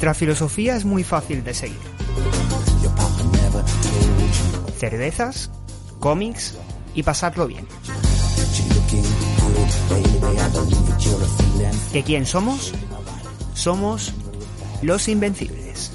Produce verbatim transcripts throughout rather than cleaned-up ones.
Nuestra filosofía es muy fácil de seguir. Cervezas, cómics y pasarlo bien. ¿Que quién somos? Somos los Invencibles.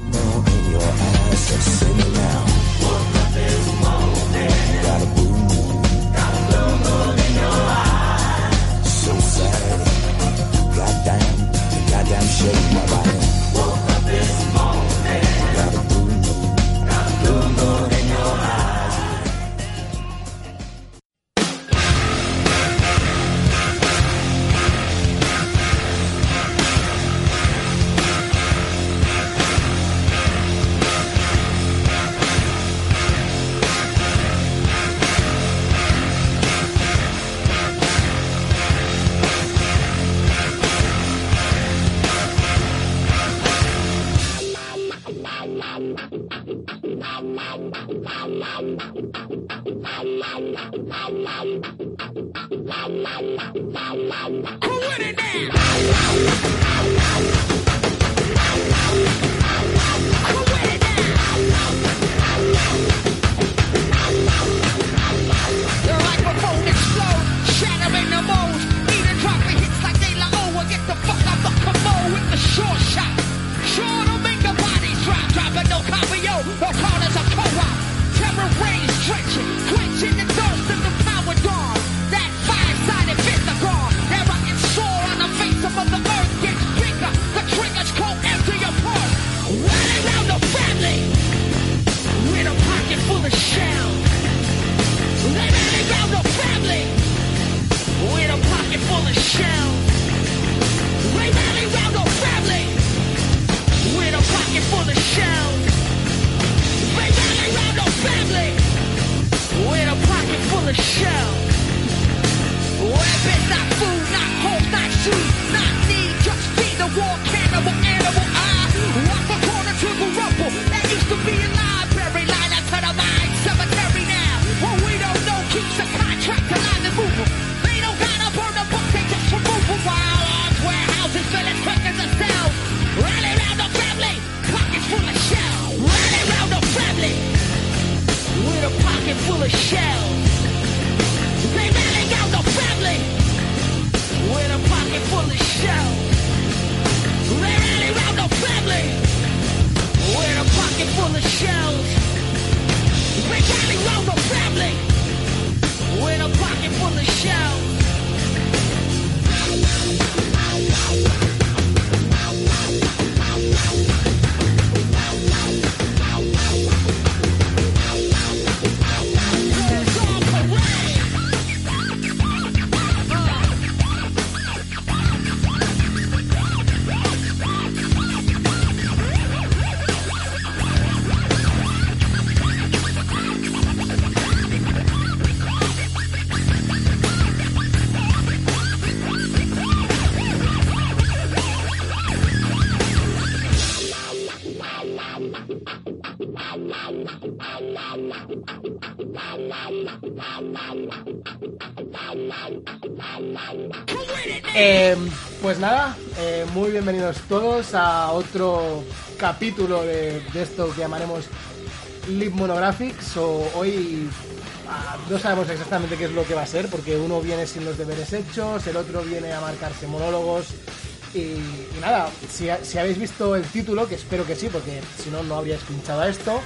Eh, pues nada, eh, muy bienvenidos todos a otro capítulo de, de esto que llamaremos Live Monographics. O hoy ah, no sabemos exactamente qué es lo que va a ser, porque uno viene sin los deberes hechos, el otro viene a marcarse monólogos. Y, y nada, si, si habéis visto el título, que espero que sí, porque si no, no habríais pinchado a esto,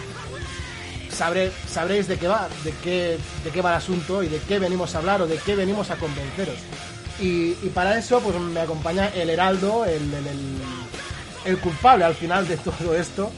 sabré, sabréis de qué va, de qué, de qué va el asunto y de qué venimos a hablar o de qué venimos a convenceros. Y, y para eso pues me acompaña el heraldo, el, el, el, el culpable al final de todo esto,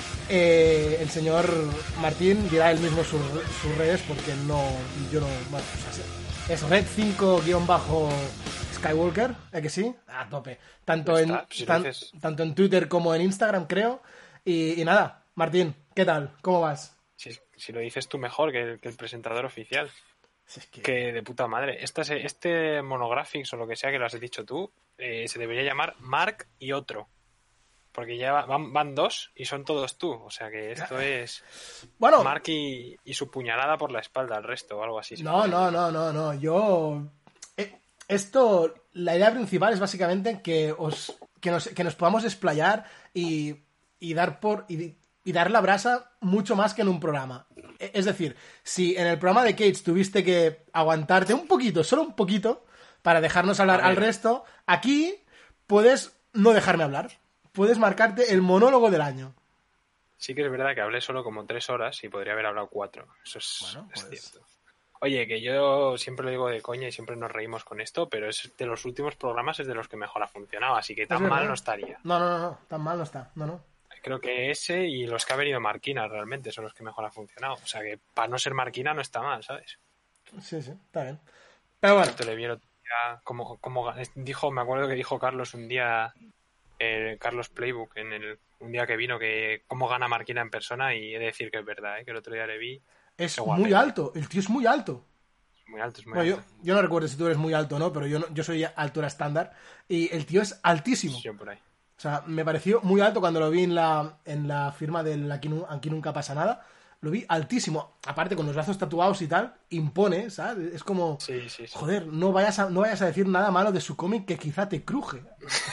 eh, el señor Martín. Dirá él mismo sus, sus redes, porque no, yo no, bueno, o sea, es Red cinco guión bajo Skywalker, ¿eh que sí? A tope. Tanto en, si tan, tanto en Twitter como en Instagram, creo. Y, y nada, Martín, ¿qué tal? ¿Cómo vas? Si, si lo dices tú mejor que el, que el presentador oficial. Es que... que de puta madre. Este, este Monographics o lo que sea que lo has dicho tú, eh, se debería llamar Mark y otro. Porque ya van, van dos y son todos tú. O sea que esto es bueno, Mark y, y su puñalada por la espalda al resto o algo así. No, no, no, no, no. Yo... Eh, esto, la idea principal es básicamente que os que nos, que nos podamos explayar y, y dar por y, y dar la brasa mucho más que en un programa. Es decir, si en el programa de Cage tuviste que aguantarte un poquito, solo un poquito, para dejarnos hablar al resto, aquí puedes no dejarme hablar. Puedes marcarte el monólogo del año. Sí que es verdad que hablé solo como tres horas y podría haber hablado cuatro. Eso es, bueno, pues... es cierto. Oye, que yo siempre lo digo de coña y siempre nos reímos con esto, pero es de los últimos programas es de los que mejor ha funcionado, así que tan mal no estaría. No, no, no, no, tan mal no está, no, no. Creo que ese y los que ha venido Marquina realmente son los que mejor ha funcionado. O sea que para no ser Marquina no está mal, ¿sabes? Sí, sí, está bien. Pero bueno. Te le vieron como, como dijo, me acuerdo que dijo Carlos un día, eh, Carlos Playbook, en el un día que vino, que cómo gana Marquina en persona, y he de decir que es verdad, ¿eh? Que el otro día le vi. Es muy alto, el tío es muy alto. Muy alto, es muy bueno, alto. Yo, yo no recuerdo si tú eres muy alto o no, pero yo, no, yo soy altura estándar y el tío es altísimo. Sí, por ahí. O sea, me pareció muy alto cuando lo vi en la, en la firma del Aquí, Aquí Nunca Pasa Nada. Lo vi altísimo. Aparte, con los brazos tatuados y tal, impone, ¿sabes? Es como, sí, sí, sí. joder, no vayas, a, no vayas a decir nada malo de su cómic que quizá te cruje.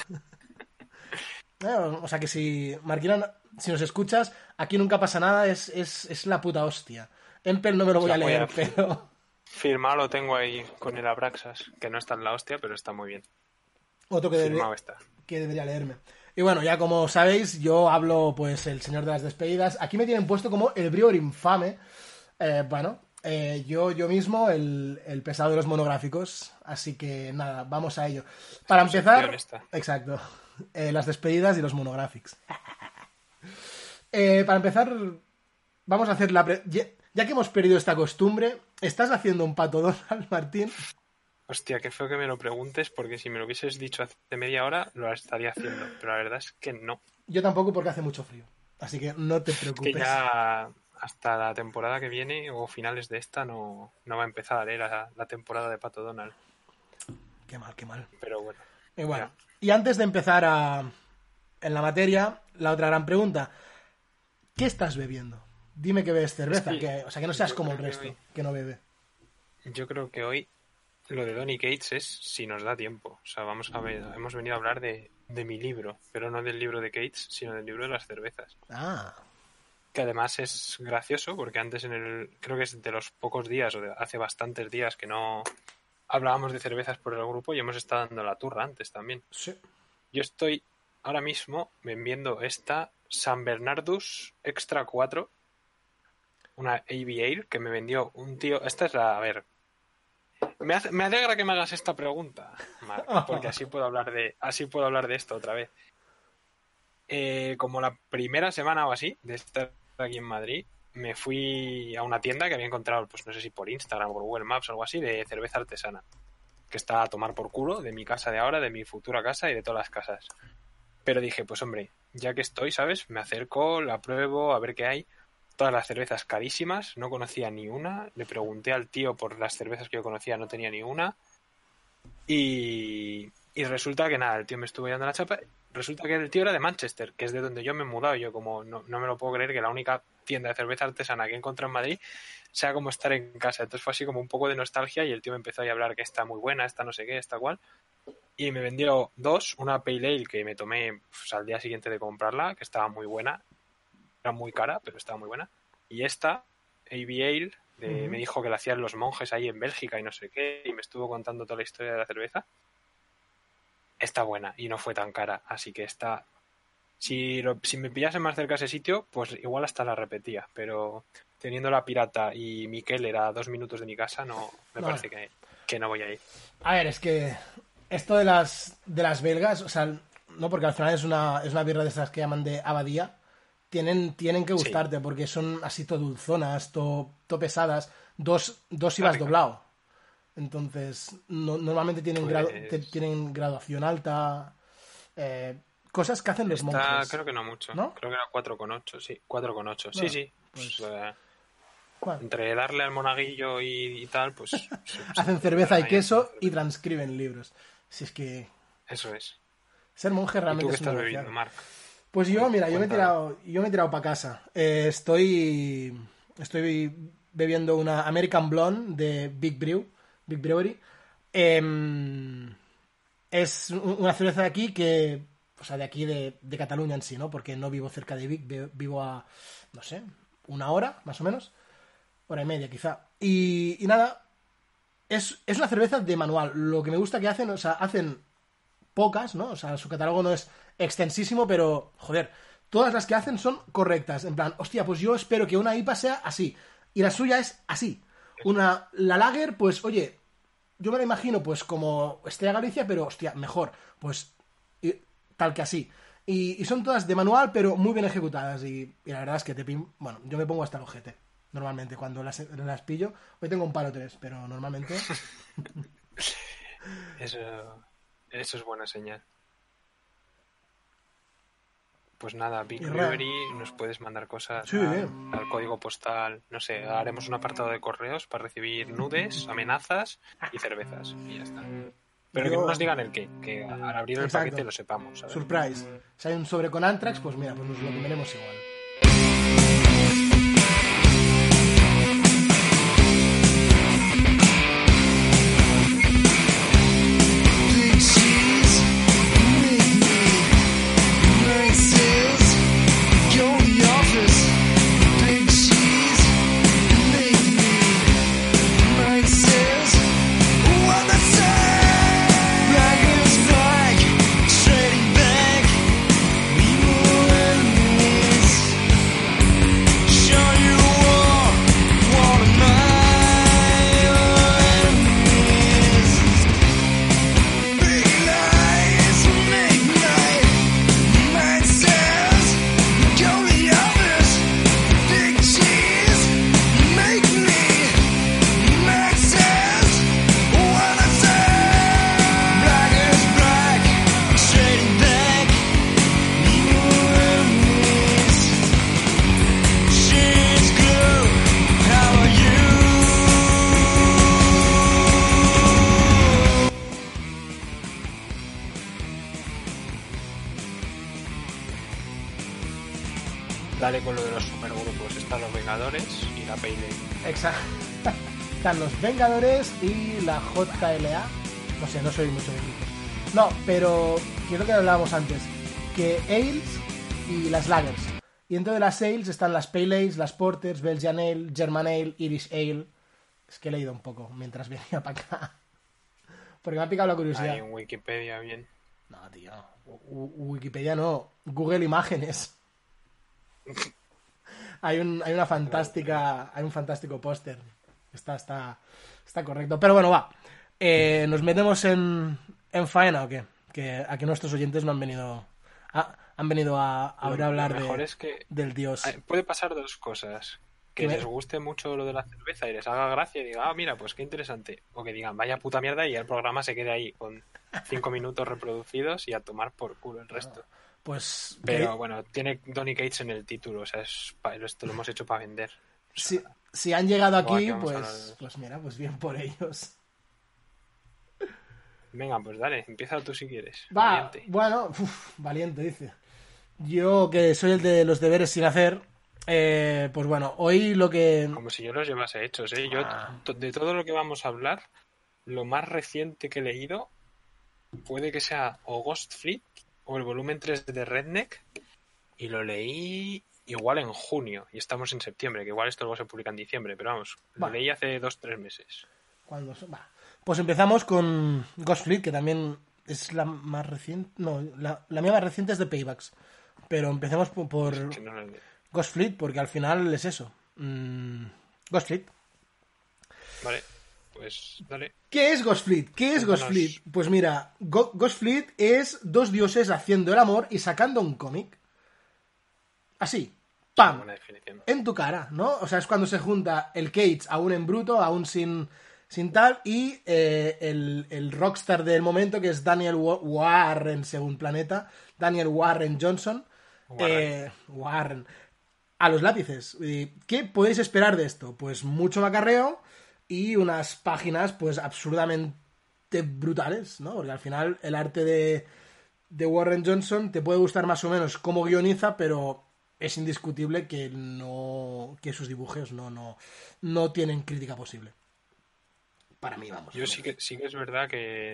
O sea que si, Marquina, si nos escuchas, Aquí Nunca Pasa Nada es, es, es la puta hostia. Empel no me lo voy a leer, voy a pero... Firmado lo tengo ahí con el Abraxas, que no está en la hostia, pero está muy bien. Otro que, debe, está. que debería leerme. Y bueno, ya como sabéis, yo hablo, pues, el señor de las despedidas. Aquí me tienen puesto como el Brior infame. Eh, bueno, eh, yo, yo mismo, el, el pesado de los monográficos. Así que nada, vamos a ello. Para empezar... Exacto. Eh, las despedidas y los monográficos. eh, para empezar, vamos a hacer la... Pre- ya, ya que hemos perdido esta costumbre, ¿estás haciendo un pato Donald, Martín? Hostia, qué feo que me lo preguntes, porque si me lo hubieses dicho hace media hora, lo estaría haciendo. Pero la verdad es que no. Yo tampoco, porque hace mucho frío. Así que no te preocupes. Es que ya hasta la temporada que viene, o finales de esta, no, no va a empezar ¿eh? la, la temporada de Pato Donald. Qué mal, qué mal. Pero bueno. Y bueno, ya. Y antes de empezar a, en la materia, la otra gran pregunta. ¿Qué estás bebiendo? Dime que bebes cerveza. Es que, que, o sea, que no seas como el resto, que, hoy, que no bebe. Yo creo que hoy lo de Donny Cates es si nos da tiempo. O sea, vamos a ver, hemos venido a hablar de, de mi libro, pero no del libro de Cates, sino del libro de las cervezas. Ah. Que además es gracioso, porque antes en el, creo que es de los pocos días, o de hace bastantes días que no hablábamos de cervezas por el grupo y hemos estado dando la turra antes también. Sí. Yo estoy ahora mismo viendo esta San Bernardus Extra cuatro, una A B Ale que me vendió un tío. Esta es la, a ver, me, hace, me alegra que me hagas esta pregunta, Marc, porque así puedo hablar de, así puedo hablar de esto otra vez. Eh, como la primera semana o así de estar aquí en Madrid, me fui a una tienda que había encontrado, pues no sé si por Instagram o por Google Maps o algo así, de cerveza artesana, que está a tomar por culo de mi casa de ahora, de mi futura casa y de todas las casas. Pero dije, pues hombre, ya que estoy, ¿sabes? Me acerco, la pruebo, a ver qué hay. Todas las cervezas carísimas, no conocía ni una. Le pregunté al tío por las cervezas que yo conocía, no tenía ni una. Y, y resulta que nada, el tío me estuvo dando la chapa. Resulta que el tío era de Manchester, que es de donde yo me he mudado. Yo como no, no me lo puedo creer que la única tienda de cerveza artesana que he encontrado en Madrid sea como estar en casa. Entonces fue así como un poco de nostalgia y el tío me empezó a hablar que está muy buena, esta no sé qué, esta cual. Y me vendió dos, una Pale Ale que me tomé pues, al día siguiente de comprarla, que estaba muy buena. Era muy cara, pero estaba muy buena. Y esta, A B Ale, de, uh-huh. me dijo que la hacían los monjes ahí en Bélgica y no sé qué, y me estuvo contando toda la historia de la cerveza. Está buena y no fue tan cara, así que está... Si, lo, si me pillase más cerca ese sitio, pues igual hasta la repetía, pero teniendo la pirata y Miquel era a dos minutos de mi casa, no me no. parece que, que no voy a ir. A ver, es que esto de las de las belgas, o sea, no, porque al final es una, es una birra de esas que llaman de abadía, tienen, tienen que gustarte, sí. Porque son así todo dulzonas, todo, todo pesadas, dos, dos ibas doblado. Entonces, no, normalmente tienen, pues... grado, te, tienen graduación alta, eh, cosas que hacen los Esta, monjes. Creo que no mucho, ¿no? Creo que era cuatro coma ocho, sí, cuatro coma ocho, bueno, sí, sí. Pues, pues, eh, entre darle al monaguillo y, y tal, pues... sí, hacen cerveza y queso y transcriben libros. Si es que... Eso es. Ser monje realmente ¿Y tú qué es estás bebiendo, Marc? Pues yo, mira, yo me he tirado, yo me he tirado para casa. Eh, estoy, estoy bebiendo una American Blonde de Big Brew, Big Brewery. Eh, es una cerveza de aquí que o sea, de aquí de, de Cataluña en sí, ¿no? Porque no vivo cerca de Vic, vivo a, no sé, una hora, más o menos, hora y media quizá. Y, y nada, es, es una cerveza de manual. Lo que me gusta que hacen, o sea, hacen pocas, ¿no? O sea, su catálogo no es extensísimo, pero, joder, todas las que hacen son correctas. En plan, hostia, pues yo espero que una I P A sea así. Y la suya es así. Una, la Lager, pues, oye, yo me la imagino, pues, como Estrella Galicia, pero, hostia, mejor. Pues, y, tal que así. Y, y son todas de manual, pero muy bien ejecutadas. Y, y la verdad es que te pim... Bueno, yo me pongo hasta el ojete. Normalmente, cuando las, las pillo. Hoy tengo un palo tres, pero normalmente... Eso, eso es buena señal. Pues nada, Big Brewery, nos puedes mandar cosas sí, al, al código postal, no sé, haremos un apartado de correos para recibir nudes, amenazas y cervezas, y ya está. Pero Yo... que no nos digan el qué, que al abrir el Exacto. paquete lo sepamos, ¿sabes? Surprise. Si hay un sobre con Anthrax, pues mira, pues nos lo comeremos igual. Dale con lo de los supergrupos. Están los Vengadores y la Pale Ale. Exacto. Están los Vengadores y la J L A. No sé, no soy mucho de grupos. No, pero que es lo que hablábamos antes. Que Ales y las Lagers. Y dentro de las Ales están las Pale Ales, las Porters, Belgian Ale, German Ale, Irish Ale. Es que he leído un poco mientras venía para acá. Porque me ha picado la curiosidad. Hay en Wikipedia, bien. No, tío. U- Wikipedia no. Google Imágenes. hay un hay una fantástica hay un fantástico póster. Está está está correcto. Pero bueno, va. Eh, nos metemos en en faena o qué? Que aquí nuestros oyentes no han venido a, han venido a, a oír hablar lo mejor de, es que del dios. Puede pasar dos cosas. Que les guste mucho lo de la cerveza y les haga gracia y digan, ah, mira, pues qué interesante. O que digan, vaya puta mierda, y el programa se quede ahí con cinco minutos reproducidos y a tomar por culo el resto. Pues... Pero ¿qué? Bueno, tiene Donny Cates en el título, o sea, es pa- esto lo hemos hecho para vender. O sea, si, si han llegado aquí, aquí pues, pues mira, pues bien por ellos. Venga, pues dale, empieza tú si quieres. Va, Valiente. bueno, uf, valiente, dice. Yo, que soy el de los deberes sin hacer... Eh, pues bueno, hoy lo que... Como si yo los llevase hechos, ¿eh? Yo, Ah. t- de todo lo que vamos a hablar, lo más reciente que he leído puede que sea o Ghost Fleet o el volumen tres de Redneck, y lo leí igual en junio, y estamos en septiembre, que igual esto luego se publica en diciembre, pero vamos, Va. lo leí hace dos, tres meses. Cuando son- va. Pues empezamos con Ghost Fleet, que también es la más reciente... No, la, la mía más reciente es de Paybacks. Pero empecemos por, por Es que no lo leí. Ghost Fleet, porque al final es eso. Mm, Ghost Fleet. Vale, pues dale. ¿Qué es Ghost Fleet? ¿Qué es Ghost Cuéntanos. Fleet? Pues mira, Go- Ghost Fleet es dos dioses haciendo el amor y sacando un cómic. Así. ¡Pam! Buena definición. En tu cara, ¿no? O sea, es cuando se junta el Cage aún en bruto, aún sin, sin tal, y eh, el, el rockstar del momento, que es Daniel Wa- Warren, según Planeta, Daniel Warren Johnson. Warren. Eh, Warren. A los lápices. ¿Y qué podéis esperar de esto? Pues mucho macarreo y unas páginas, pues, absurdamente brutales, ¿no? Porque al final el arte de, de Warren Johnson te puede gustar más o menos cómo guioniza, pero es indiscutible que no que sus dibujos no, no, no tienen crítica posible. Para mí, vamos. Yo sí que, sí que es verdad que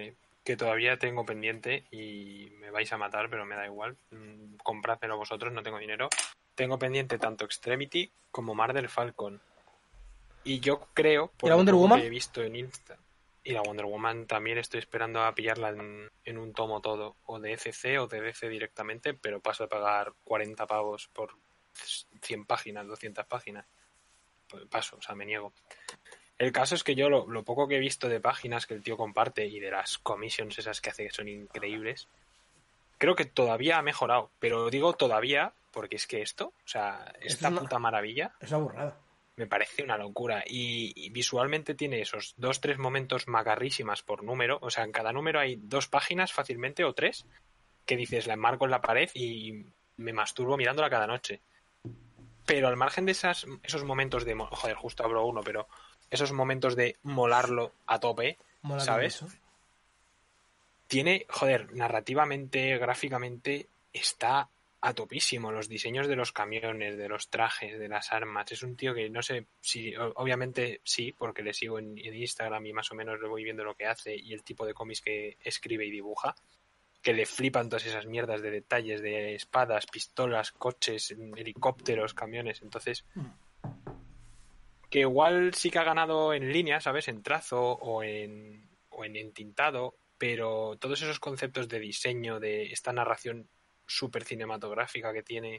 que todavía tengo pendiente y me vais a matar, pero me da igual. Mm, comprádmelo vosotros, no tengo dinero. Tengo pendiente tanto Extremity como Marvel Falcon. Y yo creo, por ¿Y la lo Wonder poco Woman? que he visto en Insta, y la Wonder Woman también estoy esperando a pillarla en, en un tomo todo, o de F C o de D C directamente, pero paso a pagar cuarenta pavos por cien páginas, doscientas páginas. Pues paso, o sea, me niego. El caso es que yo lo, lo poco que he visto de páginas que el tío comparte y de las commissions esas que hace que son increíbles, creo que todavía ha mejorado, pero digo todavía porque es que esto, o sea, esta Esto es una- puta maravilla Es una burrada. me parece una locura y, y visualmente tiene esos dos, tres momentos macarrísimas por número, o sea, en cada número hay dos páginas fácilmente o tres que dices, la enmarco en la pared y me masturbo mirándola cada noche. Pero al margen de esas, esos momentos de, joder, justo hablo uno, pero esos momentos de molarlo a tope, Mola ¿sabes? mucho. Tiene, joder, narrativamente, gráficamente, está a topísimo. Los diseños de los camiones, de los trajes, de las armas. Es un tío que no sé si, obviamente sí, porque le sigo en, en Instagram y más o menos le voy viendo lo que hace y el tipo de cómics que escribe y dibuja, que le flipan todas esas mierdas de detalles, de espadas, pistolas, coches, helicópteros, camiones. Entonces, que igual sí que ha ganado en línea, ¿sabes? En trazo o en, o en entintado, pero todos esos conceptos de diseño, de esta narración súper cinematográfica que tiene,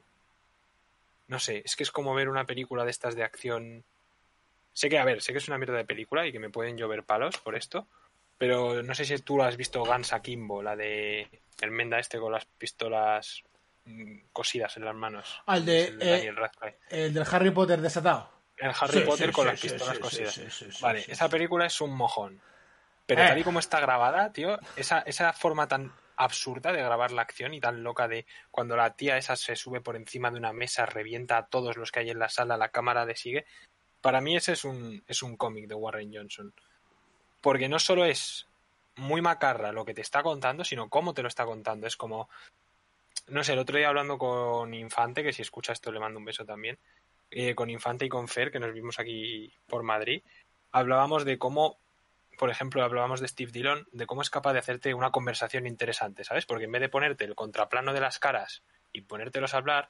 no sé, es que es como ver una película de estas de acción. Sé que, a ver, sé que es una mierda de película y que me pueden llover palos por esto, pero no sé si tú has visto Guns Akimbo, la de el menda este con las pistolas mm, cosidas en las manos. Al Es de, el de eh, Daniel Radcliffe. el del Harry Potter desatado. El Harry Sí, Potter sí, con sí, las sí, pistolas sí, cosidas. sí, sí, sí, Vale, sí, esa sí. película es un mojón. Pero Eh. tal y como está grabada, tío, esa, esa forma tan absurda de grabar la acción y tan loca de cuando la tía esa se sube por encima de una mesa, revienta a todos los que hay en la sala, la cámara le sigue. Para mí ese es un, es un cómic de Warren Johnson. Porque no solo es muy macarra lo que te está contando, sino cómo te lo está contando. Es como, no sé, el otro día hablando con Infante, que si escucha esto le mando un beso también, eh, con Infante y con Fer, que nos vimos aquí por Madrid, hablábamos de cómo, por ejemplo, hablábamos de Steve Dillon, de cómo es capaz de hacerte una conversación interesante, ¿sabes? Porque en vez de ponerte el contraplano de las caras y ponértelos a hablar,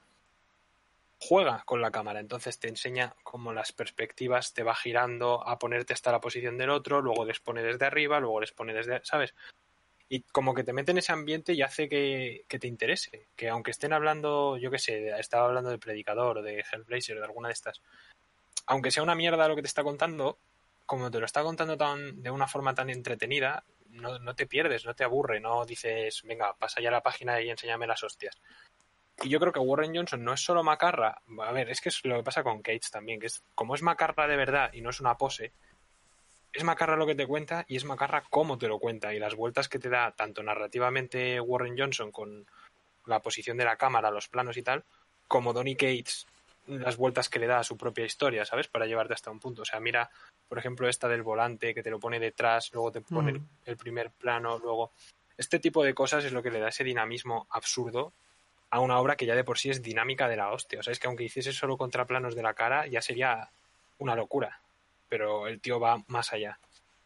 juega con la cámara, entonces te enseña cómo las perspectivas te va girando a ponerte hasta la posición del otro, luego les pone desde arriba, luego les pone desde, ¿sabes? Y como que te mete en ese ambiente y hace que, que te interese, que aunque estén hablando, yo qué sé, estaba hablando de Predicador o de Hellblazer o de alguna de estas, aunque sea una mierda lo que te está contando, como te lo está contando tan de una forma tan entretenida, no, no te pierdes, no te aburre, no dices, venga, pasa ya la página y enséñame las hostias. Y yo creo que Warren Johnson no es solo macarra, a ver, es que es lo que pasa con Cates también, que es como es macarra de verdad y no es una pose, es macarra lo que te cuenta y es macarra cómo te lo cuenta y las vueltas que te da tanto narrativamente Warren Johnson con la posición de la cámara, los planos y tal, como Donny Cates las vueltas que le da a su propia historia, ¿sabes? Para llevarte hasta un punto. O sea, mira, por ejemplo, esta del volante que te lo pone detrás, luego te pone Mm. el, el primer plano, luego... Este tipo de cosas es lo que le da ese dinamismo absurdo a una obra que ya de por sí es dinámica de la hostia. O sea, es que aunque hiciese solo contraplanos de la cara, ya sería una locura. Pero el tío va más allá.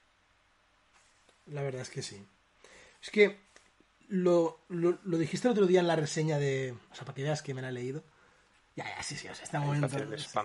La verdad es que sí. Es que lo, lo, lo dijiste el otro día en la reseña de... O sea, para que veas que me la he leído. Ya, ya, sí, sí, o sea, está muy Hacer el spam.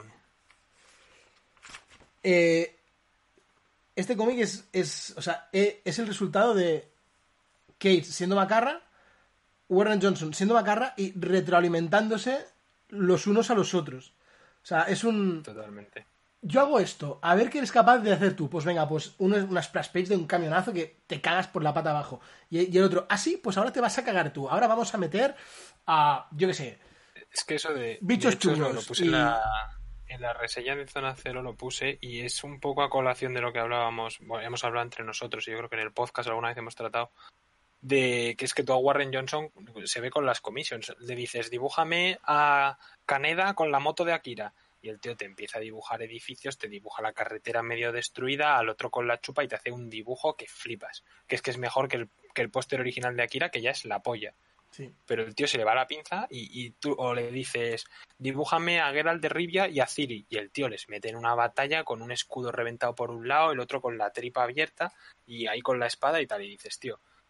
Eh, este cómic es, es, o sea, eh, es el resultado de Cates siendo macarra, Warren Johnson siendo macarra y retroalimentándose los unos a los otros. O sea, es un... Totalmente. Yo hago esto, a ver qué eres capaz de hacer tú. Pues venga, pues uno es una splash page de un camionazo que te cagas por la pata abajo. Y, y el otro, ah, sí, pues ahora te vas a cagar tú. Ahora vamos a meter a, yo qué sé, Es que eso de... bichos de hecho, chungos. Lo, lo puse y... en, la, en la reseña de Zona Cero, lo puse y es un poco a colación de lo que hablábamos, bueno, hemos hablado entre nosotros y yo creo que en el podcast alguna vez hemos tratado de que es que tú a Warren Johnson se ve con las commissions. Le dices, dibújame a Kaneda con la moto de Akira. Y el tío te empieza a dibujar edificios, te dibuja la carretera medio destruida, al otro con la chupa y te hace un dibujo que flipas. Que es que es mejor que el, que el póster original de Akira, que ya es la polla. Sí. Pero el tío se le va la pinza y, y tú o le dices, dibújame a Geralt de Rivia y a Ciri. Y el tío les mete en una batalla con un escudo reventado por un lado, el otro con la tripa abierta y ahí con la espada y tal. Y dices, tío,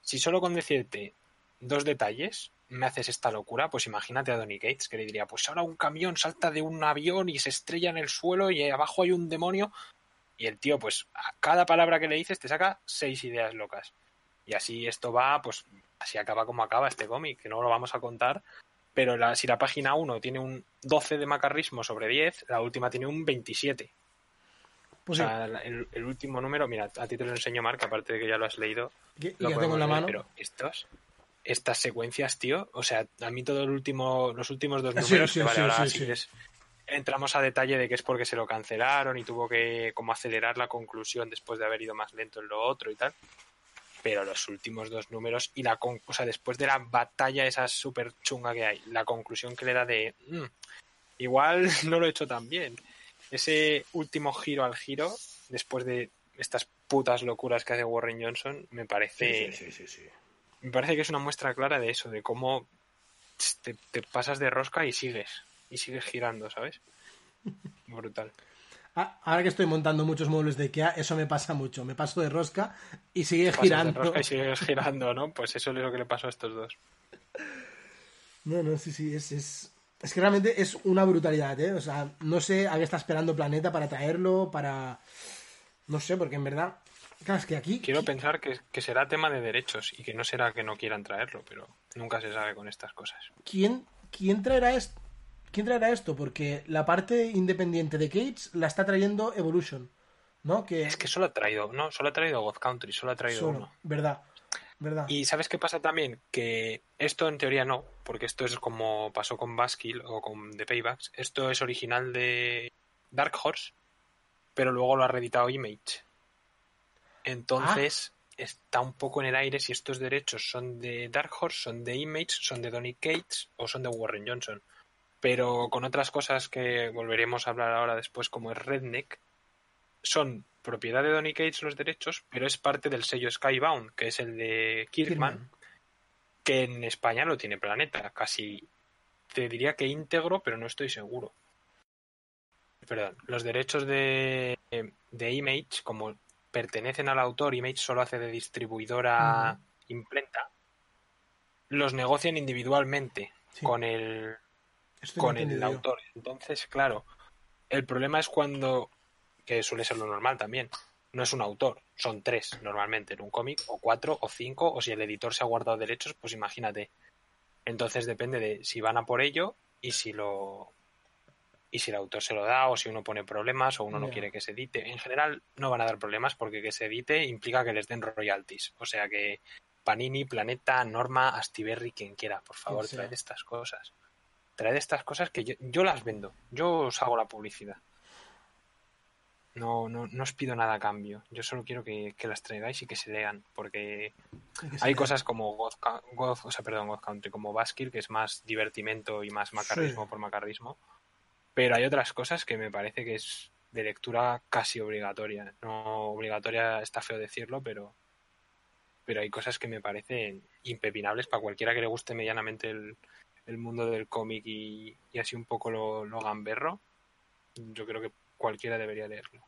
Si solo con decirte dos detalles me haces esta locura, pues imagínate a Donny Cates, que le diría, pues ahora un camión salta de un avión y se estrella en el suelo y abajo hay un demonio, y el tío, pues a cada palabra que le dices te saca seis ideas locas. Y así esto va, pues así acaba como acaba este cómic, que no lo vamos a contar, pero la, si la página uno tiene un doce de macarrismo sobre diez, la última tiene un veintisiete. Pues o sea, sí. el, el último número, mira, a ti te lo enseño, Marc, aparte de que ya lo has leído. Y lo ya tengo en la ver, mano. Pero estos, estas secuencias, tío, o sea, a mí todo el último, los últimos dos números, sí, sí, que vale, sí, ahora sí, sí. Es, entramos a detalle de que es porque se lo cancelaron y tuvo que como acelerar la conclusión después de haber ido más lento en lo otro y tal. Pero los últimos dos números y la con, o sea, después de la batalla esa súper chunga que hay, la conclusión que le da de mmm, igual no lo he hecho tan bien. Ese último giro al giro, después de estas putas locuras que hace Warren Johnson, me parece sí, sí, sí, sí, sí. me parece que es una muestra clara de eso, de cómo te, te pasas de rosca y sigues, y sigues girando, ¿sabes? Brutal. Ahora que estoy montando muchos muebles de IKEA, eso me pasa mucho. Me paso de rosca y sigue Pasas girando. De rosca y sigues girando, ¿no? Pues eso es lo que le pasó a estos dos. No, no, sí, sí, es, es, es que realmente es una brutalidad, ¿eh? O sea, no sé a qué está esperando Planeta para traerlo, para... No sé, porque en verdad... Claro, es que aquí... Quiero pensar que, que será tema de derechos y que no será que no quieran traerlo, pero nunca se sabe con estas cosas. ¿Quién, quién traerá esto? ¿Quién traerá esto? Porque la parte independiente de Cates la está trayendo Evolution, ¿no? Que... Es que solo ha traído, no, solo ha traído God Country, solo ha traído solo, uno. Verdad, verdad. Y ¿sabes qué pasa también? Que esto en teoría no, porque esto es como pasó con Buzzkill o con The Paybacks. Esto es original de Dark Horse, pero luego lo ha reeditado Image. Entonces ah. está un poco en el aire si estos derechos son de Dark Horse, son de Image, son de Donny Cates o son de Warren Johnson. Pero con otras cosas que volveremos a hablar ahora después, como es Redneck, son propiedad de Donny Cates los derechos, pero es parte del sello Skybound, que es el de Kirkman, Kirkman, que en España lo tiene Planeta, casi te diría que íntegro, pero no estoy seguro. Perdón, los derechos de, de Image, como pertenecen al autor, Image solo hace de distribuidora uh-huh. imprenta, los negocian individualmente sí. con el Estoy con el yo. autor. Entonces, claro, el problema es cuando, que suele ser lo normal también, no es un autor, son tres normalmente en un cómic, o cuatro, o cinco, o si el editor se ha guardado derechos, pues imagínate. Entonces depende de si van a por ello y si lo y si el autor se lo da, o si uno pone problemas, o uno no, no quiere que se edite. En general no van a dar problemas porque que se edite implica que les den royalties. O sea que Panini, Planeta, Norma, Astiberri, quien quiera, por favor, traed estas cosas. Traed estas cosas que yo, yo las vendo. Yo os hago la publicidad. No, no, no os pido nada a cambio. Yo solo quiero que, que las traigáis y que se lean. Porque hay cosas como God, God, o sea, perdón, God Country, como Buzzkill, que es más divertimento y más macarrismo sí. por macarrismo. Pero hay otras cosas que me parece que es de lectura casi obligatoria. No obligatoria, está feo decirlo, pero pero hay cosas que me parecen impepinables para cualquiera que le guste medianamente el, el mundo del cómic y, y así un poco lo, lo gamberro. Yo creo que cualquiera debería leerlo.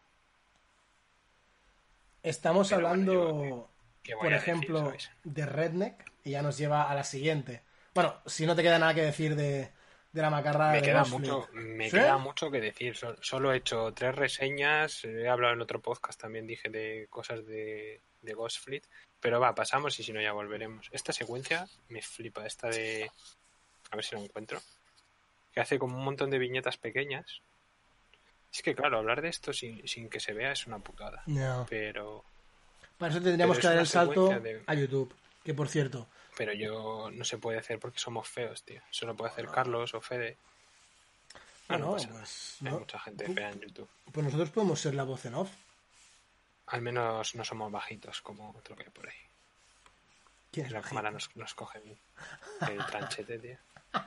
Estamos pero hablando, bueno, yo, por ejemplo, decir, de Redneck y ya nos lleva a la siguiente. Bueno, si no te queda nada que decir de... de la macarra me de queda mucho me ¿Sí? queda mucho que decir. Solo, solo he hecho tres reseñas, he hablado en otro podcast, también dije de cosas de, de Ghost Fleet, pero va, pasamos y si no ya volveremos. Esta secuencia me flipa, esta de a ver si lo encuentro, que hace como un montón de viñetas pequeñas. Es que claro, hablar de esto sin, sin que se vea es una putada. No. Pero para eso tendríamos que dar el salto de... a YouTube, que por cierto. Pero yo no se puede hacer porque somos feos, tío. Solo puede hacer Carlos o Fede. Ah, no, no pues... Hay no. mucha gente fea en YouTube. Pues nosotros podemos ser la voz en off. Al menos no somos bajitos como otro que hay por ahí. ¿Quién es la bajito? cámara nos, nos coge bien. El tranchete, tío.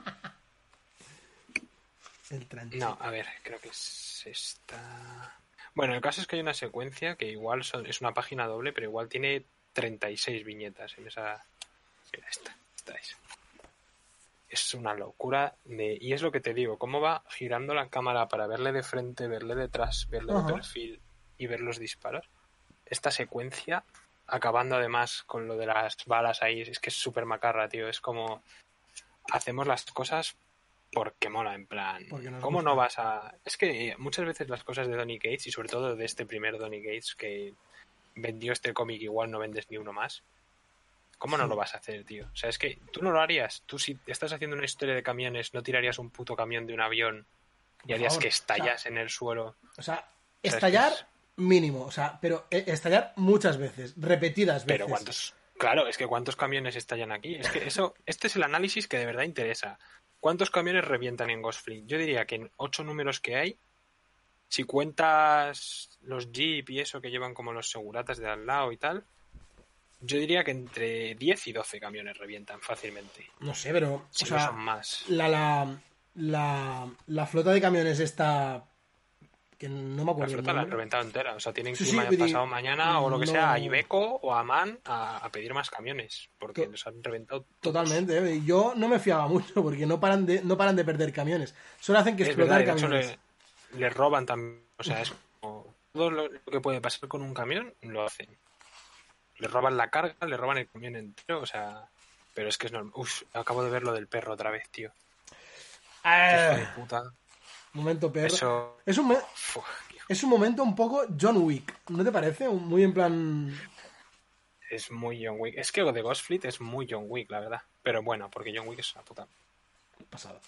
El tranchete. No, a ver, creo que es esta... Bueno, el caso es que hay una secuencia que igual son, es una página doble, pero igual tiene treinta y seis viñetas en esa... Mira, esta, esta es. Es una locura de... Y es lo que te digo, cómo va girando la cámara para verle de frente, verle detrás, verle uh-huh. de perfil y ver los disparos. Esta secuencia acabando además con lo de las balas ahí, es que es súper macarra, tío. Es como hacemos las cosas porque mola, en plan. ¿Cómo gusta. No vas a...? Es que muchas veces las cosas de Donny Cates, y sobre todo de este primer Donny Cates que vendió este cómic, igual no vendes ni uno más. ¿Cómo sí. no lo vas a hacer, tío? O sea, es que tú no lo harías. Tú si estás haciendo una historia de camiones, no tirarías un puto camión de un avión y harías favor, que estallas o sea, en el suelo. O sea, estallar es... mínimo, o sea, pero estallar muchas veces, repetidas veces. Pero cuántos... Claro, es que ¿cuántos camiones estallan aquí? Es que eso, este es el análisis que de verdad interesa. ¿Cuántos camiones revientan en Ghost Fleet? Yo diría que en ocho números que hay, si cuentas los Jeep y eso que llevan como los seguratas de al lado y tal, yo diría que entre diez y doce camiones revientan fácilmente. No sé, pero... Si o no sea, son más. La, la, la, la flota de camiones esta... que no me acuerdo. La flota la han reventado entera. O sea, tienen que ir sí, sí, pasado di... mañana o lo que no... sea a Iveco o a Man a, a pedir más camiones. Porque to... los han reventado todos. Totalmente. ¿eh? Yo no me fiaba mucho porque no paran de, no paran de perder camiones. Solo hacen que es explotar verdad, camiones. Le, le roban también. O sea, es como... Todo lo que puede pasar con un camión lo hacen. Le roban la carga, le roban el camión entero, o sea... Pero es que es normal. Uf, acabo de ver lo del perro otra vez, tío. Ah, Hijo de puta. Momento perro. Eso... Es un, me... es un momento un poco John Wick, ¿no te parece? Muy en plan... Es muy John Wick. Es que lo de Ghost Fleet es muy John Wick, la verdad. Pero bueno, porque John Wick es una puta. Pasada.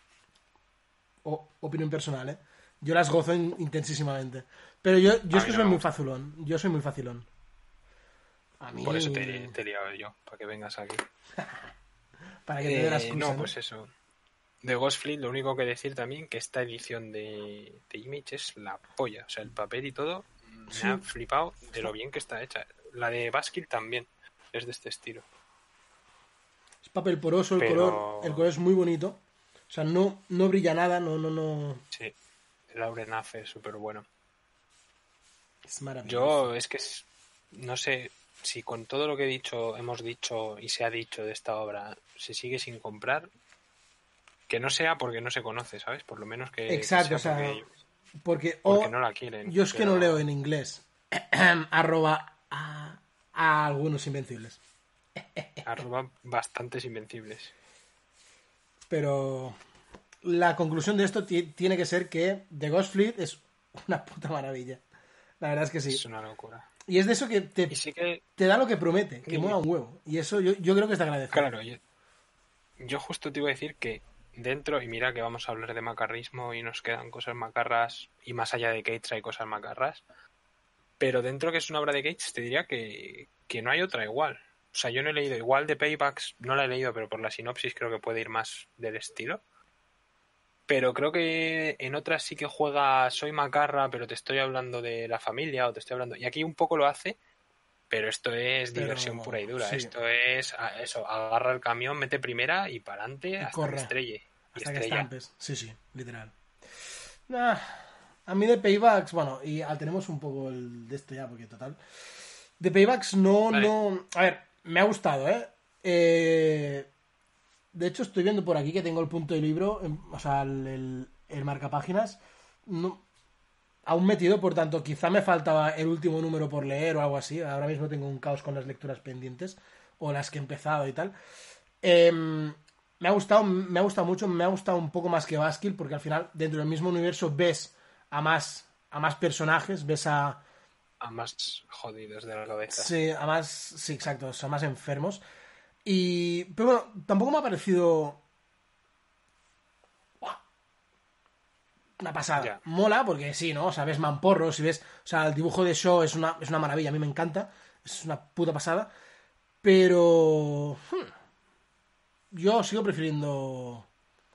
O, opinión personal, ¿eh? Yo las gozo in- intensísimamente. Pero yo, yo es que no soy muy facilón. Yo soy muy facilón. A mí... Por eso te, te he liado yo, para que vengas aquí. Para que te dé eh, las cosas. No, pues eso. De Ghost Fleet, lo único que decir también que esta edición de, de Image es la polla. O sea, el papel y todo sí. me ha flipado de lo bien que está hecha. La de Baskill también es de este estilo. Es papel poroso, el Pero... color el color es muy bonito. O sea, no, no brilla nada, no, no, no... Sí, el Aurenafe es súper bueno. Es maravilloso. Yo, es que es, no sé... Si con todo lo que he dicho, hemos dicho y se ha dicho de esta obra, se sigue sin comprar, que no sea porque no se conoce, ¿sabes? Por lo menos que, Exacto, que sea o sea, porque, porque, porque o, no la quieren. Yo es pero... que no leo en inglés. Arroba a, a algunos invencibles. Arroba bastantes invencibles. Pero la conclusión de esto t- tiene que ser que The Ghost Fleet es una puta maravilla. La verdad es que sí. Es una locura. Y es de eso que te, sí que... te da lo que promete, que sí. mola un huevo. Y eso yo, yo creo que está agradecido. Claro, yo, yo justo te iba a decir que dentro, y mira que vamos a hablar de macarrismo y nos quedan cosas macarras, y más allá de Cates hay cosas macarras, pero dentro que es una obra de Cates te diría que, que no hay otra igual. O sea, yo no he leído, igual de Paybacks, no la he leído, pero por la sinopsis creo que puede ir más del estilo. Pero creo que en otras sí que juega soy macarra, pero te estoy hablando de la familia o te estoy hablando... Y aquí un poco lo hace, pero esto es pero, diversión pura y dura. Sí. Esto es eso, agarra el camión, mete primera y para adelante hasta corre. que estrelle. Y hasta estrella. que estampes. Sí, sí, literal. Nah, a mí de Paybacks, bueno, y tenemos un poco el de esto ya, porque total... De Paybacks no, vale. no... A ver, me ha gustado, ¿eh? Eh... De hecho, estoy viendo por aquí que tengo el punto de libro, o sea, el, el, el marcapáginas, no, aún metido, por tanto, quizá me faltaba el último número por leer o algo así. Ahora mismo tengo un caos con las lecturas pendientes, o las que he empezado y tal. Eh, me ha gustado, me ha gustado mucho, me ha gustado un poco más que Baskill, porque al final, dentro del mismo universo, ves a más, a más personajes, ves a... A más jodidos de la cabeza. Sí, a más, sí, exacto, a más enfermos. Y, pero bueno, tampoco me ha parecido una pasada. Yeah. Mola, porque sí, ¿no? O sea, ves mamporros y ves... O sea, el dibujo de Shaw es una, es una maravilla, a mí me encanta. Es una puta pasada. Pero... Hmm, yo sigo prefiriendo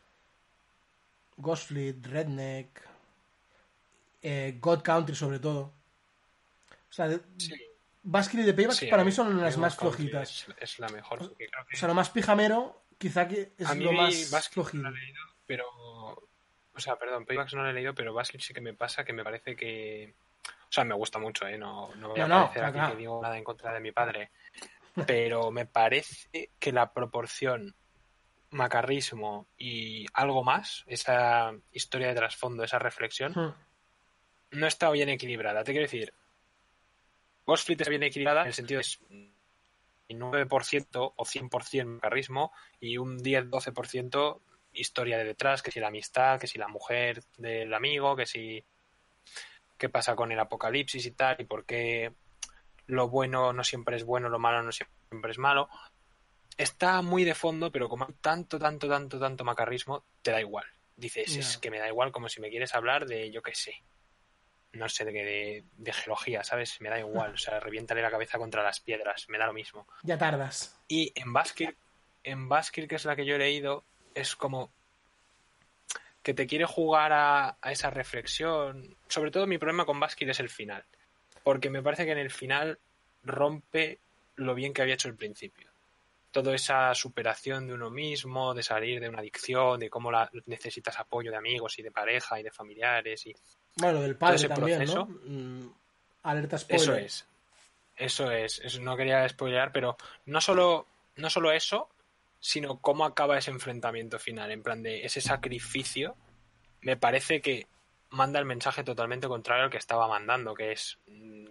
Ghost Fleet, Redneck, eh, God Country sobre todo. O sea, de, sí. Baskill y de Paybacks sí, para mí son las más flojitas. Es, es la mejor. Porque creo que... O sea, lo más pijamero, quizá que es a mí lo más Baskill flojito. No lo he leído, pero... O sea, perdón, Paybacks no lo he leído, pero Baskill sí que me pasa que me parece que... O sea, me gusta mucho, ¿eh? No, no voy a no, parecer no, aquí claro. que digo nada en contra de mi padre. Pero me parece que la proporción macarrismo y algo más, esa historia de trasfondo, esa reflexión, hmm. no está bien equilibrada. Te quiero decir... Ghost Fleet está bien equilibrada en el sentido de es nueve por ciento o cien por ciento macarrismo y un diez doce por ciento historia de detrás, que si la amistad, que si la mujer del amigo, que si qué pasa con el apocalipsis y tal, y por qué lo bueno no siempre es bueno, lo malo no siempre es malo. Está muy de fondo, pero como hay tanto, tanto, tanto, tanto macarrismo, te da igual. Dices, no. Es que me da igual, como si me quieres hablar de, yo qué sé, no sé, de, de, de geología, ¿sabes? Me da igual, o sea, reviéntale la cabeza contra las piedras, me da lo mismo. Ya tardas. Y en Baskir, en Baskir, que es la que yo he leído, es como que te quiere jugar a, a esa reflexión. Sobre todo mi problema con Baskir es el final, porque me parece que en el final rompe lo bien que había hecho el principio. Toda esa superación de uno mismo, de salir de una adicción, de cómo la, necesitas apoyo de amigos y de pareja y de familiares y bueno, del padre también, proceso, ¿no? Mm, alerta spoiler. Eso es, eso es, eso no quería spoilear, pero no solo, no solo eso, sino cómo acaba ese enfrentamiento final, en plan de ese sacrificio, me parece que manda el mensaje totalmente contrario al que estaba mandando, que es mm,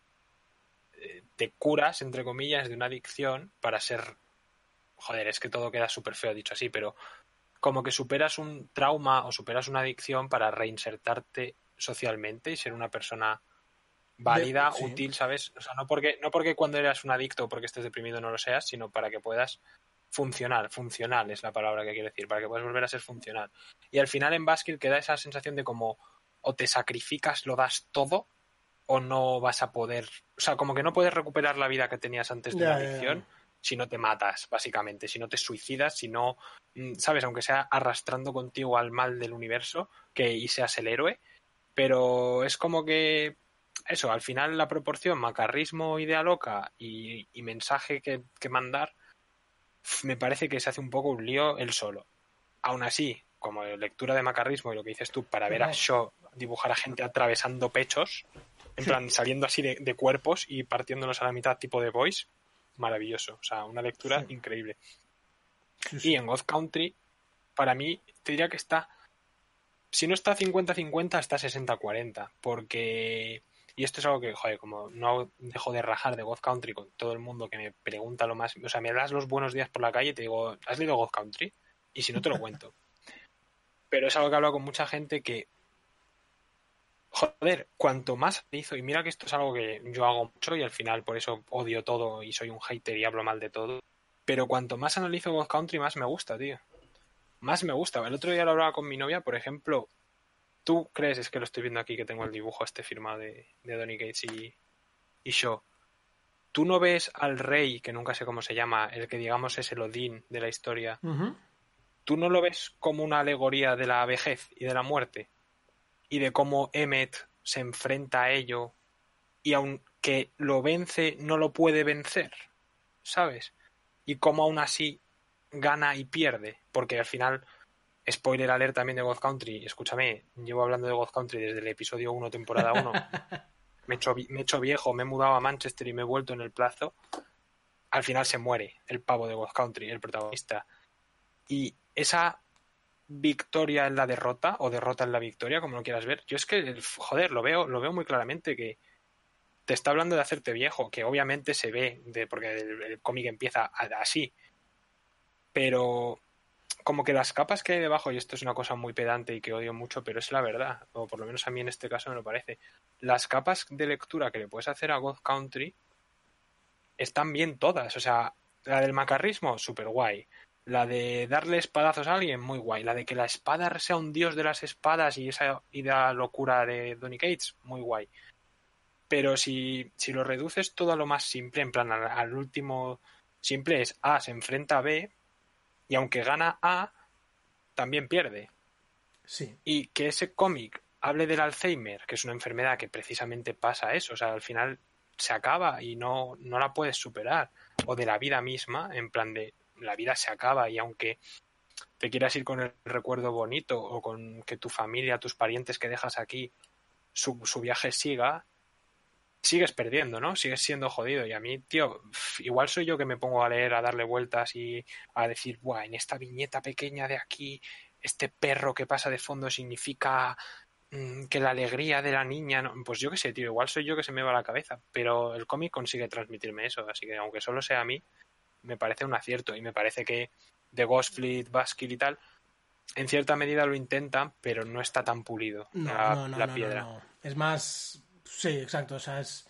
te curas, entre comillas, de una adicción para ser... Joder, es que todo queda súper feo dicho así, pero como que superas un trauma o superas una adicción para reinsertarte socialmente y ser una persona válida, de, sí. útil, ¿sabes? O sea, no porque, no porque cuando eras un adicto o porque estés deprimido no lo seas, sino para que puedas funcionar. Funcional es la palabra que quiero decir, para que puedas volver a ser funcional. Y al final en Baskir queda esa sensación de como o te sacrificas, lo das todo, o no vas a poder... O sea, como que no puedes recuperar la vida que tenías antes de yeah, una adicción... Yeah. Si no te matas, básicamente, si no te suicidas, si no, sabes, aunque sea arrastrando contigo al mal del universo, que y seas el héroe, pero es como que, eso, al final la proporción macarrismo, idea loca y, y mensaje que, que mandar, me parece que se hace un poco un lío él solo. Aún así, como lectura de macarrismo y lo que dices tú, para ver a Shaw dibujar a gente atravesando pechos, en plan saliendo así de, de cuerpos y partiéndolos a la mitad tipo de Boys, maravilloso, o sea, una lectura sí. increíble. Sí, sí. Y en Ghost Country, para mí, te diría que está, si no está cincuenta cincuenta, está sesenta cuarenta, porque, y esto es algo que, joder, como no dejo de rajar de Ghost Country con todo el mundo que me pregunta lo más, o sea, me das los buenos días por la calle y te digo, ¿has leído Ghost Country? Y si no, te lo cuento. Pero es algo que he hablado con mucha gente que, joder, cuanto más hizo, y mira que esto es algo que yo hago mucho y al final por eso odio todo y soy un hater y hablo mal de todo, pero cuanto más analizo Ghost Country, más me gusta, tío. Más me gusta. El otro día lo hablaba con mi novia, por ejemplo, tú crees, es que lo estoy viendo aquí, que tengo el dibujo este firmado de, de Donny Cates y, y Shaw. ¿Tú no ves al rey, que nunca sé cómo se llama, el que digamos es el Odín de la historia? Uh-huh. ¿Tú no lo ves como una alegoría de la vejez y de la muerte? Y de cómo Emmet se enfrenta a ello y aunque lo vence, no lo puede vencer, ¿sabes? Y cómo aún así gana y pierde, porque al final, spoiler alert también de Ghost Country, escúchame, llevo hablando de Ghost Country desde el episodio uno, temporada uno, me he hecho, me he hecho viejo, me he mudado a Manchester y me he vuelto en el plazo, al final se muere el pavo de Ghost Country, el protagonista, y esa... victoria en la derrota o derrota en la victoria, como lo quieras ver, yo es que, joder, lo veo lo veo muy claramente que te está hablando de hacerte viejo, que obviamente se ve de, porque el, el cómic empieza así, pero como que las capas que hay debajo, y esto es una cosa muy pedante y que odio mucho, pero es la verdad, o por lo menos a mí en este caso me lo parece, las capas de lectura que le puedes hacer a Ghost Country están bien todas, o sea, la del macarrismo, súper guay. La de darle espadazos a alguien, muy guay. La de que la espada sea un dios de las espadas y esa idea locura de Donny Cates, muy guay. Pero si, si lo reduces todo a lo más simple, en plan al, al último simple es A se enfrenta a B y aunque gana A, también pierde. Sí. Y que ese cómic hable del Alzheimer, que es una enfermedad que precisamente pasa eso, o sea, al final se acaba y no, no la puedes superar. O de la vida misma, en plan de la vida se acaba y aunque te quieras ir con el recuerdo bonito o con que tu familia, tus parientes que dejas aquí, su, su viaje siga, sigues perdiendo, ¿no? Sigues siendo jodido. Y a mí, tío, igual soy yo que me pongo a leer, a darle vueltas y a decir, buah, en esta viñeta pequeña de aquí, este perro que pasa de fondo significa que la alegría de la niña, no, pues yo qué sé, tío, igual soy yo que se me va la cabeza, pero el cómic consigue transmitirme eso, así que aunque solo sea a mí, me parece un acierto y me parece que The Ghost Fleet, Buzzkill y tal, en cierta medida lo intentan, pero no está tan pulido no, la, no, no, la no, piedra. No, no. Es más... Sí, exacto, o sea, es...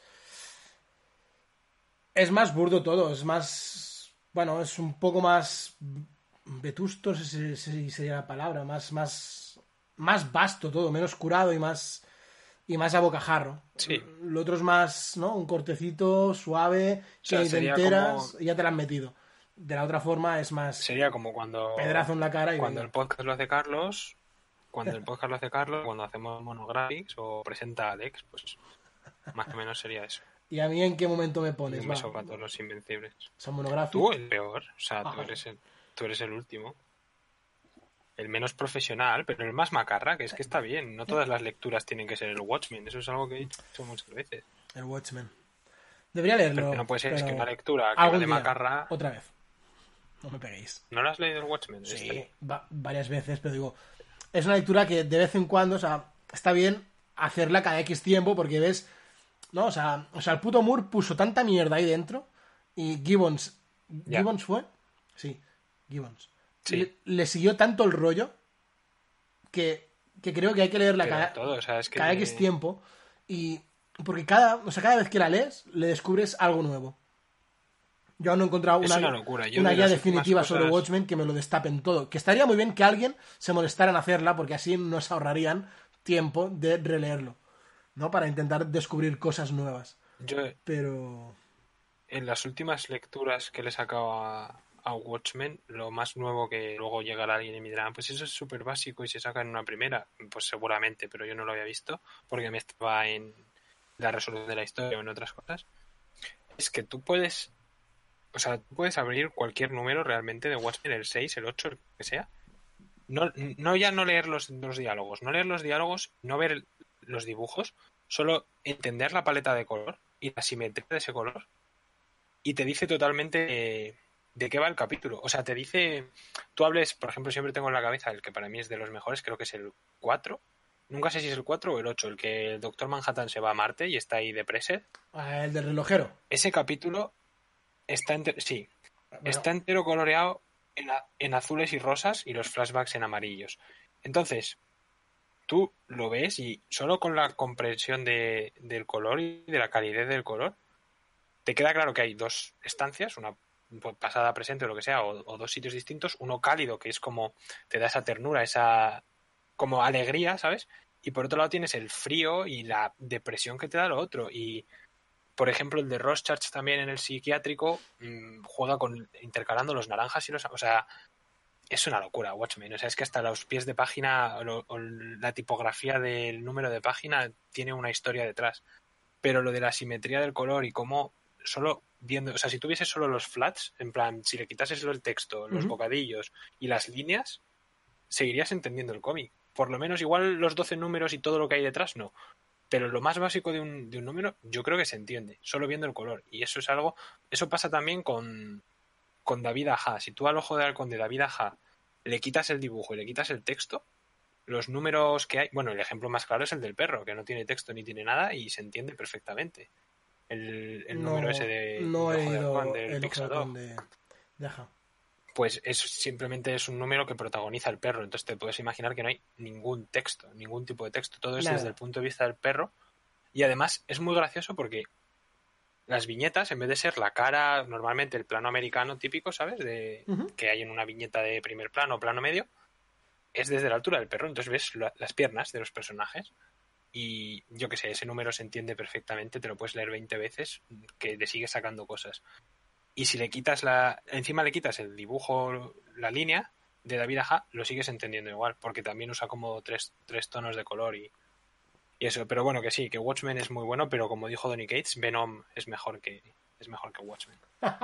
Es más burdo todo, es más... Bueno, es un poco más vetusto, no sé si sería la palabra, más, más, más vasto todo, menos curado y más... Y más a bocajarro. Sí. Lo otro es más, ¿no? Un cortecito suave, o sea, que te sería enteras como... y ya te lo han metido. De la otra forma es más... Sería como cuando... Pedrazo en la cara y Cuando venga. el podcast lo hace Carlos, cuando el podcast lo hace Carlos, cuando hacemos monographics o presenta a Alex, pues más o menos sería eso. ¿Y a mí en qué momento me Y pones? un Va. beso para todos los invencibles. Son monográficos. Tú el peor, o sea, Ah, tú eres el, tú eres el último. El menos profesional, pero el más macarra, que es que está bien. No todas las lecturas tienen que ser el Watchmen. Eso es algo que he dicho muchas veces. El Watchmen. Debería leerlo. Porque no puede ser, es que pero una lectura que algún va de día, macarra... Otra vez. No me peguéis. ¿No lo has leído el Watchmen? Sí, Este? va- varias veces, pero digo... Es una lectura que de vez en cuando, o sea, está bien hacerla cada X tiempo porque ves... No, o sea, o sea, el puto Moore puso tanta mierda ahí dentro y Gibbons... Ya. ¿Gibbons fue? Sí, Gibbons. Sí. Le, le siguió tanto el rollo que, que creo que hay que leerla Pero cada, todo, o sea, es que cada tiene- X tiempo y porque cada, o sea, cada vez que la lees le descubres algo nuevo. Yo aún no he encontrado Es una, una locura. Yo una de guía las definitiva últimas sobre cosas- Watchmen que me lo destapen todo. Que estaría muy bien que alguien se molestara en hacerla porque así nos ahorrarían tiempo de releerlo, ¿no? Para intentar descubrir cosas nuevas. Yo, Pero... en las últimas lecturas que le he sacado a, a Watchmen, lo más nuevo que luego llegará alguien y me dirá, pues eso es súper básico y se saca en una primera, pues seguramente, pero yo no lo había visto porque me estaba en la resolución de la historia o en otras cosas. Es que tú puedes, o sea, tú puedes abrir cualquier número realmente de Watchmen, el seis, el ocho, el que sea. No, no ya no leer los, los diálogos, no leer los diálogos, no ver los dibujos, solo entender la paleta de color y la simetría de ese color. Y te dice totalmente eh, de qué va el capítulo. O sea, te dice... Tú hables, por ejemplo, siempre tengo en la cabeza el que para mí es de los mejores, creo que es el cuatro. Nunca sé si es el cuatro o el ocho, el que el Doctor Manhattan se va a Marte y está ahí de preset. Ah, el del relojero. Ese capítulo está entero... Sí, Bueno, está entero coloreado en, a- en azules y rosas y los flashbacks en amarillos. Entonces, tú lo ves y solo con la comprensión de, del color y de la calidez del color, te queda claro que hay dos estancias, una pasada, presente o lo que sea, o, o dos sitios distintos, uno cálido, que es como te da esa ternura, esa como alegría, ¿sabes? Y por otro lado tienes el frío y la depresión que te da lo otro. Y, por ejemplo, el de Rorschach también en el psiquiátrico mmm, juega con intercalando los naranjas y los... O sea, es una locura, Watchmen. O sea, es que hasta los pies de página o, o la tipografía del número de página tiene una historia detrás. Pero lo de la simetría del color y cómo solo viendo, o sea, si tuvieses solo los flats, en plan, si le quitases el texto, los Ujú. bocadillos y las líneas, seguirías entendiendo el cómic. Por lo menos igual los doce números y todo lo que hay detrás, no. Pero lo más básico de un, de un número, yo creo que se entiende, solo viendo el color. Y eso es algo, eso pasa también con, con David Aja. Si tú al ojo de halcón de David Aja le quitas el dibujo y le quitas el texto, los números que hay, bueno, el ejemplo más claro es el del perro, que no tiene texto ni tiene nada y se entiende perfectamente. El, el no, número ese de, no de he Ojo de leído Halcón, del el ojo de Pixar halcón Dog, de, de Aja. pues es simplemente es un número que protagoniza el perro. Entonces te puedes imaginar que no hay ningún texto, ningún tipo de texto. Todo es Nada. desde el punto de vista del perro. Y además es muy gracioso porque las viñetas, en vez de ser la cara, normalmente el plano americano típico, ¿sabes? De, Ujú. que hay en una viñeta de primer plano o plano medio, es desde la altura del perro. Entonces ves la- las piernas de los personajes. Y yo qué sé, ese número se entiende perfectamente, te lo puedes leer veinte veces, que te sigue sacando cosas. Y si le quitas la... Encima le quitas el dibujo, la línea de David Aja, lo sigues entendiendo igual, porque también usa como tres, tres tonos de color y, y eso. Pero bueno, que sí, que Watchmen es muy bueno, pero como dijo Donny Cates, Venom es mejor que, es mejor que Watchmen.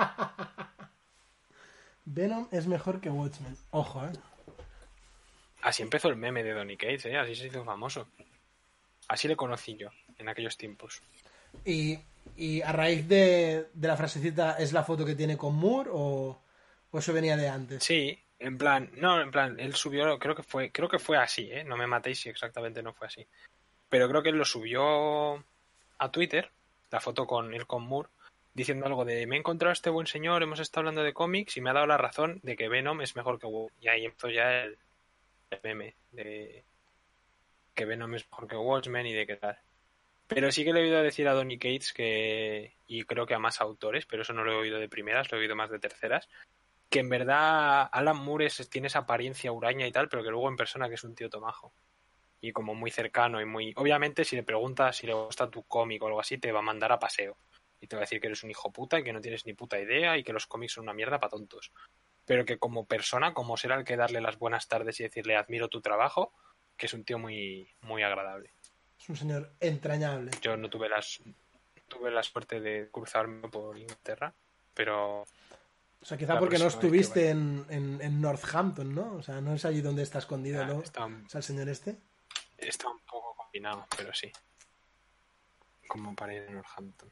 Venom es mejor que Watchmen. Ojo, eh. Así empezó el meme de Donny Cates, ¿eh? Así se hizo famoso. Así le conocí yo, en aquellos tiempos. Y, y a raíz de, de la frasecita, ¿es la foto que tiene con Moore o, o eso venía de antes? Sí, En plan, no, en plan, él subió, creo que fue, creo que fue así, ¿eh? No me matéis si exactamente no fue así. Pero creo que él lo subió a Twitter, la foto con él con Moore, diciendo algo de me he encontrado a este buen señor, hemos estado hablando de cómics y me ha dado la razón de que Venom es mejor que Wolverine. Y ahí empezó ya el, el meme de que Venom es mejor que Watchmen y de qué tal. Pero sí que le he oído decir a Donny Cates que, y creo que a más autores, pero eso no lo he oído de primeras, lo he oído más de terceras, que en verdad Alan Moore es, tiene esa apariencia huraña y tal, pero que luego en persona que es un tío tomajo. Y como muy cercano y muy... Obviamente, si le preguntas si le gusta tu cómic o algo así, te va a mandar a paseo. Y te va a decir que eres un hijo puta y que no tienes ni puta idea y que los cómics son una mierda para tontos. Pero que como persona, como será el que darle las buenas tardes y decirle admiro tu trabajo, que es un tío muy, muy agradable. Es un señor entrañable. Yo no tuve las tuve la suerte de cruzarme por Inglaterra, pero... O sea, quizá porque no estuviste en, en, en Northampton, ¿no? O sea, no es allí donde está escondido, ¿no? Está un, o sea, el señor este. Está un poco combinado, pero sí. Como para ir a Northampton.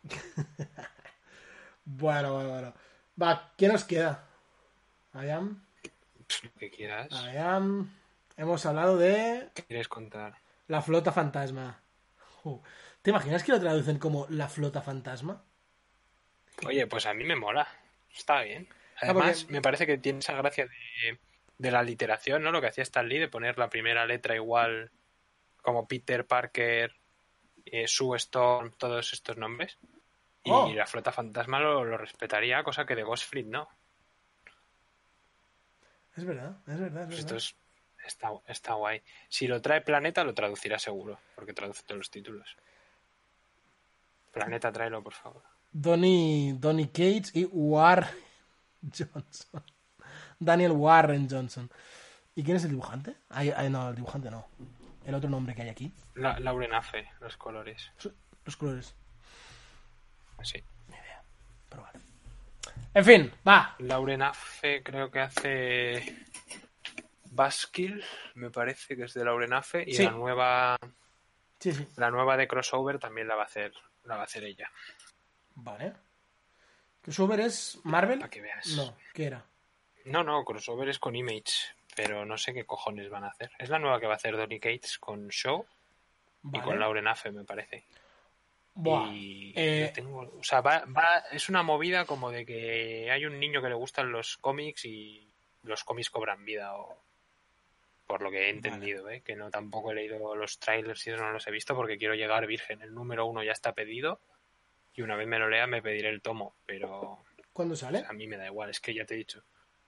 bueno, bueno, bueno. Va, ¿qué nos queda? I am. Pues lo que quieras. I am. Hemos hablado de... ¿Qué quieres contar? La flota fantasma. Uh. ¿Te imaginas que lo traducen como la flota fantasma? Oye, pues a mí me mola. Está bien. Además, ah, porque... me parece que tiene esa gracia de, de la literación, ¿no? Lo que hacía Stan Lee de poner la primera letra igual como Peter Parker, eh, Sue Storm, todos estos nombres. Y oh. la flota fantasma lo, lo respetaría, cosa que de Ghost Fleet no. Es verdad, es verdad, es pues verdad. Esto es, está, está guay. Si lo trae Planeta, lo traducirá seguro, porque traduce todos los títulos. Planeta, tráelo, por favor. Donny, Donny Cates y Warren Johnson. Daniel Warren Johnson. ¿Y quién es el dibujante? Ay, ay, no, el dibujante no. El otro nombre que hay aquí. La, Lauren Afe, los colores. Los colores. Sí. Ni idea. Pero vale. En fin, va. Lauren Afe creo que hace Baskill, me parece que es de Lauren Afe. Y sí. la nueva... Sí, sí. La nueva de Crossover también la va a hacer, la va a hacer ella. Vale. ¿Crossover es Marvel? Para que veas. No, ¿qué era? No, no, Crossover es con Image, pero no sé qué cojones van a hacer. Es la nueva que va a hacer Donny Cates con Shaw vale. y con Lauren Afe, me parece. Buah. Y eh... tengo, o sea, va, va, es una movida como de que hay un niño que le gustan los cómics y los cómics cobran vida, o por lo que he entendido, vale. ¿eh? Que no tampoco he leído los trailers y eso no los he visto porque quiero llegar virgen. El número uno ya está pedido. Y una vez me lo lea me pediré el tomo, pero... ¿Cuándo sale? O sea, a mí me da igual, es que ya te he dicho.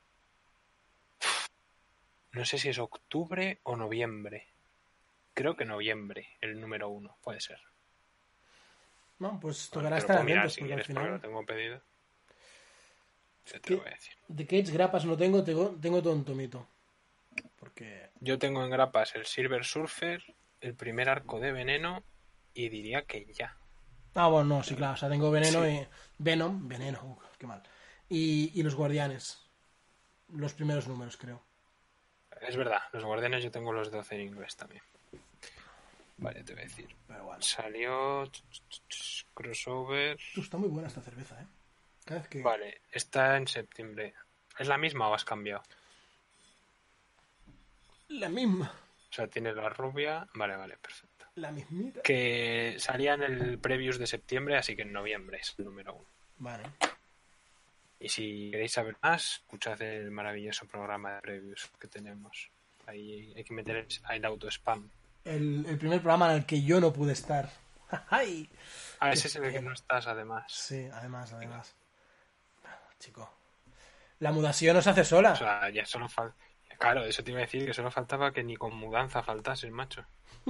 No sé si es octubre o noviembre. Creo que noviembre, el número uno, puede ser. No, pues tocará bueno, estar atentos si porque quieres, al final... porque lo tengo pedido. Se te ¿Qué? lo voy a decir. De Cates grapas no tengo, tengo, tengo todo un tomito. Porque... Yo tengo en grapas el Silver Surfer, el primer arco de Veneno y diría que ya. Ah, bueno, no, sí, claro. O sea, tengo Veneno sí. y... Venom, Veneno, uh, qué mal. Y, y los Guardianes. Los primeros números, creo. Es verdad, los Guardianes yo tengo los doce en inglés también. Vale, te voy a decir. Pero bueno. Salió... Crossover... Tú, está muy buena esta cerveza, ¿eh? Cada vez que... Vale, está en septiembre. ¿Es la misma o has cambiado? La misma. O sea, tiene la rubia... Vale, vale, perfecto. La mismita. Que salía en el previews de septiembre, así que en noviembre es el número uno. Vale. Y si queréis saber más, escuchad el maravilloso programa de previews que tenemos. Ahí hay que meter el auto-spam. El, el primer programa en el que yo no pude estar. ¡Ay! Ah, ese es en el que no estás, además. Sí, además, además. Bueno, chico. La mudación no se hace sola. O sea, ya solo falta... Claro, eso te iba a decir, que solo faltaba que ni con mudanza faltase el macho.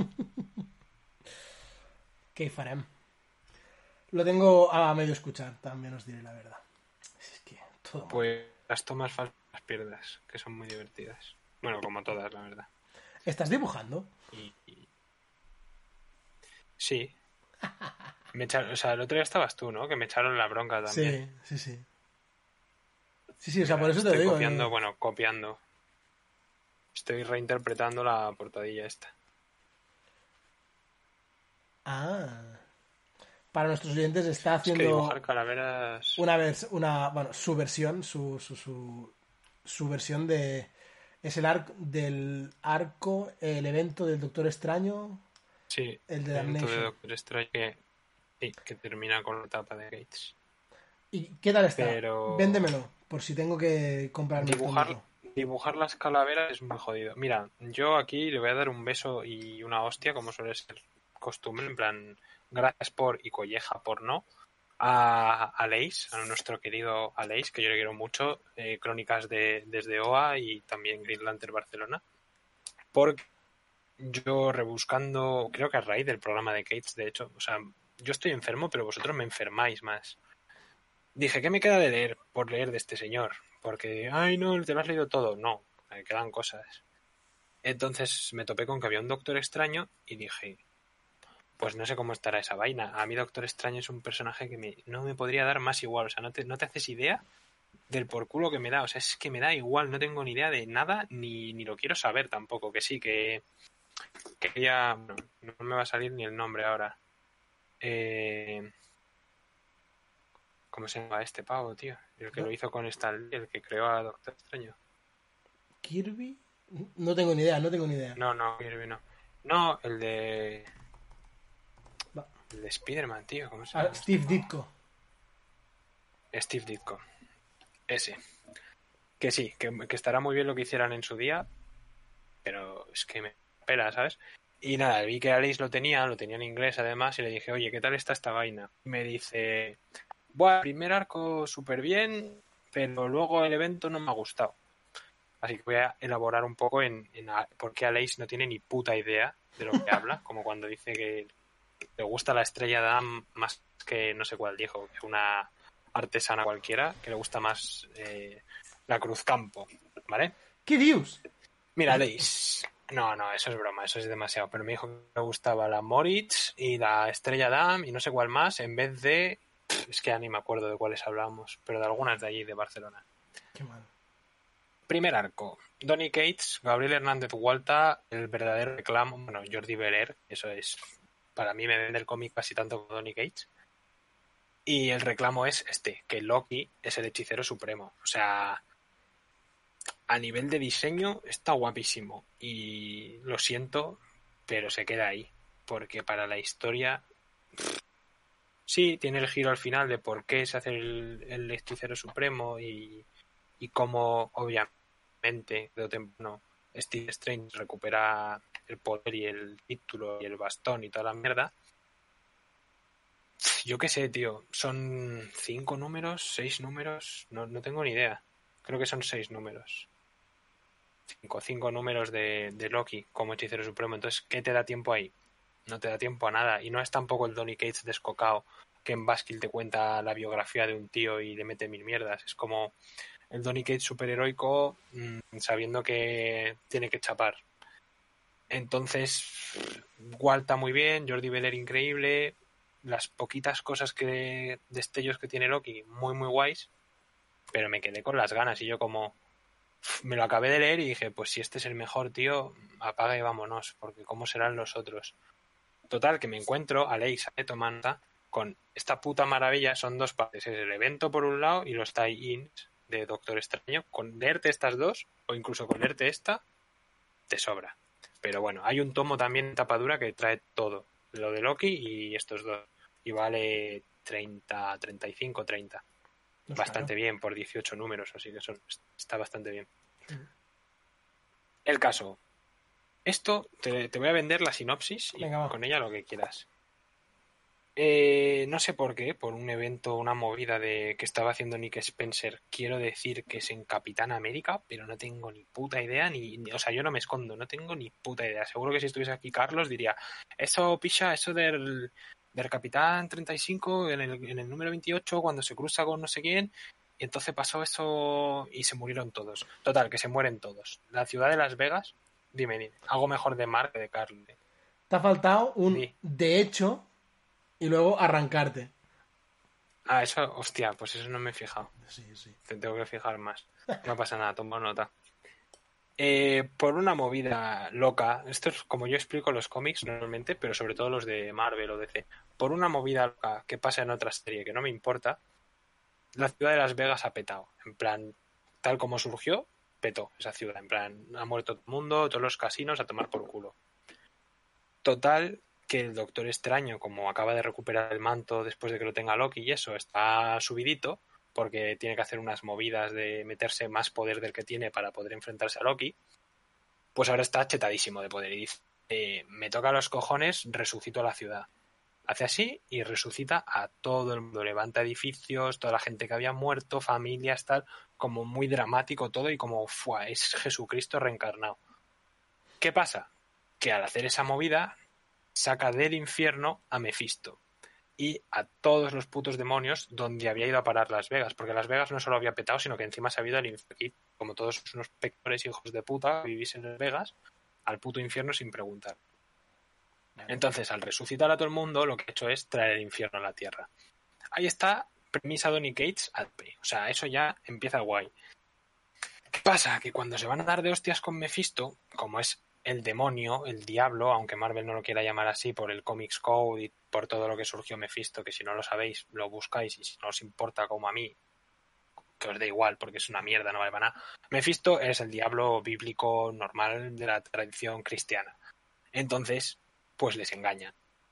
¿Qué farem? Lo tengo a medio escuchar, también os diré la verdad. Es que todo pues mal. Las tomas falsas las pierdas, que son muy divertidas. Bueno, como todas, la verdad. ¿Estás dibujando? Y, y... Sí. Me echaron, o sea, el otro día estabas tú, ¿no? Que me echaron la bronca también. Sí, sí, sí. Sí, sí, o sea, por eso Estoy te digo. copiando, eh... bueno, copiando. Estoy reinterpretando la portadilla esta. Ah. Para nuestros oyentes está haciendo... Es que dibujar calaveras... Una vez, una, bueno, su versión, su, su, su, su versión de... Es el arco del arco, el evento del Doctor Extraño. Sí, el de el evento Damnation. de Doctor Strange que, sí, que termina con la etapa de Gates. ¿Y qué tal está? Pero... Véndemelo, por si tengo que comprarme el Dibujar, tómico. dibujar las calaveras es muy jodido. Mira, yo aquí le voy a dar un beso y una hostia, como suele ser costumbre, en plan, gracias por y colleja por no, a Aleix, a nuestro querido Aleix, que yo le quiero mucho, eh, Crónicas de desde O A y también Green Lantern Barcelona, porque yo rebuscando, creo que a raíz del programa de Gates, de hecho, o sea, yo estoy enfermo, pero vosotros me enfermáis más. Dije, ¿qué me queda de leer por leer de este señor? Porque, ay, no, te lo has leído todo. No, me quedan cosas. Entonces me topé con que había un Doctor Extraño y dije, pues no sé cómo estará esa vaina. A mí Doctor Extraño es un personaje que me, no me podría dar más igual. O sea, no te, no te haces idea del por culo que me da. O sea, es que me da igual. No tengo ni idea de nada ni, ni lo quiero saber tampoco. Que sí, que, que ya... No, no me va a salir ni el nombre ahora. Eh... ¿Cómo se llama este pavo, tío? El que ¿No? lo hizo con Stan Lee, el que creó a Doctor Extraño. ¿Kirby? No tengo ni idea, no tengo ni idea. No, no, Kirby no. No, el de... Va. El de Spider-Man, tío. ¿Cómo se Ah, llama? Steve Ditko. Steve Ditko. Ese. Que sí, que, que estará muy bien lo que hicieran en su día, pero es que me pela, ¿sabes? Y nada, vi que Alice lo tenía, lo tenía en inglés además, y le dije, oye, ¿qué tal está esta vaina? Y me dice, bueno, primer arco súper bien, pero luego el evento no me ha gustado. Así que voy a elaborar un poco en, en a, por qué Alice no tiene ni puta idea de lo que habla, como cuando dice que le gusta la estrella de Adam más que no sé cuál dijo, que una artesana cualquiera, que le gusta más eh, la Cruzcampo, ¿vale? ¿Qué dios? Mira, Alice... No, no, eso es broma, eso es demasiado. Pero me dijo que le gustaba la Moritz y la Estrella Damm y no sé cuál más, en vez de... Es que ya ni me acuerdo de cuáles hablábamos, pero de algunas de allí, de Barcelona. Qué mal. Primer arco. Donny Cates, Gabriel Hernández Hualta, el verdadero reclamo... Bueno, Jordi Belair, eso es... Para mí me vende el cómic casi tanto como Donny Cates. Y el reclamo es este, que Loki es el hechicero supremo. O sea... A nivel de diseño está guapísimo y lo siento, pero se queda ahí, porque para la historia pff, sí tiene el giro al final de por qué se hace el, el hechicero supremo y, y cómo obviamente de temprano Steve Strange recupera el poder y el título y el bastón y toda la mierda. Yo qué sé, tío, son cinco números, seis números, no, no tengo ni idea, creo que son seis números. Cinco, cinco números de, de Loki como hechicero supremo. Entonces, ¿qué te da tiempo ahí? No te da tiempo a nada. Y no es tampoco el Donny Cates descocado que en Baskill te cuenta la biografía de un tío y le mete mil mierdas. Es como el Donny Cates superheroico mmm, sabiendo que tiene que chapar. Entonces, Walta muy bien, Jordi Belair increíble, las poquitas cosas que destellos que tiene Loki muy muy guays, pero me quedé con las ganas y yo como... Me lo acabé de leer y dije, pues si este es el mejor, tío, apaga y vámonos, porque cómo serán los otros. Total, que me encuentro a Leisa de Tomanta con esta puta maravilla, son dos partes, es el evento por un lado y los tie-ins de Doctor Extraño. Con leerte estas dos, o incluso con leerte esta, te sobra. Pero bueno, hay un tomo también en tapadura que trae todo, lo de Loki y estos dos, y vale treinta, treinta y cinco, treinta. No bastante claro. Bien por dieciocho números, así que son, está bastante bien. Sí. El caso. Esto, te, te voy a vender la sinopsis y Venga, con ella lo que quieras. Eh, no sé por qué, por un evento, una movida de que estaba haciendo Nick Spencer, quiero decir que es en Capitán América, pero no tengo ni puta idea, ni, ni o sea, yo no me escondo, no tengo ni puta idea. Seguro que si estuviese aquí Carlos diría, eso, picha, eso del... del Capitán treinta y cinco en el, en el número veintiocho cuando se cruza con no sé quién y entonces pasó eso y se murieron todos. Total, que se mueren todos. La ciudad de Las Vegas, dime, dime algo mejor de Mark que de Carl. Te ha faltado un sí. De hecho y luego arrancarte. Ah, eso, hostia, pues eso no me he fijado. Sí, sí. Te tengo que fijar más. No pasa nada, tomo nota. Eh, por una movida loca, esto es como yo explico los cómics normalmente, pero sobre todo los de Marvel o D C, por una movida loca que pasa en otra serie que no me importa, la ciudad de Las Vegas ha petado, en plan, tal como surgió, petó esa ciudad. En plan, ha muerto todo el mundo, todos los casinos a tomar por culo. Total, que el Doctor Extraño, como acaba de recuperar el manto después de que lo tenga Loki y eso, está subidito, porque tiene que hacer unas movidas de meterse más poder del que tiene para poder enfrentarse a Loki, pues ahora está chetadísimo de poder y dice, eh, me toca los cojones, resucito a la ciudad. Hace así y resucita a todo el mundo, levanta edificios, toda la gente que había muerto, familias, tal, como muy dramático todo y como, ¡fua!, es Jesucristo reencarnado. ¿Qué pasa? Que al hacer esa movida saca del infierno a Mephisto y a todos los putos demonios donde había ido a parar Las Vegas, porque Las Vegas no solo había petado, sino que encima se había ido al infierno, como todos unos pecadores hijos de puta que vivís en Las Vegas, al puto infierno sin preguntar. Entonces, al resucitar a todo el mundo, lo que ha hecho es traer el infierno a la tierra. Ahí está, premisa Donny Cates A P. O sea, eso ya empieza guay. ¿Qué pasa? Que cuando se van a dar de hostias con Mephisto, como es el demonio, el diablo, aunque Marvel no lo quiera llamar así por el Comics Code y por todo lo que surgió Mephisto, que si no lo sabéis, lo buscáis y si no os importa como a mí, que os dé igual porque es una mierda, no vale para nada. Mephisto es el diablo bíblico normal de la tradición cristiana. Entonces, pues les engaña.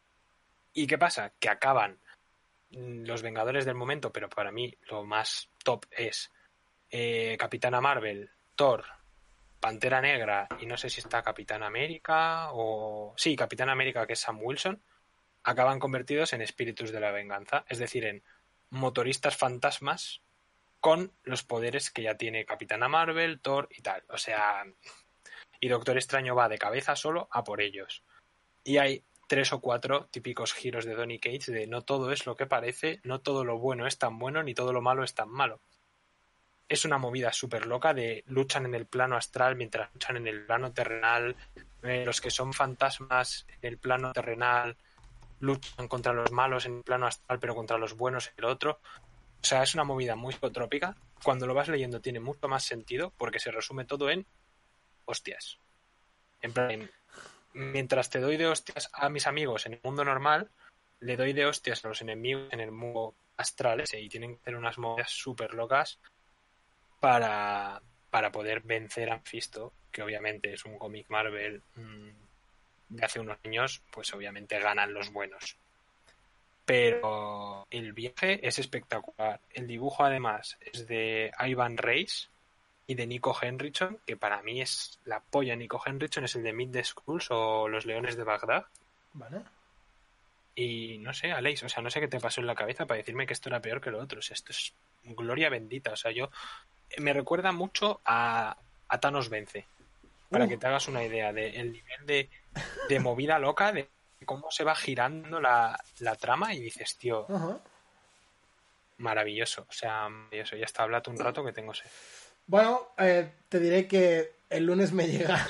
¿Y qué pasa? Que acaban los Vengadores del momento, pero para mí lo más top es eh, Capitana Marvel, Thor, Pantera Negra y no sé si está Capitán América o... Sí, Capitán América, que es Sam Wilson, acaban convertidos en espíritus de la venganza, es decir, en motoristas fantasmas con los poderes que ya tiene Capitana Marvel, Thor y tal. O sea, y Doctor Extraño va de cabeza solo a por ellos. Y hay tres o cuatro típicos giros de Donny Cates de no todo es lo que parece, no todo lo bueno es tan bueno, ni todo lo malo es tan malo. Es una movida súper loca de luchan en el plano astral mientras luchan en el plano terrenal. Eh, los que son fantasmas en el plano terrenal luchan contra los malos en el plano astral, pero contra los buenos en el otro. O sea, es una movida muy psicotrópica. Cuando lo vas leyendo tiene mucho más sentido porque se resume todo en hostias. En plan, mientras te doy de hostias a mis amigos en el mundo normal, le doy de hostias a los enemigos en el mundo astral ese, y tienen que hacer unas movidas súper locas para, para poder vencer a Mephisto, que obviamente es un cómic Marvel mmm, de hace unos años, pues obviamente ganan los buenos. Pero el viaje es espectacular. El dibujo además es de Ivan Reis y de Nico Henrichon, que para mí es la polla. Nico Henrichon es el de Meet the Skrulls o Los Leones de Bagdad. Vale. Y no sé, Aleix, o sea, no sé qué te pasó en la cabeza para decirme que esto era peor que lo otro. O sea, esto es gloria bendita. O sea, yo... Me recuerda mucho a, a Thanos Vence. Para uh. que te hagas una idea del nivel de, de movida loca, de cómo se va girando la, la trama y dices, tío, uh-huh. maravilloso. O sea, maravilloso. Ya está, háblate un rato que tengo sed. Bueno, eh, te diré que el lunes me llega.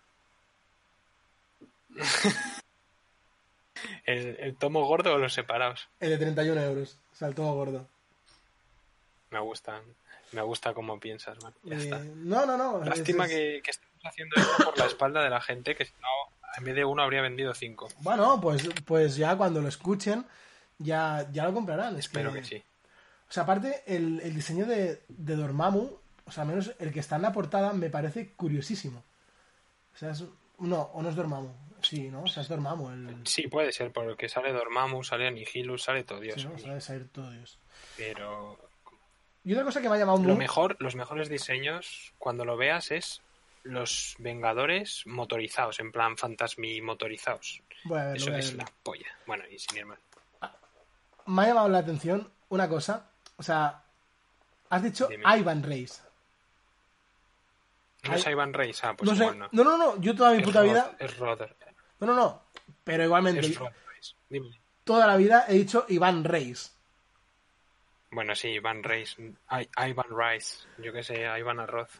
¿El, ¿El tomo gordo o los separados? El de treinta y uno euros. O sea, el tomo gordo. Me gusta. Me gusta cómo piensas, man. Ya eh, está. No, no, no. Lástima es, es... Que, que estemos haciendo esto por la espalda de la gente, que si no, en vez de uno habría vendido cinco. Bueno, pues, pues ya cuando lo escuchen, ya, ya lo comprarán. Espero que... que sí. O sea, aparte, el, el diseño de, de Dormammu, o sea, al menos el que está en la portada, me parece curiosísimo. O sea, es... No, o no es Dormammu. Sí, ¿no? O sea, es Dormammu. El... Sí, puede ser, porque sale Dormammu, sale Anihilus, sale todo Dios. Sí, ¿no? Sale salir todo Dios. Pero... Y otra cosa que me ha llamado lo muy... mejor, los mejores diseños, cuando lo veas, es los Vengadores motorizados, en plan fantasmi motorizados. Voy a verlo, Eso voy a es verlo. la polla. Bueno, y sin ir mal. Me ha llamado la atención una cosa. O sea, has dicho Dime. Ivan Reis. ¿No es I... Ivan Reis? Ah, pues no sé. igual no. No, no, no. Yo toda mi es puta Rod, vida... Es Roder. No, no, no. Pero igualmente... Es Rod Reis. Dime. Toda la vida he dicho Iván Reis. Bueno, sí, Ivan Reis. I, Ivan Rice. Yo qué sé, Ivan Arroz.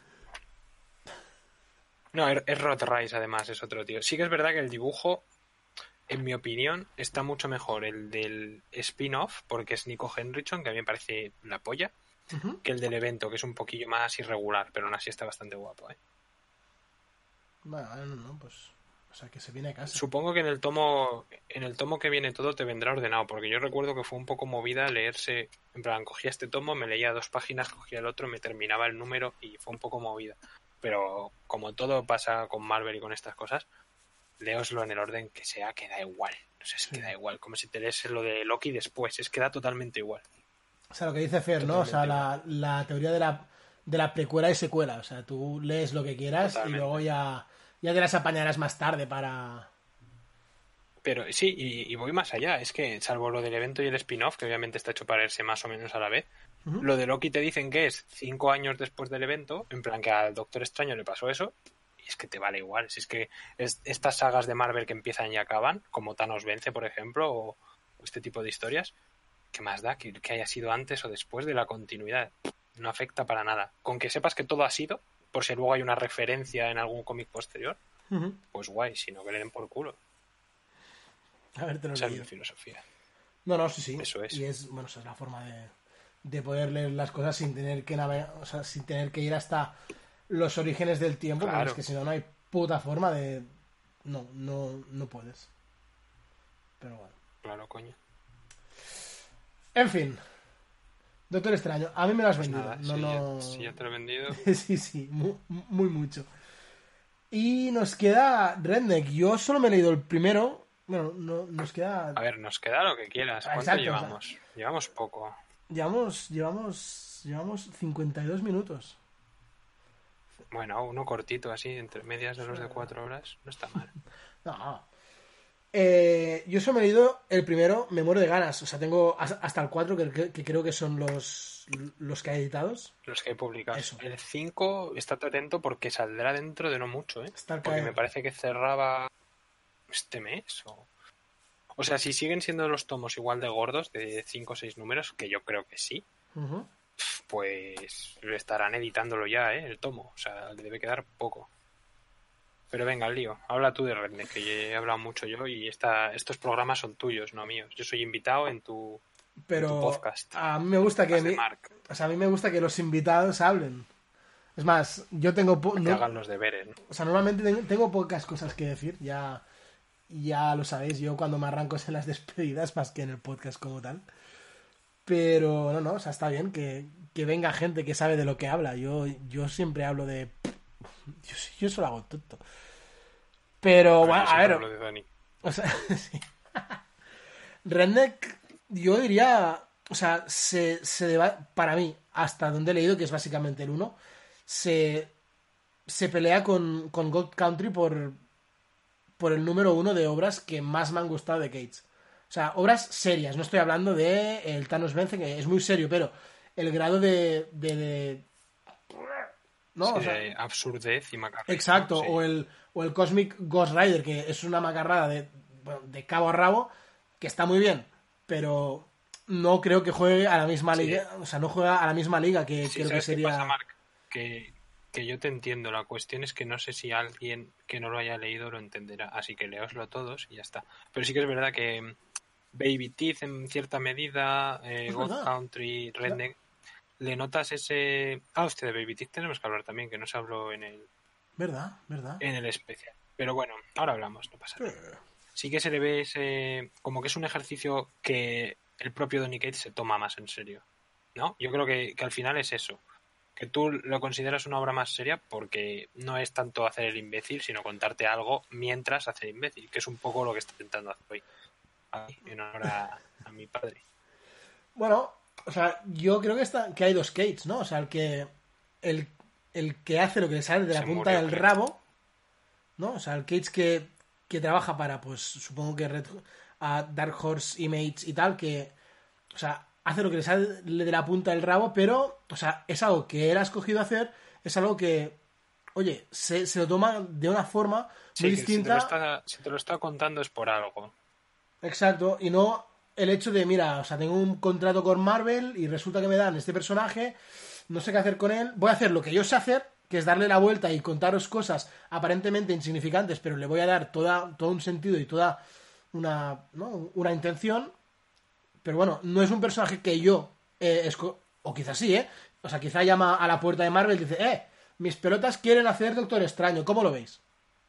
No, es Rod Rice, además, es otro tío. Sí que es verdad que el dibujo, en mi opinión, está mucho mejor el del spin-off, porque es Nico Henrichon, que a mí me parece la polla, uh-huh. que el del evento, que es un poquillo más irregular, pero aún así está bastante guapo, ¿eh? Bueno, no, no, pues... O sea, que se viene a casa. Supongo que en el tomo en el tomo que viene todo te vendrá ordenado, porque yo recuerdo que fue un poco movida leerse, en plan, cogía este tomo, me leía dos páginas, cogía el otro, me terminaba el número y fue un poco movida. pero como todo pasa con Marvel y con estas cosas, léoslo en el orden que sea, que da igual. No sé, es que da igual. Como si te lees lo de Loki después, es que da totalmente igual. O sea, lo que dice Fer, ¿no? O sea, la, la teoría de la, de la precuela y secuela. O sea, tú lees lo que quieras totalmente. Y luego ya, ya te las apañarás más tarde para... Pero sí, y, y voy más allá. Es que, salvo lo del evento y el spin-off, que obviamente está hecho para irse más o menos a la vez, uh-huh. Lo de Loki te dicen que es cinco años después del evento, en plan que al Doctor Extraño le pasó eso, y es que te vale igual. Si es que es, estas sagas de Marvel que empiezan y acaban, como Thanos vence, por ejemplo, o, o este tipo de historias, ¿qué más da? Que, que haya sido antes o después de la continuidad. No afecta para nada. Con que sepas que todo ha sido, por si luego hay una referencia en algún cómic posterior, uh-huh. Pues guay, si no que le den por culo. A ver, te lo Esa es leído. mi filosofía. No, no, sí, sí. Eso es. Y es, bueno, esa es la forma de, de poder leer las cosas sin tener que navegar, o sea, sin tener que ir hasta los orígenes del tiempo, claro. Porque es que si no, no hay puta forma de... No, no, no puedes. Pero bueno. Claro, coño. En fin. Doctor Extraño, a mí me lo has pues vendido. Nada, no, sí, no... Ya, sí, ya te lo he vendido. Sí, sí, muy, muy mucho. Y nos queda Redneck. Yo solo me he leído el primero. Bueno, no, nos queda... A ver, nos queda lo que quieras. ¿Cuánto Exacto, llevamos? O sea, llevamos poco. Llevamos, llevamos, llevamos cincuenta y dos minutos. Bueno, uno cortito así, entre medias de los de cuatro horas. No está mal. No. Eh, yo solo me he leído el primero, me muero de ganas. O sea, tengo hasta el cuatro, que, que, que creo que son los, los que hay editados. Los que hay publicados. Eso. El cinco, estate atento porque saldrá dentro de no mucho, ¿eh? Está porque me parece que cerraba este mes. O... o sea, si siguen siendo los tomos igual de gordos, de cinco o seis números, que yo creo que sí, uh-huh. Pues estarán editándolo ya, ¿eh? El tomo. O sea, le debe quedar poco. Pero venga, al lío. Habla tú de Redneck, que he hablado mucho yo y esta, estos programas son tuyos, no míos. Yo soy invitado en tu, Pero en tu podcast. A mí me gusta que mi, o sea, a mí me gusta que los invitados hablen. Es más, yo tengo po- que no, hagan los deberes, ¿no? O sea, normalmente tengo, tengo pocas cosas que decir. Ya, ya lo sabéis. Yo cuando me arranco es en las despedidas más que en el podcast como tal. Pero no, no, o sea, está bien que, que venga gente que sabe de lo que habla. Yo, yo siempre hablo de... Yo, yo solo hago tonto. Pero, bueno, a ver... De Dani. O sea, sí. Redneck, yo diría... O sea, se, se deba, para mí, hasta donde he leído, que es básicamente el uno, se, se pelea con, con God Country por, por el número uno de obras que más me han gustado de Cates. O sea, obras serias. No estoy hablando de el Thanos vence, que es muy serio, pero el grado de... de, de ¿no? Sí, o sea, de absurdez y macarrada. Exacto, sí. o, el, o el Cosmic Ghost Rider, que es una macarrada de, bueno, de cabo a rabo, que está muy bien, pero no creo que juegue a la misma liga, sí. O sea, no juega a la misma liga que sí, creo que sería... ¿Qué pasa, Marc? Que, que yo te entiendo, la cuestión es que no sé si alguien que no lo haya leído lo entenderá, así que leoslo todos y ya está. Pero sí que es verdad que Baby Teeth en cierta medida, eh, God Country, Redneck, le notas ese... Ah, hostia, de Baby Teeth tenemos que hablar también, que no se habló en el... ¿Verdad? ¿Verdad? En el especial. Pero bueno, ahora hablamos, no pasa nada. Sí que se le ve ese... como que es un ejercicio que el propio Donny Cates se toma más en serio, ¿no? Yo creo que, que al final es eso. Que tú lo consideras una obra más seria porque no es tanto hacer el imbécil, sino contarte algo mientras hace el imbécil, que es un poco lo que está intentando hacer hoy. Ay, en honor a, a mi padre. Bueno, o sea, yo creo que está que hay dos Cates, ¿no? O sea, el que el, el que hace lo que le sale de la Se punta murió, del creo. rabo, ¿no? O sea, el Cates que, que trabaja para, pues, supongo que Red, a Dark Horse Image y tal, que, o sea, hace lo que le sale de la punta del rabo, pero, o sea, es algo que él ha escogido hacer, es algo que, oye, se, se lo toma de una forma sí, muy distinta. Si te, está, si te lo está contando es por algo. Exacto, y no el hecho de, mira, o sea, tengo un contrato con Marvel y resulta que me dan este personaje, no sé qué hacer con él, voy a hacer lo que yo sé hacer, que es darle la vuelta y contaros cosas aparentemente insignificantes, pero le voy a dar toda, todo un sentido y toda una, ¿no? una intención, pero bueno, no es un personaje que yo, eh, esco- o quizás sí, ¿eh? O sea, quizá llama a la puerta de Marvel y dice, eh, mis pelotas quieren hacer Doctor Extraño, ¿cómo lo veis?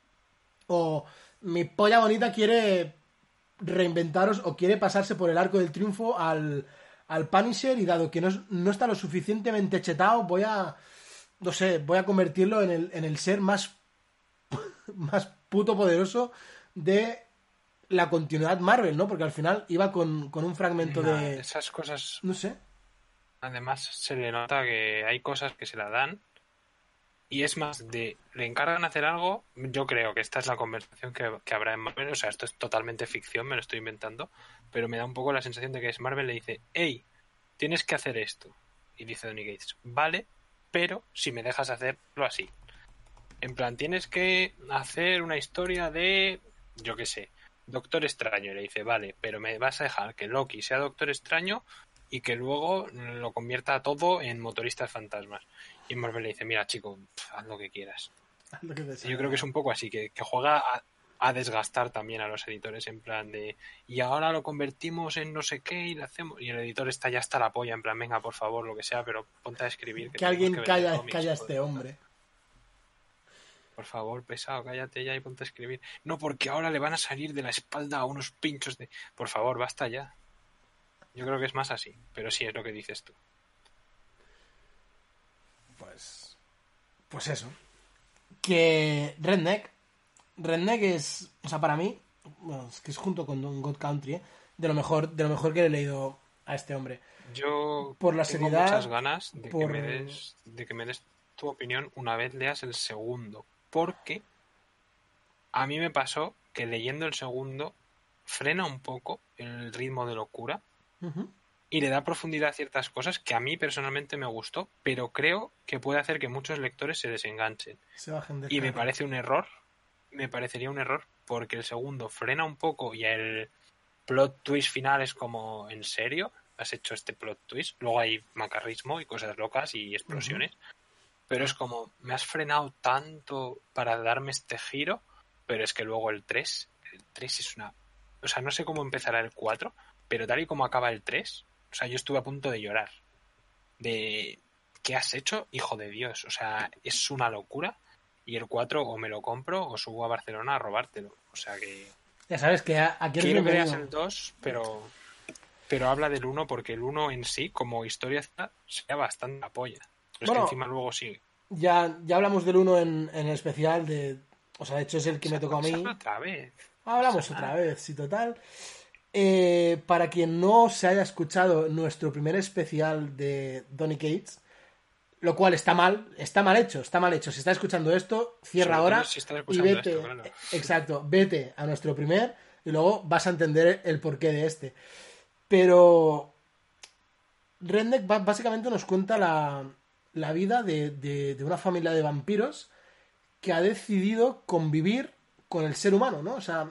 O mi polla bonita quiere reinventaros o quiere pasarse por el arco del triunfo al, al Punisher y dado que no, no está lo suficientemente chetado voy a no sé, voy a convertirlo en el, en el ser más, más puto poderoso de la continuidad Marvel, ¿no? Porque al final iba con, con un fragmento Nah, de... Esas cosas... No sé. Además, se le nota que hay cosas que se la dan. Y es más, de le encargan hacer algo. Yo creo que esta es la conversación que, que habrá en Marvel. O sea, esto es totalmente ficción, me lo estoy inventando. Pero me da un poco la sensación de que es Marvel le dice: hey, tienes que hacer esto. Y dice Donny Cates: vale, pero si me dejas hacerlo así. En plan, tienes que hacer una historia de, yo qué sé, Doctor Extraño. Y le dice: vale, pero me vas a dejar que Loki sea Doctor Extraño y que luego lo convierta todo en motoristas fantasmas. Y Marvel le dice: mira, chico, haz lo que quieras. Lo que Yo creo que es un poco así, que, que juega a, a desgastar también a los editores, en plan de, y ahora lo convertimos en no sé qué y lo hacemos, y el editor está ya hasta la polla, en plan, venga, por favor, lo que sea, pero ponte a escribir. Que, Que, que alguien que calla, cómics, calla a este joder. hombre. Por favor, pesado, cállate ya y ponte a escribir. No, porque ahora le van a salir de la espalda a unos pinchos de... Por favor, basta ya. Yo creo que es más así, pero sí es lo que dices tú. Pues... Pues eso. Que Redneck... Redneck es... O sea, para mí... Bueno, es que es junto con Don God Country, ¿eh? De lo mejor, de lo mejor que le he leído a este hombre. Yo por la tengo seriedad, muchas ganas de, por... que me des, de que me des tu opinión una vez leas el segundo. Porque a mí me pasó que leyendo el segundo frena un poco el ritmo de locura Uh-huh. y le da profundidad a ciertas cosas que a mí personalmente me gustó, pero creo que puede hacer que muchos lectores se desenganchen. Se bajen de Y me carro. parece un error, me parecería un error, porque el segundo frena un poco y el plot twist final es como, ¿en serio? ¿Has hecho este plot twist? Luego hay macarrismo y cosas locas y explosiones. Uh-huh. Pero es como, me has frenado tanto para darme este giro, pero es que luego el tres, el tres es una... O sea, no sé cómo empezará el cuatro, pero tal y como acaba el tres, o sea, yo estuve a punto de llorar. De... ¿Qué has hecho, hijo de Dios? O sea, es una locura. Y el cuatro o me lo compro o subo a Barcelona a robártelo. O sea que... Ya sabes que aquí eres quiero que bienvenido. veas el dos, pero... Pero habla del uno porque el uno en sí, como historia, sería bastante apoya. Es Bueno, que encima luego sigue. Ya, ya hablamos del uno en, en el especial de... O sea, de hecho es el que me tocó a mí. Otra vez. Hablamos otra vez, sí, total. Eh, para quien no se haya escuchado nuestro primer especial de Donny Cates, lo cual está mal, está mal hecho, está mal hecho. Si está escuchando esto, cierra ahora si y vete. Esto, claro. Exacto, vete a nuestro primer y luego vas a entender el porqué de este. Pero Redneck básicamente nos cuenta la, la vida de, de, de una familia de vampiros que ha decidido convivir con el ser humano, ¿no? O sea,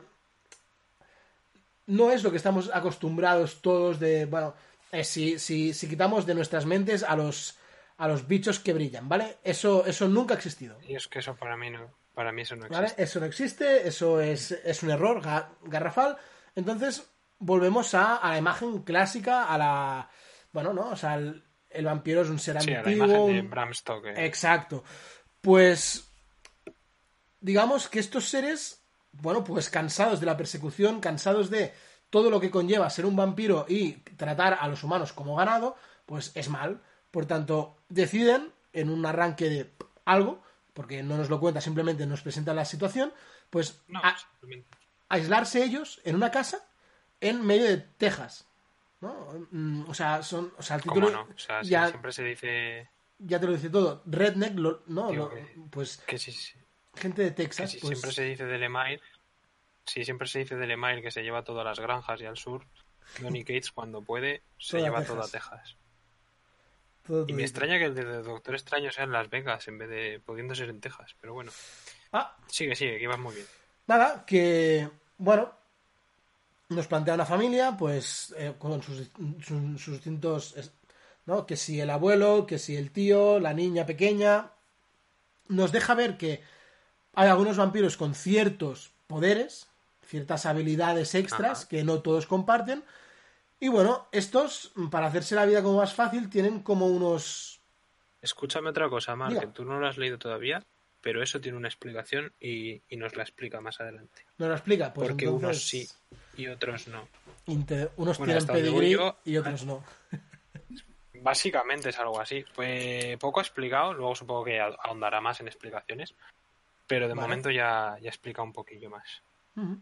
no es lo que estamos acostumbrados todos de, bueno, eh, si, si, si quitamos de nuestras mentes a los a los bichos que brillan, ¿vale? Eso, eso nunca ha existido. Y es que eso para mí no, para mí eso no ¿Vale? existe. Eso no existe, eso es, es un error ga, garrafal. Entonces, volvemos a, a la imagen clásica, a la... Bueno, ¿no? O sea, el, el vampiro es un ser sí, antiguo. A la imagen de Bram Stoker. Exacto. Pues, digamos que estos seres, bueno, pues cansados de la persecución, cansados de todo lo que conlleva ser un vampiro y tratar a los humanos como ganado, pues es mal. Por tanto, deciden, en un arranque de algo, porque no nos lo cuenta, simplemente nos presenta la situación, pues no, a, aislarse ellos en una casa en medio de Texas, ¿no? O sea, son, o sea, el título... ¿Cómo no? O sea, ya, siempre se dice... Ya te lo dice todo. Redneck, lo, ¿no? Digo Lo, que, pues que sí, sí. Gente de Texas, que si pues... siempre se dice de Lemire, sí, siempre se dice de Lemire que se lleva todas las granjas y al sur, Donny Cates cuando puede se toda lleva Texas. toda Texas. Todo, y todo, me todo. extraña que el de Doctor Extraño sea en Las Vegas en vez de pudiendo ser en Texas, pero bueno. Ah, sigue, sigue, que ibas muy bien. Nada, que, bueno, nos plantea una familia, pues, eh, con sus, sus, sus distintos, ¿no? Que si el abuelo, que si el tío, la niña pequeña. Nos deja ver que hay algunos vampiros con ciertos poderes, ciertas habilidades extras, Ajá. que no todos comparten. Y bueno, estos, para hacerse la vida como más fácil, tienen como unos... Escúchame otra cosa, Mark, que tú no lo has leído todavía, pero eso tiene una explicación y, y nos la explica más adelante. ¿Nos la explica? Pues porque entonces... unos sí y otros no. Inter... Unos bueno, tienen pedigrí yo... y otros no. Básicamente es algo así. Pues poco explicado, luego supongo que ahondará más en explicaciones, pero de vale. momento ya, ya explica un poquillo más. Uh-huh.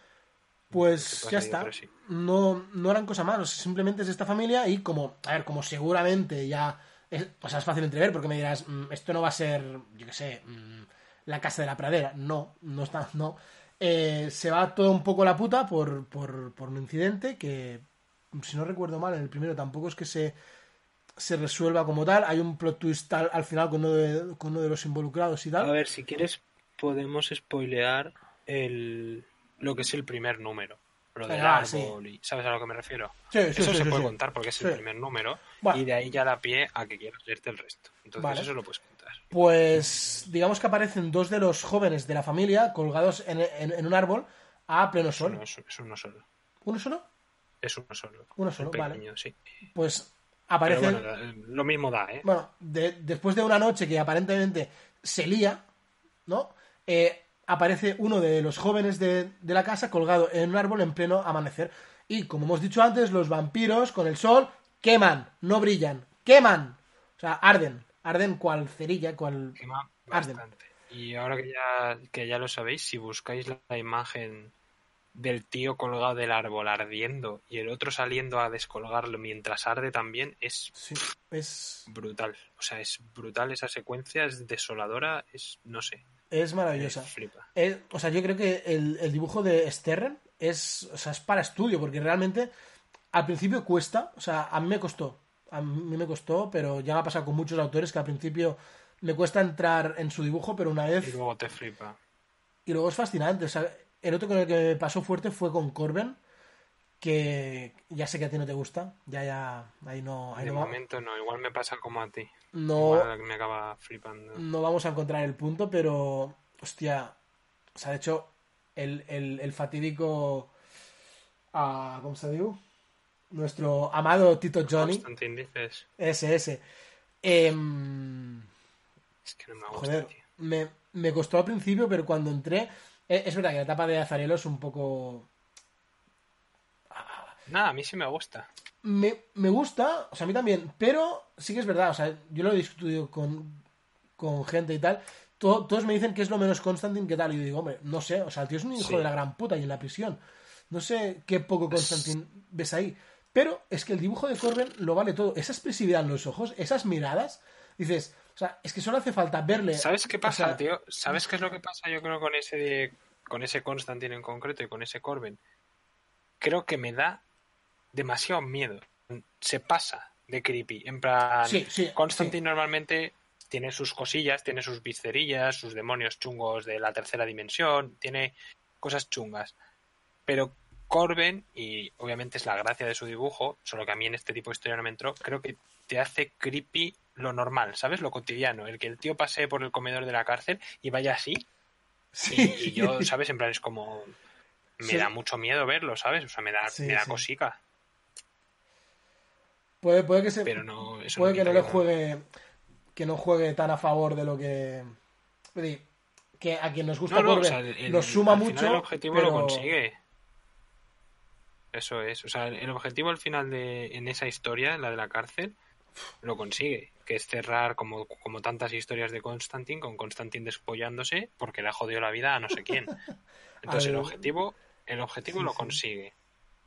Pues ya está. Sí. No, no eran cosa más, simplemente es esta familia y como, a ver, como seguramente ya es, o sea, es fácil entrever porque me dirás, mmm, esto no va a ser, yo qué sé, mmm, la casa de la pradera. No, no está, no. Eh, se va todo un poco a la puta por, por, por un incidente que, si no recuerdo mal, en el primero tampoco es que se, se resuelva como tal. Hay un plot twist al, al final con uno, de, con uno de los involucrados y tal. A ver, si quieres podemos spoilear el, lo que es el primer número. Lo del ah, árbol, sí. y, ¿sabes a lo que me refiero? Sí, sí, eso sí, se sí, puede sí. contar porque es sí. el primer número bueno. y de ahí ya da pie a que quieras leerte el resto. Entonces vale. eso lo puedes contar. Pues digamos que aparecen dos de los jóvenes de la familia colgados en, en, en un árbol a pleno sol. Es uno, es uno solo. ¿Uno solo? Es uno solo. Uno solo, pequeño, vale. Sí. Pues aparecen... Pero bueno, lo mismo da, ¿eh? Bueno, de, después de una noche que aparentemente se lía, ¿no? Eh... aparece uno de los jóvenes de, de la casa colgado en un árbol en pleno amanecer. Y como hemos dicho antes, los vampiros con el sol queman, no brillan, queman. O sea, arden, arden cual cerilla, cual... Quema bastante. Arden. Y ahora que ya, que ya lo sabéis, si buscáis la, la imagen del tío colgado del árbol ardiendo y el otro saliendo a descolgarlo mientras arde también, es, sí, es... brutal. O sea, es brutal esa secuencia, es desoladora, es, no sé. Es maravillosa. Es, o sea, yo creo que el, el dibujo de Sterren es, o sea, es para estudio, porque realmente al principio cuesta, o sea, a mí me costó, a mí me costó, pero ya me ha pasado con muchos autores que al principio me cuesta entrar en su dibujo, pero una vez... Y luego te flipa. Y luego es fascinante, o sea, el otro con el que me pasó fuerte fue con Corben, que ya sé que a ti no te gusta, ya, ya, ahí no... Ahí de no momento va... no, igual me pasa como a ti. No, igual me acaba flipando. No vamos a encontrar el punto, pero, hostia, o sea, de hecho, el, el, el fatídico, uh, ¿cómo se dice? Nuestro amado Tito Johnny. Constantine dices. Ese, ese. Eh, es que no me gusta, joder, tío. Me, me costó al principio, pero cuando entré, eh, es verdad que la etapa de Azarelo es un poco... Nada, a mí sí me gusta. Me, me gusta, o sea, a mí también, pero sí que es verdad, o sea, yo lo he discutido con, con gente y tal, to, todos me dicen que es lo menos Constantine que tal, y yo digo, hombre, no sé, o sea, el tío es un hijo sí. de la gran puta y en la prisión, no sé qué poco Constantine es... ves ahí, pero es que el dibujo de Corben lo vale todo, esa expresividad en los ojos, esas miradas, dices, o sea, es que solo hace falta verle... ¿Sabes qué pasa, o sea, tío? ¿Sabes qué es lo que pasa yo creo con ese de, con ese Constantine en concreto y con ese Corben? Creo que me da demasiado miedo. Se pasa de creepy. En plan, sí, sí, Constantine sí. normalmente tiene sus cosillas, tiene sus viscerillas, sus demonios chungos de la tercera dimensión, tiene cosas chungas. Pero Corben, y obviamente es la gracia de su dibujo, solo que a mí en este tipo de historia no me entró, creo que te hace creepy lo normal, ¿sabes? Lo cotidiano. El que el tío pase por el comedor de la cárcel y vaya así. Sí. Y, y yo, ¿sabes? En plan es como... Me sí. da mucho miedo verlo, ¿sabes? O sea, me da, sí, me da sí. cosica. Puede, puede que se, pero no, eso puede no que no que le juegue que no juegue tan a favor de lo que que a quien nos gusta no, no, Corben o sea, el, nos suma al mucho. Final el objetivo pero... lo consigue. Eso es, o sea, el objetivo al final de en esa historia, la de la cárcel, lo consigue, que es cerrar como, como tantas historias de Constantine, con Constantine despollándose porque le ha jodido la vida a no sé quién. Entonces el objetivo, el objetivo sí, lo consigue. Sí.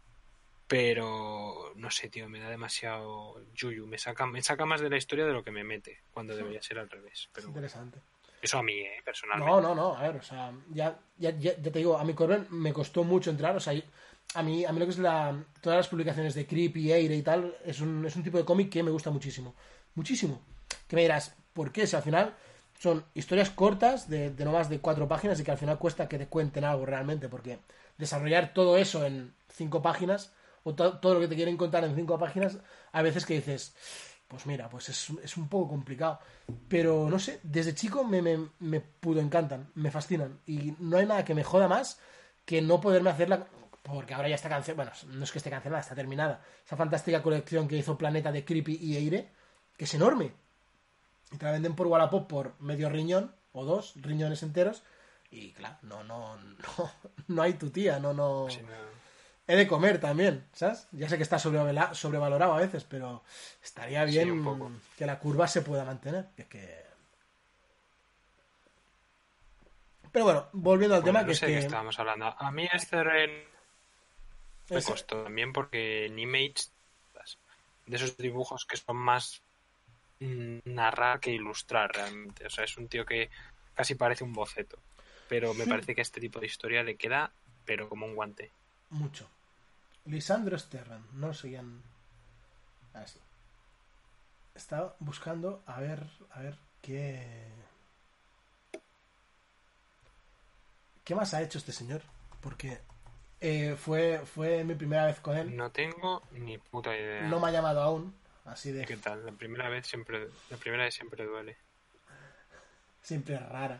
Pero no sé, tío, me da demasiado yuyu, me saca, me saca más de la historia de lo que me mete, cuando debería ser al revés. Pero es interesante. Eso a mí, eh, personalmente. No, no, no, a ver, o sea, ya, ya, ya, ya te digo, a mi Corben me costó mucho entrar, o sea, a mí, a mí lo que es la, todas las publicaciones de Creepy, Eire y tal, es un, es un tipo de cómic que me gusta muchísimo, muchísimo. Que me dirás, ¿por qué? Si al final son historias cortas de, de no más de cuatro páginas y que al final cuesta que te cuenten algo realmente, porque desarrollar todo eso en cinco páginas o to- todo lo que te quieren contar en cinco páginas, a veces que dices, pues mira, pues es, es un poco complicado. Pero no sé, desde chico me, me, me pudo encantan, me fascinan. Y no hay nada que me joda más que no poderme hacerla, porque ahora ya está cancelada, bueno, no es que esté cancelada, está terminada. Esa fantástica colección que hizo Planeta de Creepy y Eire, que es enorme. Y te la venden por Wallapop por medio riñón, o dos riñones enteros. Y claro, no, no, no, no hay tu tía, no, no... Sí, no. he de comer también, ¿sabes? Ya sé que está sobrevala- sobrevalorado a veces, pero estaría bien Sí, un poco. que la curva se pueda mantener. Que es que... Pero bueno, volviendo al Bueno, tema, no que es sé de qué que... estábamos hablando. A mí este Ren me ese- costó también porque en Image, de esos dibujos que son más mm, narrar que ilustrar realmente. O sea, es un tío que casi parece un boceto. Pero me Sí, parece que a este tipo de historia le queda, pero como un guante. mucho. Lisandro Sterran, no lo seguían así. Estaba buscando a ver, a ver qué... ¿Qué más ha hecho este señor? Porque eh, fue, fue mi primera vez con él. No tengo ni puta No idea. me ha llamado aún. Así ¿Y de... qué tal? La primera vez siempre, la primera vez siempre duele. Siempre rara.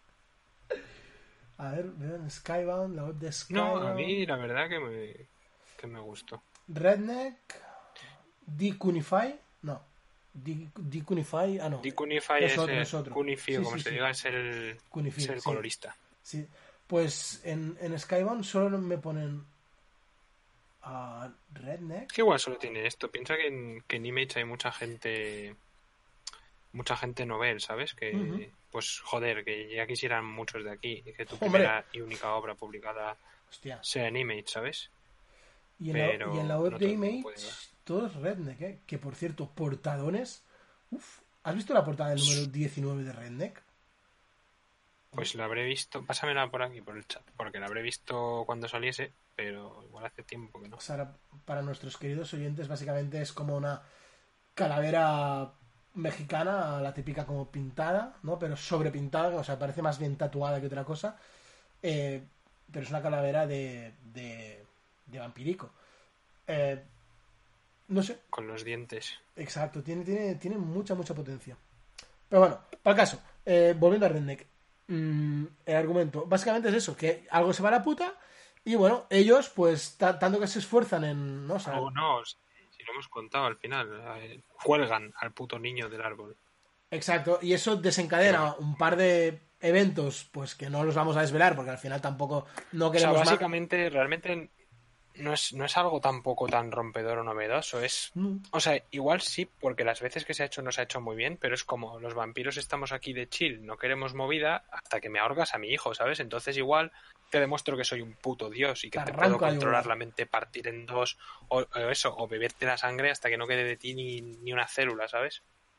A ver, veo en Skybound, la web de No, a Skybound. mí la verdad que me, que me gustó. Redneck. Decunify. No. De- Decunify. Ah, no. Decunify Es es, otro, el es otro. Cunify, Sí, como sí, se sí. diga, es el, Cunify, es el sí. colorista. Sí. Pues en, en Skybound solo me ponen. A Redneck. Es que igual solo tiene esto. Piensa que en, que en Image hay mucha gente, mucha gente novel, ¿sabes? Que, Ujú. pues, joder, que ya quisieran muchos de aquí, que tu Hombre. primera y única obra publicada Hostia. sea en Image, ¿sabes? Y en, la, Pero y en la web no de todo el mundo Image, puede ver. todo es Redneck, ¿eh? Que por cierto, portadones. Uf. ¿Has visto la portada del número diecinueve de Redneck? Pues la habré visto, pásamela por aquí, por el chat, porque la habré visto cuando saliese, pero igual hace tiempo que no. O sea, para nuestros queridos oyentes, básicamente es como una calavera mexicana, la típica como pintada, ¿no? Pero sobrepintada, o sea, parece más bien tatuada que otra cosa. Eh, pero es una calavera de, de, de vampirico. Eh, no sé, Con los dientes. exacto, tiene, tiene, tiene mucha, mucha potencia. Pero bueno, para el caso, eh, volviendo a Redneck, mm, el argumento, básicamente es eso, que algo se va a la puta y bueno, ellos pues ta- tanto que se esfuerzan en, ¿no? O sea, O no, si, si lo hemos contado al final, eh, cuelgan al puto niño del árbol. exacto, y eso desencadena un par de eventos, pues que no los vamos a desvelar porque al final tampoco no O sea, queremos más. básicamente, realmente no es, no es algo tampoco tan rompedor o novedoso. Es, Mm, o sea, igual sí, porque las veces que se ha hecho no se ha hecho muy bien, pero es como los vampiros estamos aquí de chill, no queremos movida hasta que me ahorgas a mi hijo, ¿sabes? Entonces igual te demuestro que soy un puto dios y que Te te, arranco puedo la controlar yugular. la mente, partir en dos, o, o eso, o beberte la sangre hasta que no quede de ti ni, ni una célula, ¿sabes?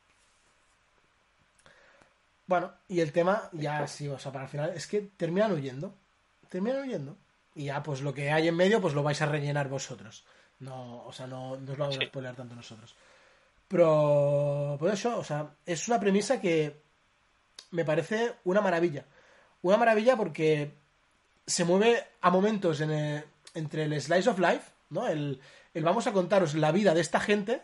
Bueno, y el tema ya sí, o sea, para el final es que terminan huyendo, terminan huyendo. Y ya pues lo que hay en medio pues lo vais a rellenar vosotros. No, o sea, no, no os lo vamos a Sí. spoiler tanto nosotros. Pero por eso, o sea, es una premisa que me parece una maravilla. Una maravilla porque se mueve a momentos en el- entre el slice of life, ¿no? El, el vamos a contaros la vida de esta gente,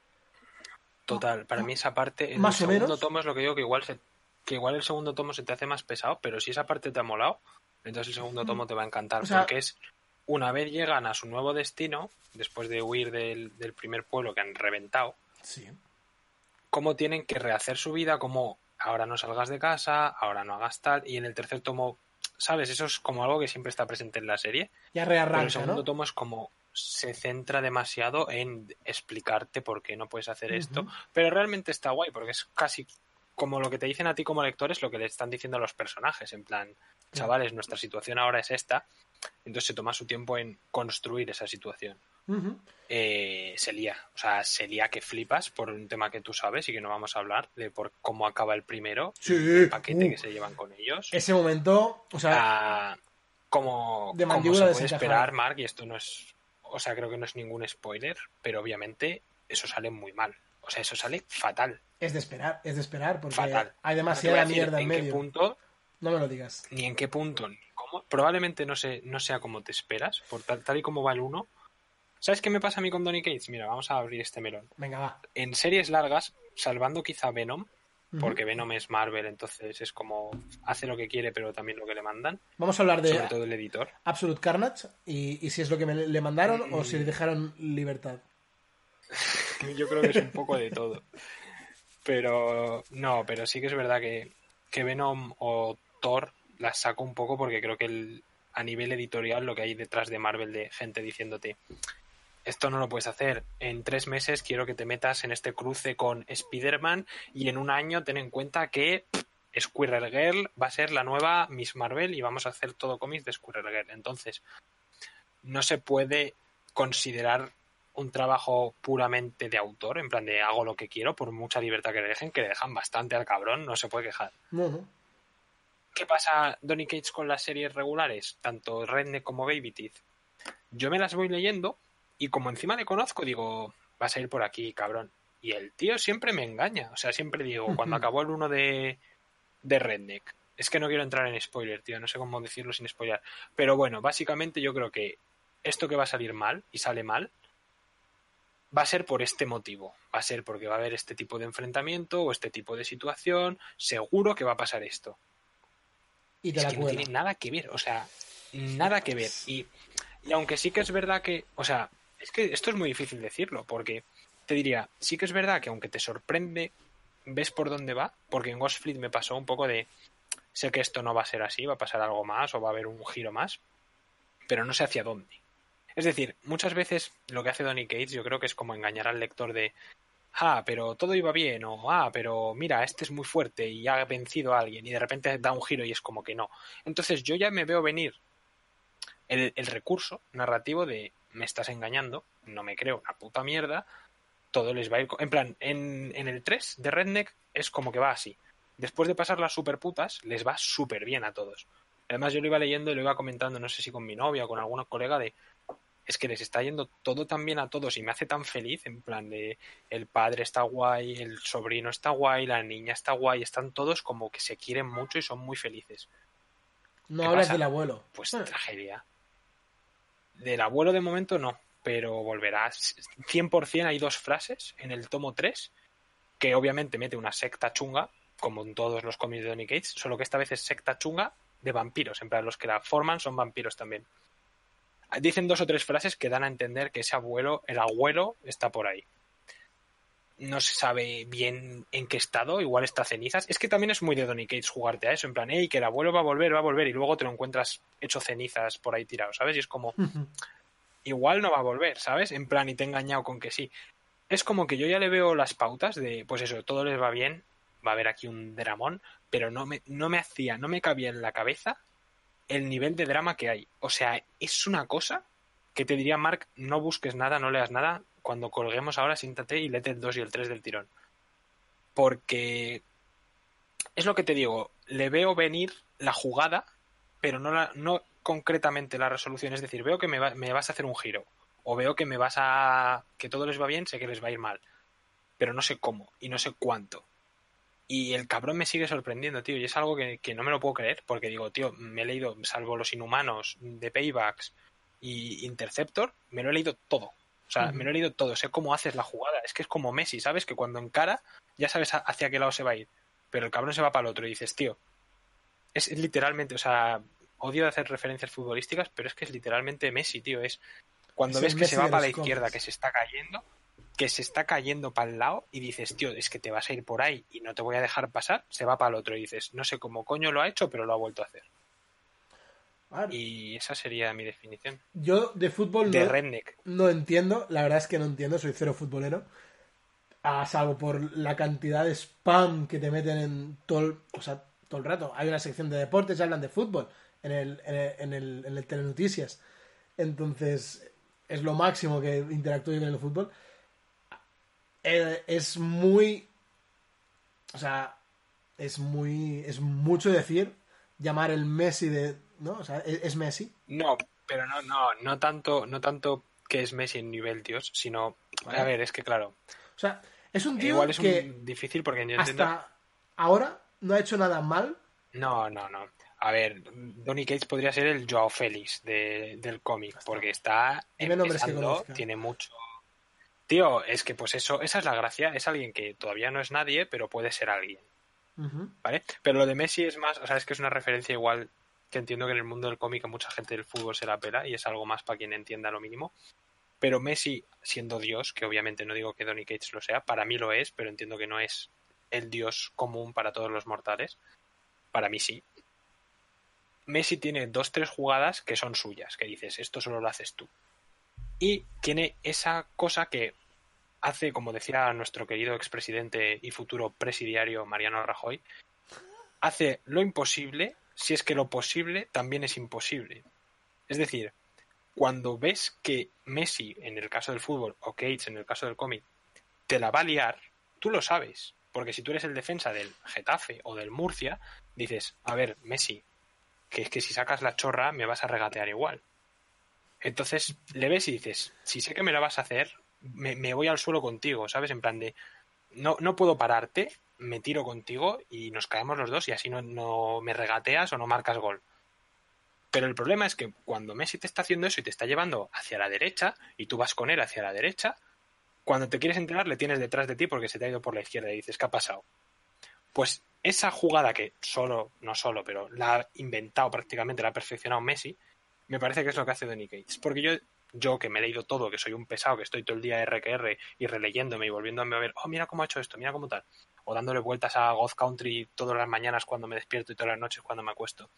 Total, para mí esa parte, en más el o segundo menos. tomo es lo que digo, que igual se, que igual el segundo tomo se te hace más pesado, pero si esa parte te ha molado, entonces el segundo tomo te va a encantar, O sea- porque es una vez llegan a su nuevo destino, después de huir del, del primer pueblo que han reventado, Sí. cómo tienen que rehacer su vida, como ahora no salgas de casa, ahora no hagas tal, y en el tercer tomo, ¿sabes? Eso es como algo que siempre está presente en la serie, Ya pero el rearranca, segundo ¿no? tomo es como se centra demasiado en explicarte por qué no puedes hacer esto, Ujú. pero realmente está guay porque es casi como lo que te dicen a ti como lector es lo que le están diciendo a los personajes, en plan, chavales, nuestra situación ahora es esta, entonces se toma su tiempo en construir esa situación. Ujú. Eh, se lía, o sea, se lía que flipas por un tema que tú sabes y que no vamos a hablar de por cómo acaba el primero, Sí. el paquete Uh. que se llevan con ellos. Ese momento, o sea, Ah, como, de como mandíbula se puede desencajada. esperar, Mark, y esto no es, o sea, creo que no es ningún spoiler, pero obviamente eso sale muy mal. O sea, eso sale fatal. es de esperar, es de esperar, porque Fatal. hay No te voy demasiada a decir mierda en en qué medio. punto, No me lo digas. ni en qué punto, ni cómo. Probablemente no, sé, no sea como te esperas, por tal, tal y como va el uno. ¿Sabes qué me pasa a mí con Donny Cates? Mira, vamos a abrir este melón. Venga, va. En series largas, salvando quizá Venom, Ujú. porque Venom es Marvel, entonces es como hace lo que quiere, pero también lo que le mandan, Vamos a hablar de sobre todo el editor. Absolute Carnage y, y si es lo que me, le mandaron Mm. o si le dejaron libertad. Yo creo que es un poco de todo. Pero no, pero sí que es verdad que, que Venom o Thor las saco un poco porque creo que el, a nivel editorial lo que hay detrás de Marvel, de gente diciéndote esto no lo puedes hacer, en tres meses quiero que te metas en este cruce con Spider-Man y en un año ten en cuenta que Squirrel Girl va a ser la nueva Miss Marvel y vamos a hacer todo cómics de Squirrel Girl. Entonces no se puede considerar un trabajo puramente de autor, en plan de hago lo que quiero, por mucha libertad que le dejen, que le dejan bastante al cabrón, no se puede quejar. Uh-huh. ¿Qué pasa, Donny Cates, con las series regulares? Tanto Redneck como Baby Teeth. Yo me las voy leyendo y como encima le conozco, digo, vas a ir por aquí, cabrón. Y el tío siempre me engaña. O sea, siempre digo, uh-huh. cuando acabó el uno de, de Redneck, es que no quiero entrar en spoiler, tío, no sé cómo decirlo sin spoiler. Pero bueno, básicamente yo creo que esto que va a salir mal, y sale mal, va a ser por este motivo. Va a ser porque va a haber este tipo de enfrentamiento o este tipo de situación. Seguro que va a pasar esto. Y te es la que cuela. no tiene nada que ver, o sea, nada que ver. Y, y aunque sí que es verdad que, o sea, es que esto es muy difícil decirlo, porque te diría, sí que es verdad que aunque te sorprende, ves por dónde va, porque en Ghost Fleet me pasó un poco de, sé que esto no va a ser así, va a pasar algo más o va a haber un giro más, pero no sé hacia dónde. Es decir, muchas veces lo que hace Donny Cates yo creo que es como engañar al lector de ah, pero todo iba bien, o ah, pero mira, este es muy fuerte y ha vencido a alguien, y de repente da un giro y es como que no. Entonces yo ya me veo venir el, el recurso narrativo de me estás engañando, no me creo una puta mierda, todo les va a ir... En plan, en, en el tres de Redneck es como que va así. Después de pasar las super putas, les va súper bien a todos. Además yo lo iba leyendo y lo iba comentando, no sé si con mi novia o con algún colega, de es que les está yendo todo tan bien a todos y me hace tan feliz, en plan de el padre está guay, el sobrino está guay, la niña está guay, están todos como que se quieren mucho y son muy felices. No hablas del abuelo. Pues ah. tragedia. Del abuelo de momento no, pero volverás. cien por ciento hay dos frases en el tomo tres que obviamente mete una secta chunga, como en todos los cómics de Donny Cates, solo que esta vez es secta chunga de vampiros, en plan los que la forman son vampiros también. Dicen dos o tres frases que dan a entender que ese abuelo, el abuelo, está por ahí. No se sabe bien en qué estado, igual está cenizas. Es que también es muy de Donny Cates jugarte a eso, en plan, hey, que el abuelo va a volver, va a volver, y luego te lo encuentras hecho cenizas por ahí tirado, ¿sabes? Y es como, igual no va a volver, ¿sabes? En plan, y te he engañado con que sí. Es como que yo ya le veo las pautas de, pues eso, todo les va bien, va a haber aquí un dramón, pero no me, no me hacía, no me cabía en la cabeza el nivel de drama que hay. O sea, es una cosa que te diría, Mark, no busques nada, no leas nada, cuando colguemos ahora siéntate y léete el dos y el tres del tirón. Porque es lo que te digo, le veo venir la jugada, pero no, la, no concretamente la resolución. Es decir, veo que me, va, me vas a hacer un giro, o veo que me vas a... que todo les va bien, sé que les va a ir mal, pero no sé cómo y no sé cuánto. Y el cabrón me sigue sorprendiendo, tío, y es algo que, que no me lo puedo creer, porque digo, tío, me he leído, salvo Los Inhumanos, de Paybacks y Interceptor, me lo he leído todo. O sea, uh-huh. me lo he leído todo, sé cómo haces la jugada. Es que es como Messi, ¿sabes? Que cuando encara, ya sabes hacia qué lado se va a ir. Pero el cabrón se va para el otro y dices, tío, es literalmente, o sea, odio hacer referencias futbolísticas, pero es que es literalmente Messi, tío. Es cuando es ves que Messi se va para la izquierda, cómics. que se está cayendo... que se está cayendo para el lado y dices, tío, es que te vas a ir por ahí y no te voy a dejar pasar, se va para el otro y dices, no sé cómo coño lo ha hecho, pero lo ha vuelto a hacer. Vale. Y esa sería mi definición. Yo de fútbol de no, Redneck. no entiendo, la verdad es que no entiendo, soy cero futbolero, a salvo por la cantidad de spam que te meten en todo el, o sea, todo el rato. Hay una sección de deportes y hablan de fútbol en el, en el, en el, en el Telenoticias. Entonces, es lo máximo que interactúo yo con el fútbol. Es muy, o sea, es muy, es mucho decir llamar el Messi de, ¿no? O sea, es, es Messi. No, pero no, no, no tanto, no tanto que es Messi en nivel Dios, sino, ¿vale? A ver, es que claro. O sea, es un tío igual es que un difícil porque yo hasta entiendo... ahora no ha hecho nada mal. No, no, no. A ver, Donny Cates podría ser el Joao Félix de, del cómic, porque está empezando, tiene mucho... Tío, es que pues eso, esa es la gracia, es alguien que todavía no es nadie, pero puede ser alguien. Uh-huh. ¿Vale? Pero lo de Messi es más, o sea, es que es una referencia igual que entiendo que en el mundo del cómic a mucha gente del fútbol se la pela y es algo más para quien entienda lo mínimo. Pero Messi, siendo Dios, que obviamente no digo que Donny Cates lo sea, para mí lo es, pero entiendo que no es el Dios común para todos los mortales. Para mí sí. Messi tiene dos, tres jugadas que son suyas, que dices, esto solo lo haces tú. Y tiene esa cosa que hace, como decía nuestro querido expresidente y futuro presidiario Mariano Rajoy, hace lo imposible si es que lo posible también es imposible. Es decir, cuando ves que Messi, en el caso del fútbol, o Cates, en el caso del cómic, te la va a liar, tú lo sabes. Porque si tú eres el defensa del Getafe o del Murcia, dices, a ver, Messi, que es que si sacas la chorra me vas a regatear igual. Entonces le ves y dices, si sé que me la vas a hacer, me, me voy al suelo contigo, ¿sabes? En plan de, no, no puedo pararte, me tiro contigo y nos caemos los dos y así no, no me regateas o no marcas gol. Pero el problema es que cuando Messi te está haciendo eso y te está llevando hacia la derecha y tú vas con él hacia la derecha, cuando te quieres enterar le tienes detrás de ti porque se te ha ido por la izquierda y dices, ¿qué ha pasado? Pues esa jugada que solo, no solo, pero la ha inventado prácticamente, la ha perfeccionado Messi, me parece que es lo que hace Donny Cates. Porque yo, yo que me he leído todo, que soy un pesado, que estoy todo el día R que R y releyéndome y volviéndome a ver, oh, mira cómo ha hecho esto, mira cómo tal. O dándole vueltas a God Country todas las mañanas cuando me despierto y todas las noches cuando me acuesto.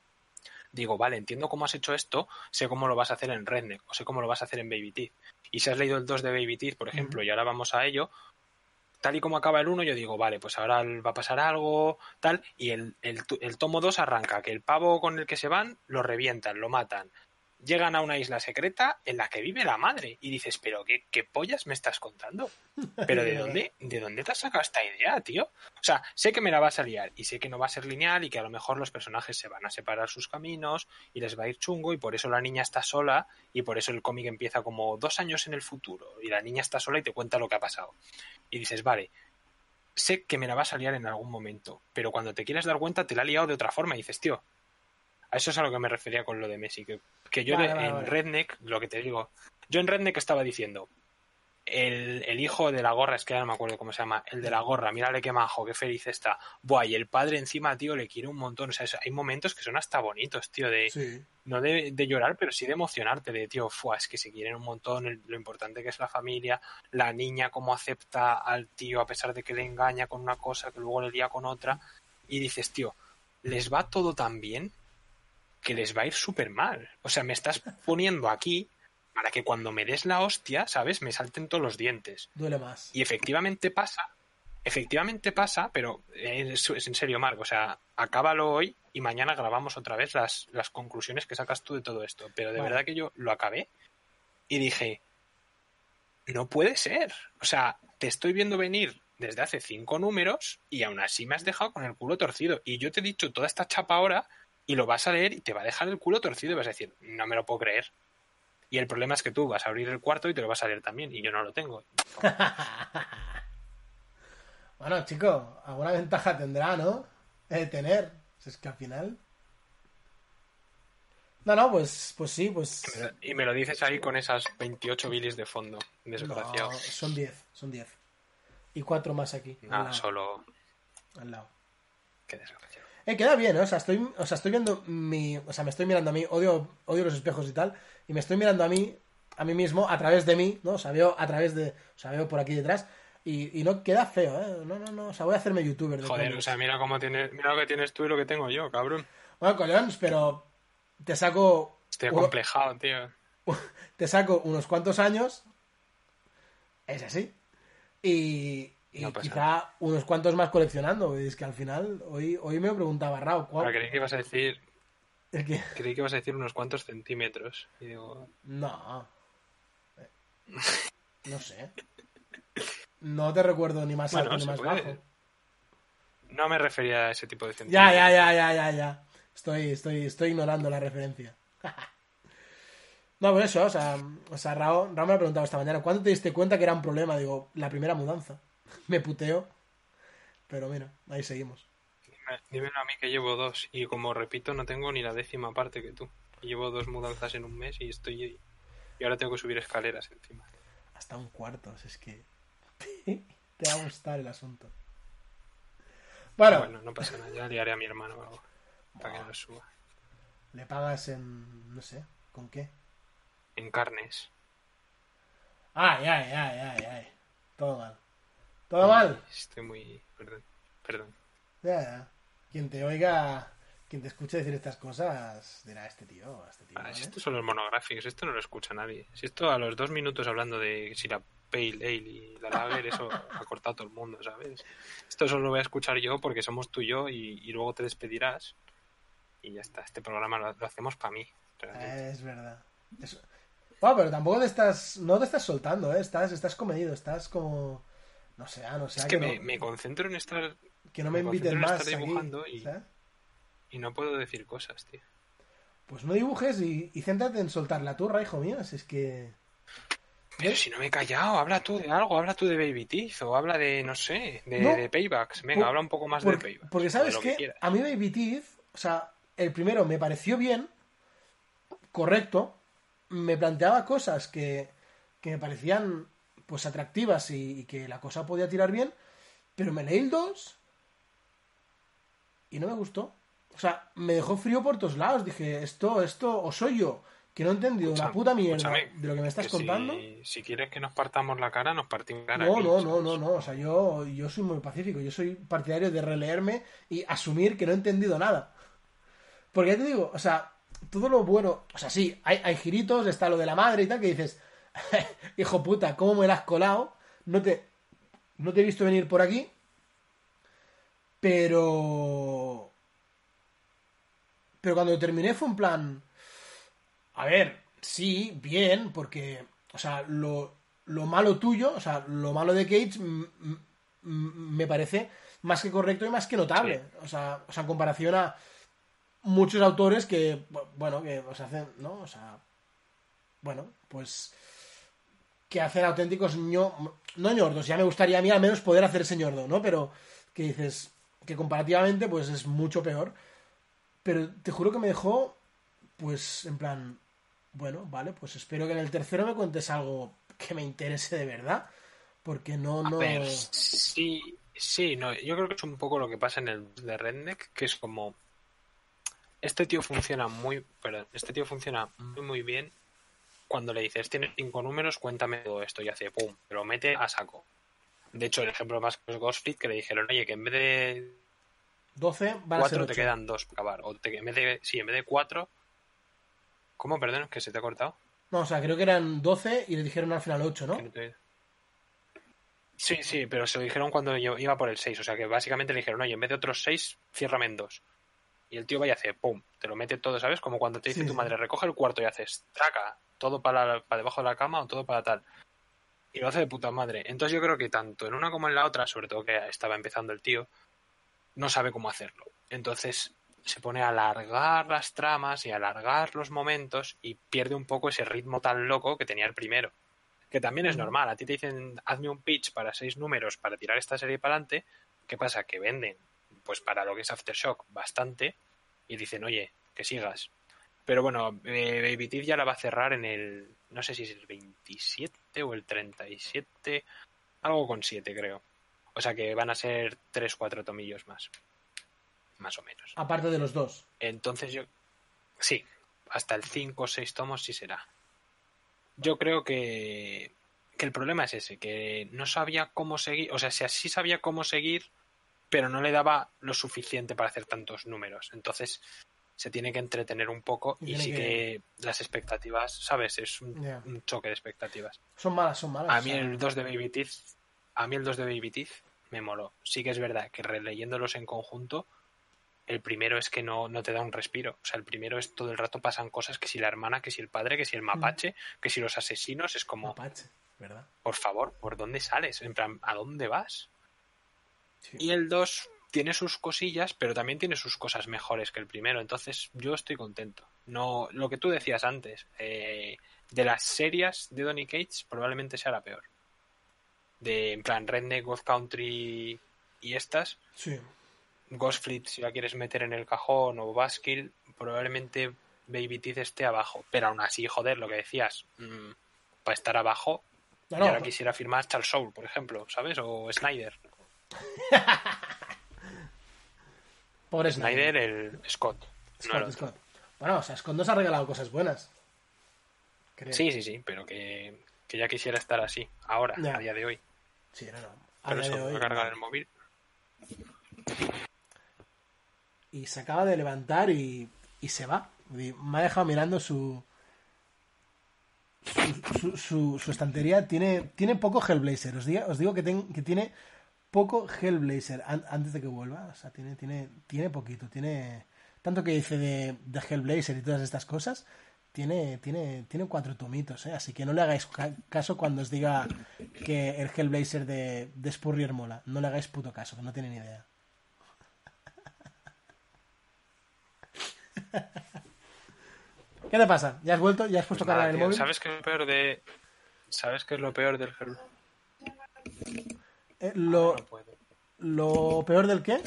Digo, vale, entiendo cómo has hecho esto, sé cómo lo vas a hacer en Redneck, o sé cómo lo vas a hacer en Baby Teeth. Y si has leído el dos de Baby Teeth, por ejemplo, uh-huh. y ahora vamos a ello, tal y como acaba el uno, yo digo, vale, pues ahora va a pasar algo, tal, y el, el, el tomo dos arranca, que el pavo con el que se van, lo revientan, lo matan. Llegan a una isla secreta en la que vive la madre. Y dices, pero ¿qué, qué pollas me estás contando? ¿Pero de dónde, de dónde te has sacado esta idea, tío? O sea, sé que me la vas a liar y sé que no va a ser lineal y que a lo mejor los personajes se van a separar sus caminos y les va a ir chungo y por eso la niña está sola y por eso el cómic empieza como dos años en el futuro y la niña está sola y te cuenta lo que ha pasado. Y dices, vale, sé que me la vas a liar en algún momento, pero cuando te quieres dar cuenta te la ha liado de otra forma y dices, tío, a eso es a lo que me refería con lo de Messi, que, que yo vale, de, vale, en vale. Redneck, lo que te digo, yo en Redneck estaba diciendo, el, el hijo de la gorra, es que ya no me acuerdo cómo se llama, el de la gorra, mírale qué majo, qué feliz está, buah, y el padre encima, tío, le quiere un montón, o sea, hay momentos que son hasta bonitos, tío, de sí. no de, de llorar, pero sí de emocionarte, de, tío, fuah, es que se quieren un montón, el, lo importante que es la familia, la niña cómo acepta al tío a pesar de que le engaña con una cosa, que luego le lía con otra, y dices, tío, les va todo tan bien que les va a ir súper mal. O sea, me estás poniendo aquí para que cuando me des la hostia, ¿sabes? Me salten todos los dientes. Duele más. Y efectivamente pasa, efectivamente pasa, pero es, es en serio, Marc, o sea, acábalo hoy y mañana grabamos otra vez las, las conclusiones que sacas tú de todo esto. Pero de vale. verdad que yo lo acabé y dije, no puede ser. O sea, te estoy viendo venir desde hace cinco números y aún así me has dejado con el culo torcido. Y yo te he dicho toda esta chapa ahora y lo vas a leer y te va a dejar el culo torcido y vas a decir, no me lo puedo creer. Y el problema es que tú vas a abrir el cuarto y te lo vas a leer también y yo no lo tengo. Bueno, chico, alguna ventaja tendrá, ¿no? Eh, tener. Es que al final... No, no, pues, pues sí, pues... Y me, lo, y me lo dices ahí con esas veintiocho bilis de fondo, desgraciado. No, son diez, son diez. Y cuatro más aquí. Ah, solo... Al lado. Qué desgraciado. Eh, queda bien, ¿eh? O sea, estoy, o sea, estoy viendo mi... O sea, me estoy mirando a mí, odio, odio los espejos y tal, y me estoy mirando a mí, a mí mismo, a través de mí, ¿no? O sea, veo a través de... O sea, veo por aquí detrás, y, y no queda feo, ¿eh? No, no, no, o sea, voy a hacerme youtuber. De Joder, cómics. O sea, mira cómo tienes... Mira lo que tienes tú y lo que tengo yo, cabrón. Bueno, collons, pero te saco... Estoy acomplejado, tío. Te saco unos cuantos años, es así, y... Y no quizá nada. Unos cuantos más coleccionando. Es que al final, hoy, hoy me preguntaba Rao. ¿cuál? Pero creí que ibas a decir. ¿El qué? Creí que ibas a decir unos cuantos centímetros. Y digo. No. No sé. No te recuerdo ni más bueno, alto ni más puede. bajo. No me refería a ese tipo de centímetros. Ya, ya, ya, ya, ya, ya. Estoy, estoy, estoy ignorando la referencia. No, por eso, o sea, o sea Rao, Rao me ha preguntado esta mañana, ¿cuándo te diste cuenta que era un problema? Digo, la primera mudanza. Me puteo, pero mira, ahí seguimos. Dime, dímelo a mí que llevo dos y como repito no tengo ni la décima parte que tú. Llevo dos mudanzas en un mes y estoy y ahora tengo que subir escaleras encima. Hasta un cuarto, es que te va a gustar el asunto. Bueno, bueno no pasa nada, ya le haré a mi hermano o algo para que no suba. ¿Le pagas en, no sé, con qué? En carnes. Ay, ay, ay, ay, ay. Todo mal. ¿Todo mal? Estoy muy... Perdón. Perdón. Ya, ya. Quien te oiga... quien te escuche decir estas cosas dirá, este tío, este tío. Ah, ¿vale? si estos son los monográficos, esto no lo escucha nadie. Si esto a los dos minutos hablando de si la Pale Ale y la Lager, eso ha cortado todo el mundo, ¿sabes? Esto solo lo voy a escuchar yo porque somos tú y yo y, y luego te despedirás y ya está. Este programa lo, lo hacemos para mí. Eh, es verdad. Eso... Bueno, pero tampoco te estás, no te estás soltando, ¿eh? Estás, estás comedido, estás como... No sé, no sé. Es que, que me, no... me concentro en estar... Que no me, me inviten más estar dibujando aquí, y, ¿sabes? y no puedo decir cosas, tío. Pues no dibujes y, y céntrate en soltar la turra, hijo mío. Si es que... Pero si no me he callado, habla tú de algo, habla tú de Baby Teeth o habla de, no sé, de, no, de Paybacks. Venga, por, habla un poco más por, de Paybacks. Porque sabes que, que a mí Baby Teeth, o sea, el primero me pareció bien, correcto, me planteaba cosas que, que me parecían pues atractivas y, y que la cosa podía tirar bien, pero me leí el dos y no me gustó. O sea, me dejó frío por todos lados. Dije, esto, esto, o soy yo, que no he entendido Escucha, una puta mierda escúchame, de lo que me estás que contando. Si, si quieres que nos partamos la cara, nos partimos la cara. No, aquí, no, ¿sabes? no, no, no. O sea, yo, yo soy muy pacífico. Yo soy partidario de releerme y asumir que no he entendido nada. Porque ya te digo, o sea, todo lo bueno... O sea, sí, hay, hay giritos, está lo de la madre y tal, que dices, hijo puta, ¿cómo me la has colado? No te, no te he visto venir por aquí. Pero... Pero cuando terminé fue en plan... A ver, sí, bien, porque... O sea, lo, lo malo tuyo, o sea, lo malo de Cage m- m- me parece más que correcto y más que notable. Sí. O sea, o sea, en comparación a muchos autores que, bueno, que os hacen, ¿no? O sea, bueno, pues... Que hacen auténticos ño... No ñordos, ya me gustaría a mí al menos poder hacer ese ñordo, ¿no? Pero que dices que comparativamente pues es mucho peor. Pero te juro que me dejó, pues, en plan... Bueno, vale, pues espero que en el tercero me cuentes algo que me interese de verdad. Porque no, no... A ver, sí, sí, no, yo creo que es un poco lo que pasa en el de Redneck, que es como... Este tío funciona muy... Perdón, este tío funciona muy, muy bien cuando le dices, tienes cinco números, cuéntame todo esto, y hace pum, te lo mete a saco. De hecho, el ejemplo más es Ghostfleet, que le dijeron, oye, que en vez de doce van a ser cuatro ocho. te quedan dos para acabar. O te, en vez de, sí, en vez de cuatro... ¿Cómo? Perdón, que se te ha cortado. No, o sea, creo que eran doce y le dijeron al final ocho, ¿no? Sí, sí, pero se lo dijeron cuando yo iba por el seis. O sea, que básicamente le dijeron, oye, en vez de otros seis, ciérrame en dos. Y el tío va y hace, pum, te lo mete todo, ¿sabes? Como cuando te dice Sí, tu sí. madre, recoge el cuarto y haces, traca, todo para, para debajo de la cama o todo para tal. Y lo hace de puta madre. Entonces yo creo que tanto en una como en la otra, sobre todo que estaba empezando el tío, no sabe cómo hacerlo. Entonces se pone a alargar las tramas y a alargar los momentos y pierde un poco ese ritmo tan loco que tenía el primero. Que también es normal. A ti te dicen, hazme un pitch para seis números para tirar esta serie para adelante. ¿Qué pasa? Que venden, pues para lo que es Aftershock, bastante. Y dicen, oye, que sigas. Pero bueno, eh, Baby Teeth ya la va a cerrar en el... No sé si es el veintisiete o el treinta y siete. Algo con siete, creo. O sea que van a ser tres cuatro tomillos más. Más o menos. Aparte de los dos. Entonces yo... Sí, hasta el cinco o seis tomos sí será. Yo creo que, que el problema es ese, que no sabía cómo seguir, o sea, sí sabía cómo seguir, pero no le daba lo suficiente para hacer tantos números. Entonces se tiene que entretener un poco y, y sí que... que las expectativas, ¿sabes? Es un, yeah. un choque de expectativas. Son malas, son malas. A mí el dos de Baby Teeth, a mí el dos de Baby Teeth me moló. Sí que es verdad que releyéndolos en conjunto, el primero es que no, no te da un respiro. O sea, el primero es todo el rato pasan cosas, que si la hermana, que si el padre, que si el mapache, mm. que si los asesinos, es como... Mapache, ¿verdad? Por favor, ¿por dónde sales? En plan, ¿a dónde vas? Sí. Y el dos tiene sus cosillas, pero también tiene sus cosas mejores que el primero. Entonces, yo estoy contento. No, lo que tú decías antes, eh, de las series de Donny Cates, probablemente sea la peor. De, en plan, Redneck, Ghost Country y estas... Sí. Ghostfleet, si la quieres meter en el cajón, o Buzzkill, probablemente Baby Teeth esté abajo. Pero aún así, joder, lo que decías, mmm, para estar abajo, no, no, y ahora pues... quisiera firmar Charles Soule, por ejemplo, ¿sabes? O Snyder. Pobre Snyder, el Scott. Scott, no el Scott. Bueno, o sea, Scott nos ha regalado cosas buenas. Creo. Sí, sí, sí, pero que, que ya quisiera estar así, ahora, ya. a día de hoy. Sí, no, no. A pero día eso, de hoy, a cargar el móvil. y se acaba de levantar y, y se va. Me ha dejado mirando su su, su, su, su estantería. Tiene, tiene poco Hellblazer. Os digo, os digo que, ten, que tiene poco Hellblazer an, antes de que vuelva. O sea, tiene, tiene, tiene poquito. Tiene tanto que dice de, de Hellblazer y todas estas cosas. Tiene, tiene, tiene cuatro tomitos, ¿eh? Así que no le hagáis ca- caso cuando os diga que el Hellblazer de, de Spurrier mola. No le hagáis puto caso, que no tiene ni idea. ¿Qué te pasa? ¿Ya has vuelto? ¿Ya has puesto Nada, carga en el tío, móvil? ¿Sabes qué es lo peor de...? ¿Sabes qué es lo peor del Hell? Eh, lo, Ah, no puedo. ¿Lo peor del qué?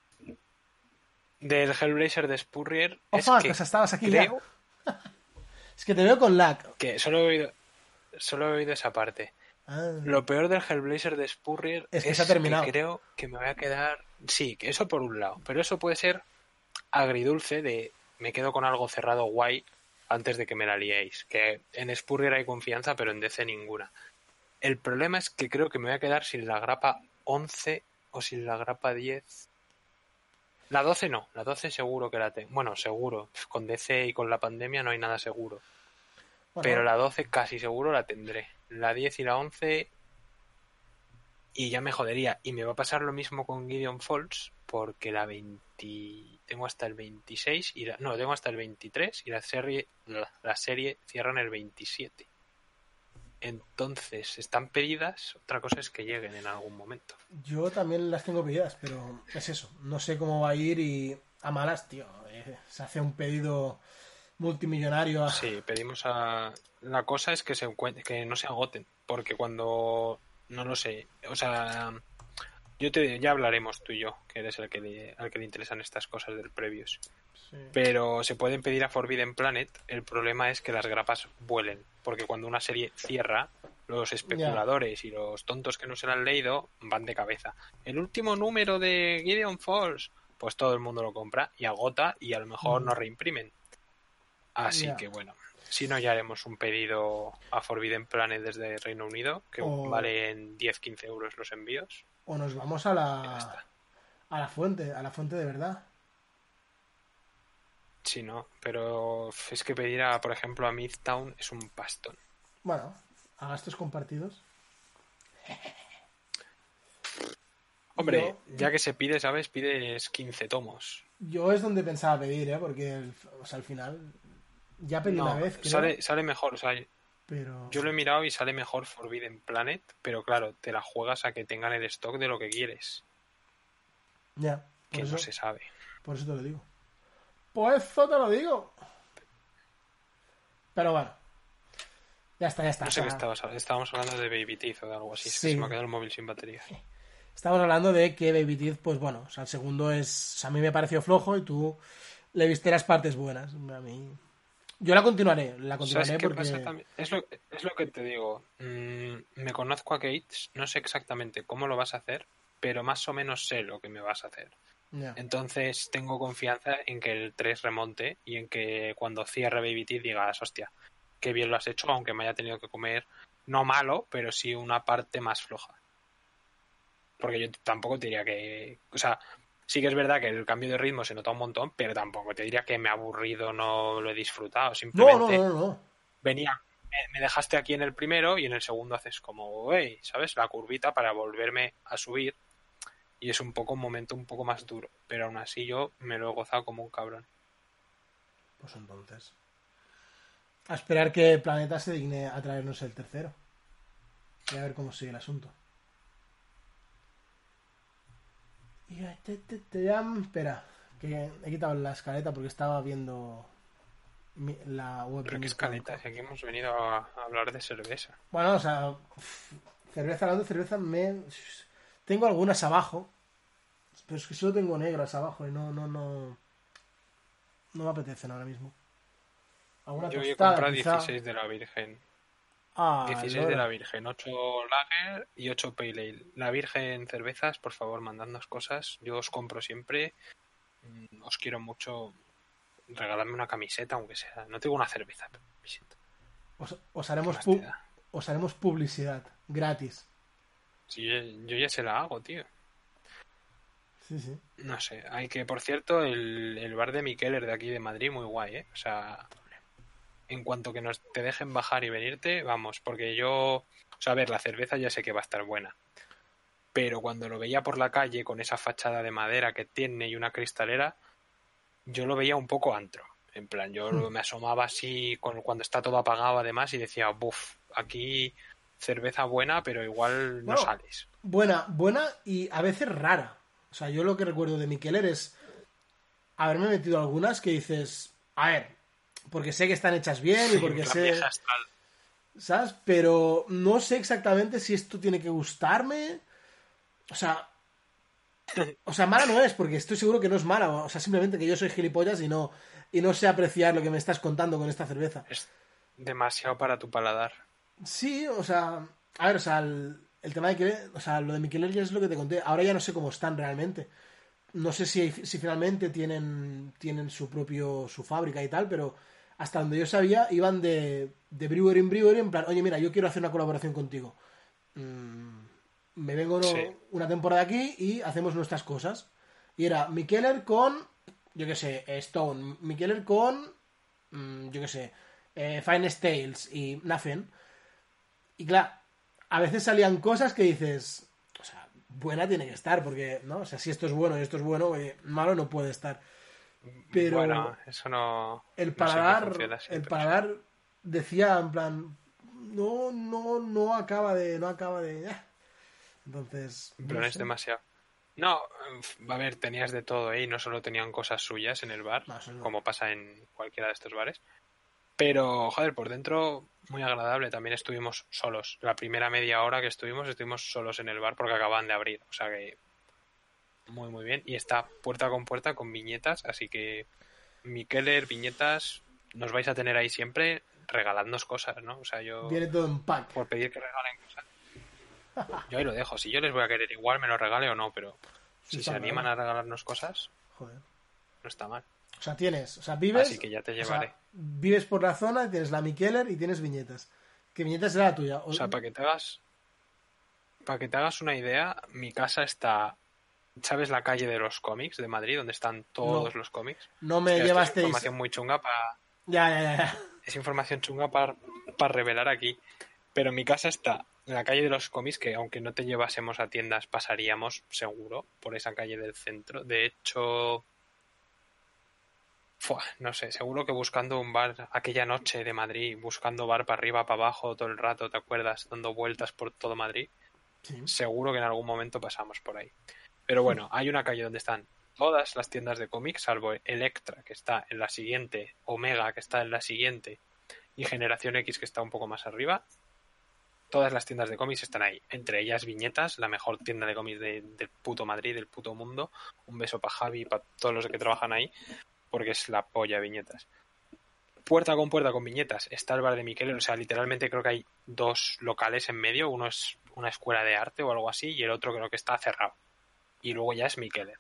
Del Hellblazer de Spurrier Oh, es fuck, que o sea, estabas aquí creo ya. Es que te veo con lag. que solo he oído solo he oído esa parte. Ah, Lo peor del Hellblazer de Spurrier Es es, que se ha terminado. que creo que me voy a quedar... Sí, que eso por un lado. Pero eso puede ser agridulce de me quedo con algo cerrado guay antes de que me la liéis. Que en Spurrier hay confianza, pero en D C ninguna. El problema es que creo que me voy a quedar sin la grapa once o sin la grapa diez. La doce no, la doce seguro que la tengo. Bueno, seguro. Con D C y con la pandemia no hay nada seguro. bueno, Pero la doce casi seguro la tendré. La diez y la once... Y ya me jodería. Y me va a pasar lo mismo con Gideon Falls, porque la veinte... Tengo hasta el veintiséis, y la... no, tengo hasta el veintitrés, y la serie, la, la serie cierra en el veintisiete. Entonces, están pedidas, otra cosa es que lleguen en algún momento. yo también las tengo pedidas, pero es eso. No sé cómo va a ir y a malas, tío. eh, se hace un pedido multimillonario a... Sí, pedimos a... La cosa es que se encuent- que no se agoten, porque cuando... No lo sé, o sea... Yo te, ya hablaremos tú y yo, que eres el que le, al que le interesan estas cosas del previous. Sí. Pero se pueden pedir a Forbidden Planet. El problema es que las grapas vuelen, porque cuando una serie cierra, los especuladores yeah. y los tontos que no se la han leído van de cabeza. El último número de Gideon Falls, pues todo el mundo lo compra y agota y a lo mejor mm. no reimprimen. Así yeah. que bueno, si no, ya haremos un pedido a Forbidden Planet desde Reino Unido, que oh. valen diez a quince euros los envíos. O nos vamos a la a la fuente, a la fuente de verdad. Sí, no, pero es que pedir, a, por ejemplo, a Midtown es un pastón. Bueno, a gastos compartidos. Hombre, yo, ya que se pide, ¿sabes? Pides quince tomos. Yo es donde pensaba pedir, ¿eh? Porque, el, o sea, al final ya pedí no, una vez, creo. Sale, sale mejor, o sea, pero... yo lo he mirado y sale mejor Forbidden Planet, pero claro, te la juegas a que tengan el stock de lo que quieres. Ya. Que eso, no se sabe. Por eso te lo digo. Por eso te lo digo. Pero bueno. Ya está, ya está. No sé qué estabas hablando. Estábamos hablando de Baby Teeth o de algo así. Sí. Es que se me ha quedado el móvil sin batería. Estamos hablando de que Baby Teeth, pues bueno, o sea, el segundo es... O sea, a mí me pareció flojo y tú le viste las partes buenas. A mí... Yo la continuaré, la continuaré ¿Sabes qué porque... pasa también? Es lo, es lo que te digo. Mm, me conozco a Kate, no sé exactamente cómo lo vas a hacer, pero más o menos sé lo que me vas a hacer. Yeah. Entonces tengo confianza en que el tres remonte y en que cuando cierre Baby Teeth digas, hostia, qué bien lo has hecho, aunque me haya tenido que comer, no malo, pero sí una parte más floja. Porque yo tampoco te diría que... O sea, sí que es verdad que el cambio de ritmo se nota un montón, pero tampoco te diría que me ha aburrido, no lo he disfrutado. Simplemente no, no, no, no. venía, me dejaste aquí en el primero y en el segundo haces como, hey, ¿sabes? La curvita para volverme a subir. Y es un poco un momento un poco más duro. Pero aún así yo me lo he gozado como un cabrón. Pues entonces... A esperar que Planeta se digne a traernos el tercero. Y a ver cómo sigue el asunto. Y te, te, te llamo... Espera, que he quitado la escaleta porque estaba viendo mi, la web. ¿Pero qué escaleta? Si aquí hemos venido a, a hablar de cerveza. Bueno, o sea, cerveza, hablando de cerveza, me... Tengo algunas abajo, pero es que solo tengo negras abajo y no, no, no... No me apetecen ahora mismo. Alguna Yo tostada, he comprado quizá... dieciséis de la Virgen. Ah, dieciséis no. de la Virgen, ocho Lager y ocho Pale Ale. La Virgen cervezas, por favor, mandadnos cosas. Yo os compro siempre. Os quiero mucho. Regaladme una camiseta, aunque sea. No tengo una cerveza, pero camiseta. Os, os, haremos pu- os haremos publicidad gratis. Sí, yo ya se la hago, tío. Sí, sí. No sé, hay que, por cierto, el, el bar de Mikeler de aquí de Madrid, muy guay, ¿eh? O sea, en cuanto que nos te dejen bajar y venirte, vamos, porque yo, o sea, a ver, la cerveza ya sé que va a estar buena, pero cuando lo veía por la calle con esa fachada de madera que tiene y una cristalera, yo lo veía un poco antro. En plan, yo Hmm. me asomaba así con, cuando está todo apagado además y decía, buf, aquí cerveza buena, pero igual no Bueno, sales. buena, buena y a veces rara. O sea, yo lo que recuerdo de Mikeler es haberme metido algunas que dices, a ver, porque sé que están hechas bien y Sí, en porque plan sé, vieja astral. ¿sabes? Pero no sé exactamente si esto tiene que gustarme. O sea, o sea, mala no es, porque estoy seguro que no es mala. O sea, simplemente que yo soy gilipollas y no, y no sé apreciar lo que me estás contando con esta cerveza. Es demasiado para tu paladar. Sí, o sea, a ver, o sea, el, el tema de que, o sea, lo de Mikeler ya es lo que te conté. Ahora ya no sé cómo están realmente. No sé si, si finalmente tienen, tienen su propio, su fábrica y tal, pero hasta donde yo sabía, iban de, de brewery en brewery en plan, oye, mira, yo quiero hacer una colaboración contigo. Mm, me vengo Sí. no- una temporada aquí y hacemos nuestras cosas. Y era Mikeller con, yo qué sé, Stone, Mikeller con, mm, yo qué sé, eh, Finest Tales y Nafen. Y claro, a veces salían cosas que dices, o sea, buena tiene que estar, porque, ¿no? O sea, si esto es bueno y esto es bueno, oye, malo no puede estar. Pero Bueno, eso no, el no siempre paladar, funciona así, el pero sí. paladar decía en plan, no, no, no acaba de, no acaba de, eh. Entonces, Pero no no es sé. demasiado. No, a ver, tenías de todo, ¿eh? Y no solo tenían cosas suyas en el bar, No, eso es verdad. como pasa en cualquiera de estos bares. Pero, joder, por dentro, muy agradable. También estuvimos solos. La primera media hora que estuvimos, estuvimos solos en el bar porque acababan de abrir. O sea que, muy, muy bien. Y está puerta con puerta con viñetas. Así que, Mikeler, viñetas, nos vais a tener ahí siempre regalándonos cosas, ¿no? O sea, yo, Viene todo en pack. por pedir que regalen cosas, yo ahí lo dejo. Si yo les voy a querer igual, me lo regale o no, pero Sí, si está se animan claro. a regalarnos cosas, Joder. no está mal. O sea, tienes, o sea, Así vives, que ya te o llevaré. sea, vives por la zona, tienes la Mikeller y tienes viñetas. ¿Qué viñetas será la tuya? O O- sea, para que te hagas, para que te hagas una idea, mi casa está, ¿sabes la calle de los cómics de Madrid, donde están no, todos los cómics? no me Hostia, esto es llevasteis. información muy chunga para, Ya, ya, ya, ya. es información chunga para, para revelar aquí. Pero mi casa está en la calle de los cómics, que aunque no te llevásemos a tiendas, pasaríamos seguro por esa calle del centro. De hecho, fua, no sé, seguro que buscando un bar aquella noche de Madrid, buscando bar para arriba, para abajo todo el rato, ¿te acuerdas? Dando vueltas por todo Madrid. Sí. Seguro que en algún momento pasamos por ahí. Pero bueno, hay una calle donde están todas las tiendas de cómics, salvo Electra, que está en la siguiente, Omega, que está en la siguiente, y Generación X, que está un poco más arriba. Todas las tiendas de cómics están ahí. Entre ellas Viñetas, la mejor tienda de cómics de, del puto Madrid, del puto mundo. Un beso para Javi y para todos los que trabajan ahí, porque es la polla Viñetas. Puerta con puerta con Viñetas está el bar de Miquel, o sea, literalmente creo que hay dos locales en medio, uno es una escuela de arte o algo así y el otro creo que está cerrado. Y luego ya es Mikeler.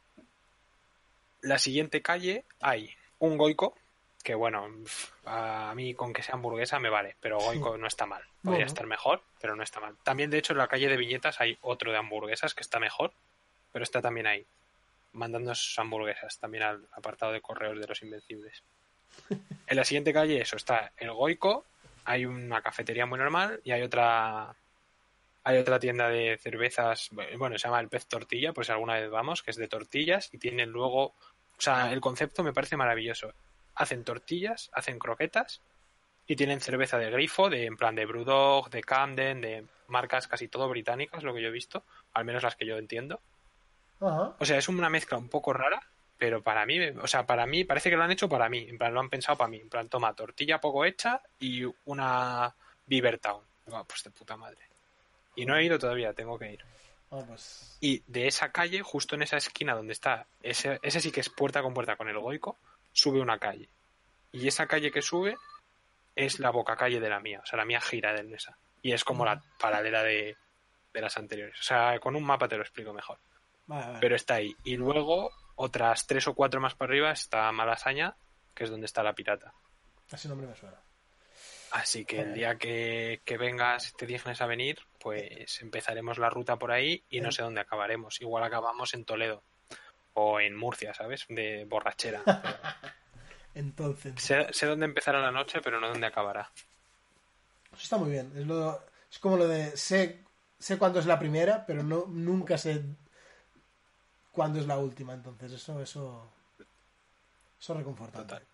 La siguiente calle hay un Goico, que bueno, a mí con que sea hamburguesa me vale, pero Goico no está mal. Podría Bueno. estar mejor, pero no está mal. También, de hecho, en la calle de Viñetas hay otro de hamburguesas que está mejor, pero está también ahí, mandándonos hamburguesas, también al apartado de correos de los Invencibles. En la siguiente calle, eso, está el Goico, hay una cafetería muy normal y hay otra hay otra tienda de cervezas, bueno, se llama El Pez Tortilla, pues alguna vez vamos, que es de tortillas y tienen luego, o sea, el concepto me parece maravilloso. Hacen tortillas, hacen croquetas y tienen cerveza de grifo, de en plan de Brewdog, de Camden, de marcas casi todo británicas, lo que yo he visto, al menos las que yo entiendo. Ajá. O sea, es una mezcla un poco rara, pero para mí, o sea, para mí parece que lo han hecho para mí, en plan lo han pensado para mí, en plan toma tortilla poco hecha y una Beavertown. Oh, pues de puta madre. Y no he ido todavía, tengo que ir. Ah, pues. Y de esa calle, justo en esa esquina donde está, ese, ese sí que es puerta con puerta con el Goico, sube una calle. Y esa calle que sube es la boca calle de la mía, o sea, la mía gira del Mesa. Y es como la paralela de, de las anteriores. O sea, con un mapa te lo explico mejor. Vale, vale. Pero está ahí. Y luego, otras tres o cuatro más para arriba, está Malasaña, que es donde está la pirata. Ese nombre me suena. Así que el día que, que vengas, te dignes a venir, pues empezaremos la ruta por ahí y no sé dónde acabaremos. Igual acabamos en Toledo o en Murcia, ¿sabes? De borrachera. Pero... Entonces. Sé, sé dónde empezará la noche, pero no dónde acabará. Eso está muy bien. Es, lo, es como lo de sé, sé cuándo es la primera, pero no nunca sé cuándo es la última. Entonces, eso, eso, eso es reconfortante. Total.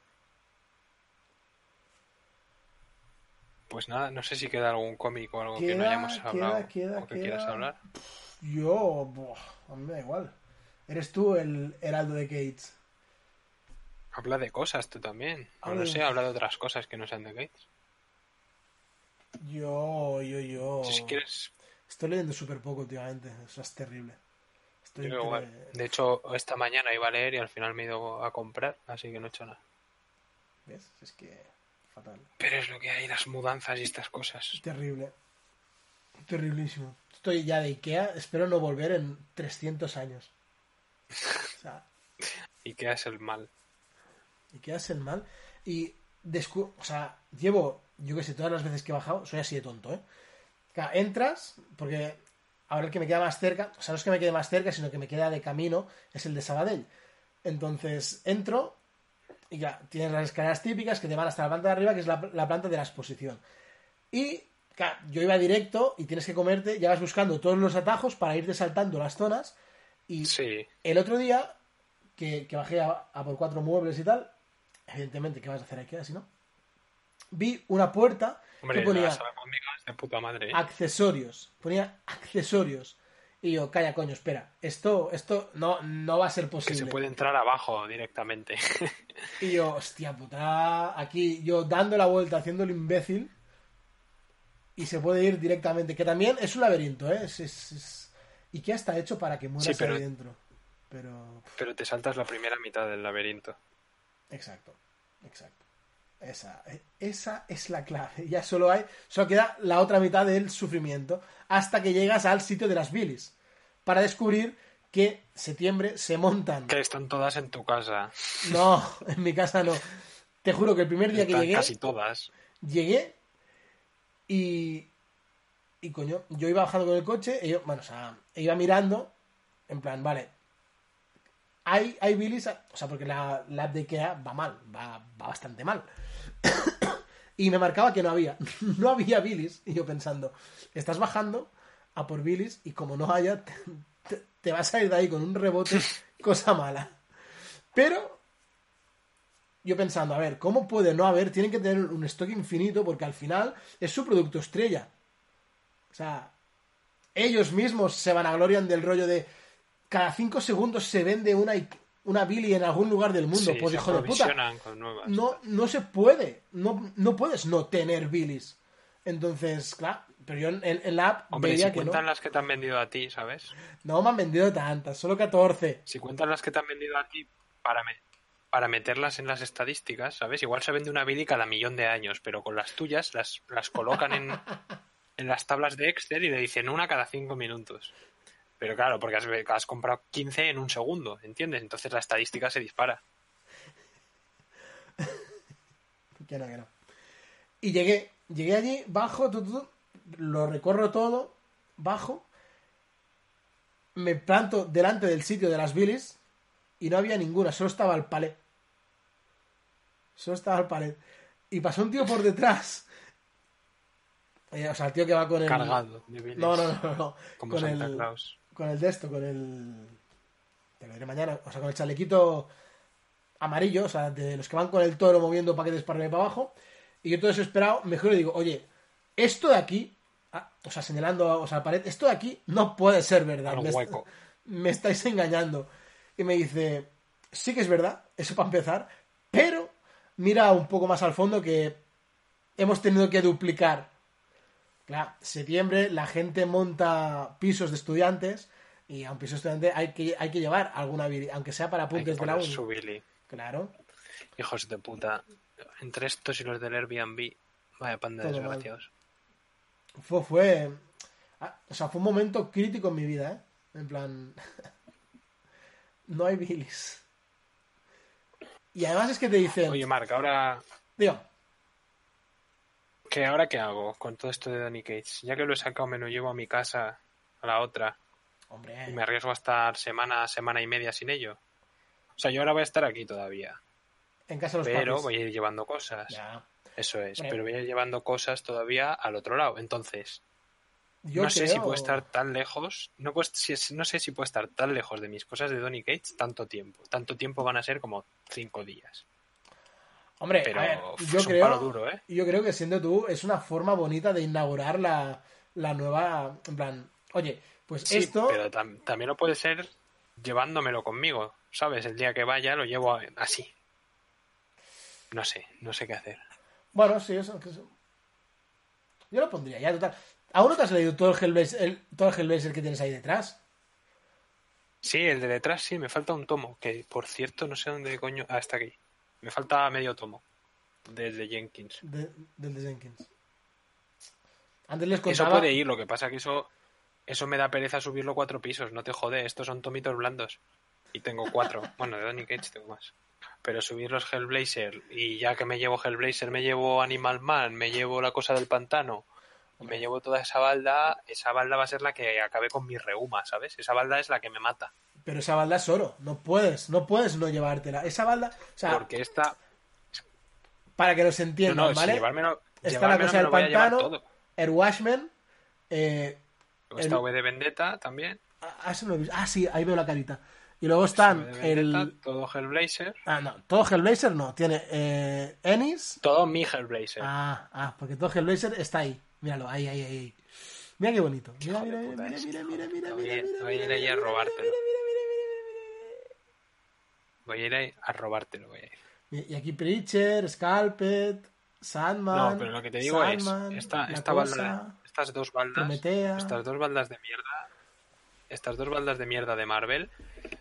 Pues nada, no sé si queda algún cómic o algo queda, que no hayamos queda, hablado queda, o que queda... quieras hablar. Yo, buah, a mí me da igual. Eres tú el heraldo de Gates. Habla de cosas tú también. O no Ay. sé, habla de otras cosas que no sean de Gates. Yo, yo, yo. Si quieres. Estoy leyendo súper poco últimamente. Eso es terrible. Estoy Yo igual. entre... De hecho, esta mañana iba a leer y al final me he ido a comprar, así que no he hecho nada. ¿Ves? Es que... fatal. Pero es lo que hay, las mudanzas y estas cosas. Terrible. Terriblísimo. Estoy ya de Ikea. Espero no volver en trescientos años. O sea... Ikea es el mal. Ikea es el mal. Y... Descu... O sea, llevo... Yo que sé, todas las veces que he bajado, soy así de tonto, ¿eh? Claro, entras, porque ahora el que me queda más cerca, o sea, no es que me quede más cerca, sino que me queda de camino, es el de Sabadell. Entonces, entro y ya, tienes las escaleras típicas que te van hasta la planta de arriba, que es la, la planta de la exposición. Y, claro, yo iba directo y tienes que comerte, ya vas buscando todos los atajos para irte saltando las zonas. Y sí. El otro día, que, que bajé a, a por cuatro muebles y tal, evidentemente, ¿qué vas a hacer aquí así, no? Vi una puerta. Hombre, que ponía la sala cómica es de puta madre, ¿eh? accesorios. Ponía accesorios. Y yo, calla, coño, espera. Esto, esto no, no va a ser posible. Que se puede entrar abajo directamente. Y yo, hostia puta. Aquí yo dando la vuelta, haciendo el imbécil. Y se puede ir directamente. Que también es un laberinto, ¿eh? Es, es, es... ¿Y qué está hecho para que mueras sí, pero... ahí dentro? Pero... Pero te saltas la primera mitad del laberinto. Exacto, exacto. Esa, esa es la clave. Ya solo hay, solo queda la otra mitad del sufrimiento hasta que llegas al sitio de las bilis para descubrir que septiembre se montan. Que están todas en tu casa. No, en mi casa no. Te juro que el primer día están que llegué, casi todas. Llegué y y coño, yo iba bajando con el coche, y yo, bueno, o sea, iba mirando, en plan, vale. Hay, hay bilis, o sea, porque la, la app de Ikea va mal, va, va bastante mal. Y me marcaba que no había, no había bilis. Y yo pensando, estás bajando a por bilis y como no haya, te, te, te vas a ir de ahí con un rebote, cosa mala. Pero yo pensando, a ver, ¿cómo puede no haber? Tienen que tener un stock infinito porque al final es su producto estrella. O sea, ellos mismos se vanaglorian del rollo de cada cinco segundos se vende una, una Billy en algún lugar del mundo. Sí, pues hijo de puta. Con nuevas. No, no se puede. No, no puedes no tener Billys. Entonces, claro, pero yo en, en la app Hombre, veía si que cuentan no. las que te han vendido a ti, ¿sabes? No me han vendido tantas, solo catorce. Si cuentan las que te han vendido a ti para, me para meterlas en las estadísticas, ¿sabes? Igual se vende una Billy cada millón de años, pero con las tuyas las, las colocan en, en las tablas de Excel y le dicen una cada cinco minutos. Pero claro, porque has, has comprado quince en un segundo, ¿entiendes? Entonces la estadística se dispara. Que no, que no. Y llegué, llegué allí, bajo, tu, tu, tu, lo recorro todo, bajo, me planto delante del sitio de las bilis y no había ninguna, solo estaba el palet. Solo estaba el palet. Y pasó un tío por detrás. O sea, el tío que va con el... Cargado de bilis. No, no, no, no. Como con Santa el... Claus. Con el de esto, con el... Te lo diré mañana. O sea, con el chalequito amarillo, o sea, de los que van con el toro moviendo paquetes para arriba y para abajo. Y yo todo desesperado, mejor le digo, oye, esto de aquí, ah, o sea, señalando o sea, la pared, esto de aquí no puede ser verdad. Al Me, hueco. est me estáis engañando. Y me dice, sí que es verdad, eso para empezar, pero mira un poco más al fondo que hemos tenido que duplicar. Claro, septiembre la gente monta pisos de estudiantes y a un piso de estudiante hay que, hay que llevar alguna Billy, aunque sea para apuntes de la uni. Su Billy. Claro. Hijos de puta. Entre estos y los del Airbnb, vaya panda de desgraciados. Fue, fue... O sea, fue un momento crítico en mi vida, ¿eh? En plan... no hay Billys. Y además es que te dicen... Oye, Marc, ahora... Digo. ¿Que ahora qué hago con todo esto de Donny Cates? Ya que lo he sacado, me lo llevo a mi casa, a la otra. Hombre. Y me arriesgo a estar semana, semana y media sin ello. O sea, yo ahora voy a estar aquí todavía. En casa de los Pero papis. voy a ir llevando cosas. Ya. Eso es, Hombre. pero voy a ir llevando cosas todavía al otro lado. Entonces, Yo no sé creo- si puedo estar tan lejos. No, pues, si es- no sé si puedo estar tan lejos de mis cosas de Donny Cates tanto tiempo. Tanto tiempo van a ser como cinco días. Hombre, Pero a ver, uf, yo es un creo, palo duro, ¿eh? yo creo que siendo tú es una forma bonita de inaugurar la, la nueva, en plan, oye, pues Sí, esto, pero tam- también lo puede ser llevándomelo conmigo, ¿sabes? El día que vaya lo llevo a- así. No sé, no sé qué hacer. bueno, sí, eso, que eso- yo lo pondría ya, total. ¿Aún no te has leído todo el Hellblazer, el, todo el Hellblazer que tienes ahí detrás? Sí, el de detrás sí, me falta un tomo, que por cierto no sé dónde coño... Ah, está aquí. Me falta medio tomo, desde Jenkins. De- del de Jenkins. Antes les Eso contaba... puede ir, lo que pasa que eso eso me da pereza subirlo cuatro pisos, no te jode, estos son tomitos blandos. Y tengo cuatro, bueno, de Donny Cates tengo más. Pero subir los Hellblazer, y ya que me llevo Hellblazer, me llevo Animal Man, me llevo la cosa del pantano, y me llevo toda esa balda, esa balda va a ser la que acabe con mi reuma, ¿sabes? Esa balda es la que me mata. Pero esa balda es oro, no puedes, no puedes no llevártela. Esa balda, o sea, Porque esta... para que los No, entiendan, no, si ¿vale? llevármelo, Está la llevármelo cosa me del lo voy a llevar pantano, todo. Air Watchmen, eh, Luego está el- V de Vendetta también. ah, eso no lo he visto. Ah, sí, ahí veo la carita. Y luego están V de Vendetta, el... todo Hellblazer. Ah, no, todo Hellblazer no, tiene eh, Ennis. Todo mi Hellblazer. Ah, ah, porque todo Hellblazer está ahí. Míralo, ahí, ahí, ahí. Mira qué bonito. Mira, Hijo de mira, puta mira, es, mira, hijo mira, de mira, puta. mira, Voy a- mira, voy a ir mira, ahí a mira, robártelo. mira, mira, mira, mira, Voy a ir ahí a robártelo, voy a ir. mira. Y aquí Preacher, Scalped, Sandman. No, pero lo que te digo Sandman, es, esta, La esta Cosa, balda, estas dos baldas, Prometea. estas dos baldas de mierda, estas dos baldas de mierda de Marvel,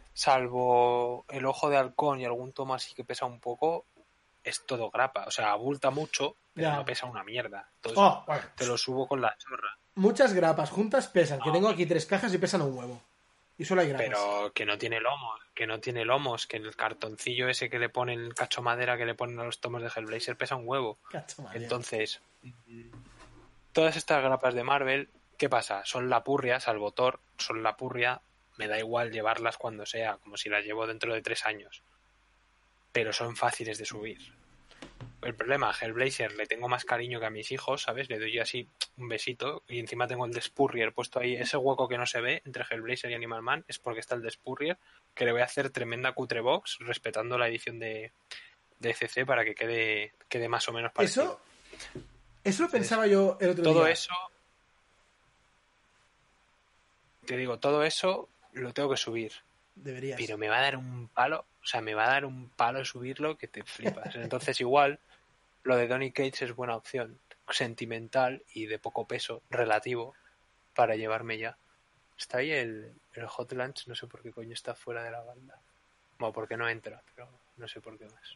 salvo el ojo de halcón y algún tomo así que pesa un poco, es todo grapa. O sea, abulta mucho, pero Ya. no pesa una mierda. Entonces, Oh, bueno. te lo subo con la chorra. Muchas grapas juntas pesan, que tengo aquí tres cajas y pesan un huevo. Y solo hay grapas. Pero que no tiene lomos, que no tiene lomos, que el cartoncillo ese que le ponen, el cacho madera que le ponen a los tomos de Hellblazer pesa un huevo. Cacho madre. Entonces, mm, todas estas grapas de Marvel, ¿qué pasa? Son la purria, salvo Thor, son la purria, me da igual llevarlas cuando sea, como si las llevo dentro de tres años. Pero son fáciles de subir. El problema, a Hellblazer le tengo más cariño que a mis hijos, ¿sabes? Le doy así un besito y encima tengo el de Spurrier puesto ahí. Ese hueco que no se ve entre Hellblazer y Animal Man es porque está el de Spurrier, que le voy a hacer tremenda cutre box respetando la edición de, de C C para que quede, quede más o menos parecido. Eso, eso lo pensaba yo el otro Todo día. eso, te digo, todo eso lo tengo que subir. Deberías. Pero me va a dar un palo, o sea, me va a dar un palo subirlo que te flipas. Entonces igual, lo de Donny Cates es buena opción, sentimental y de poco peso relativo para llevarme ya. Está ahí el, el Hot Lunch, no sé por qué coño está fuera de la banda. Bueno, porque no entra, pero no sé por qué más.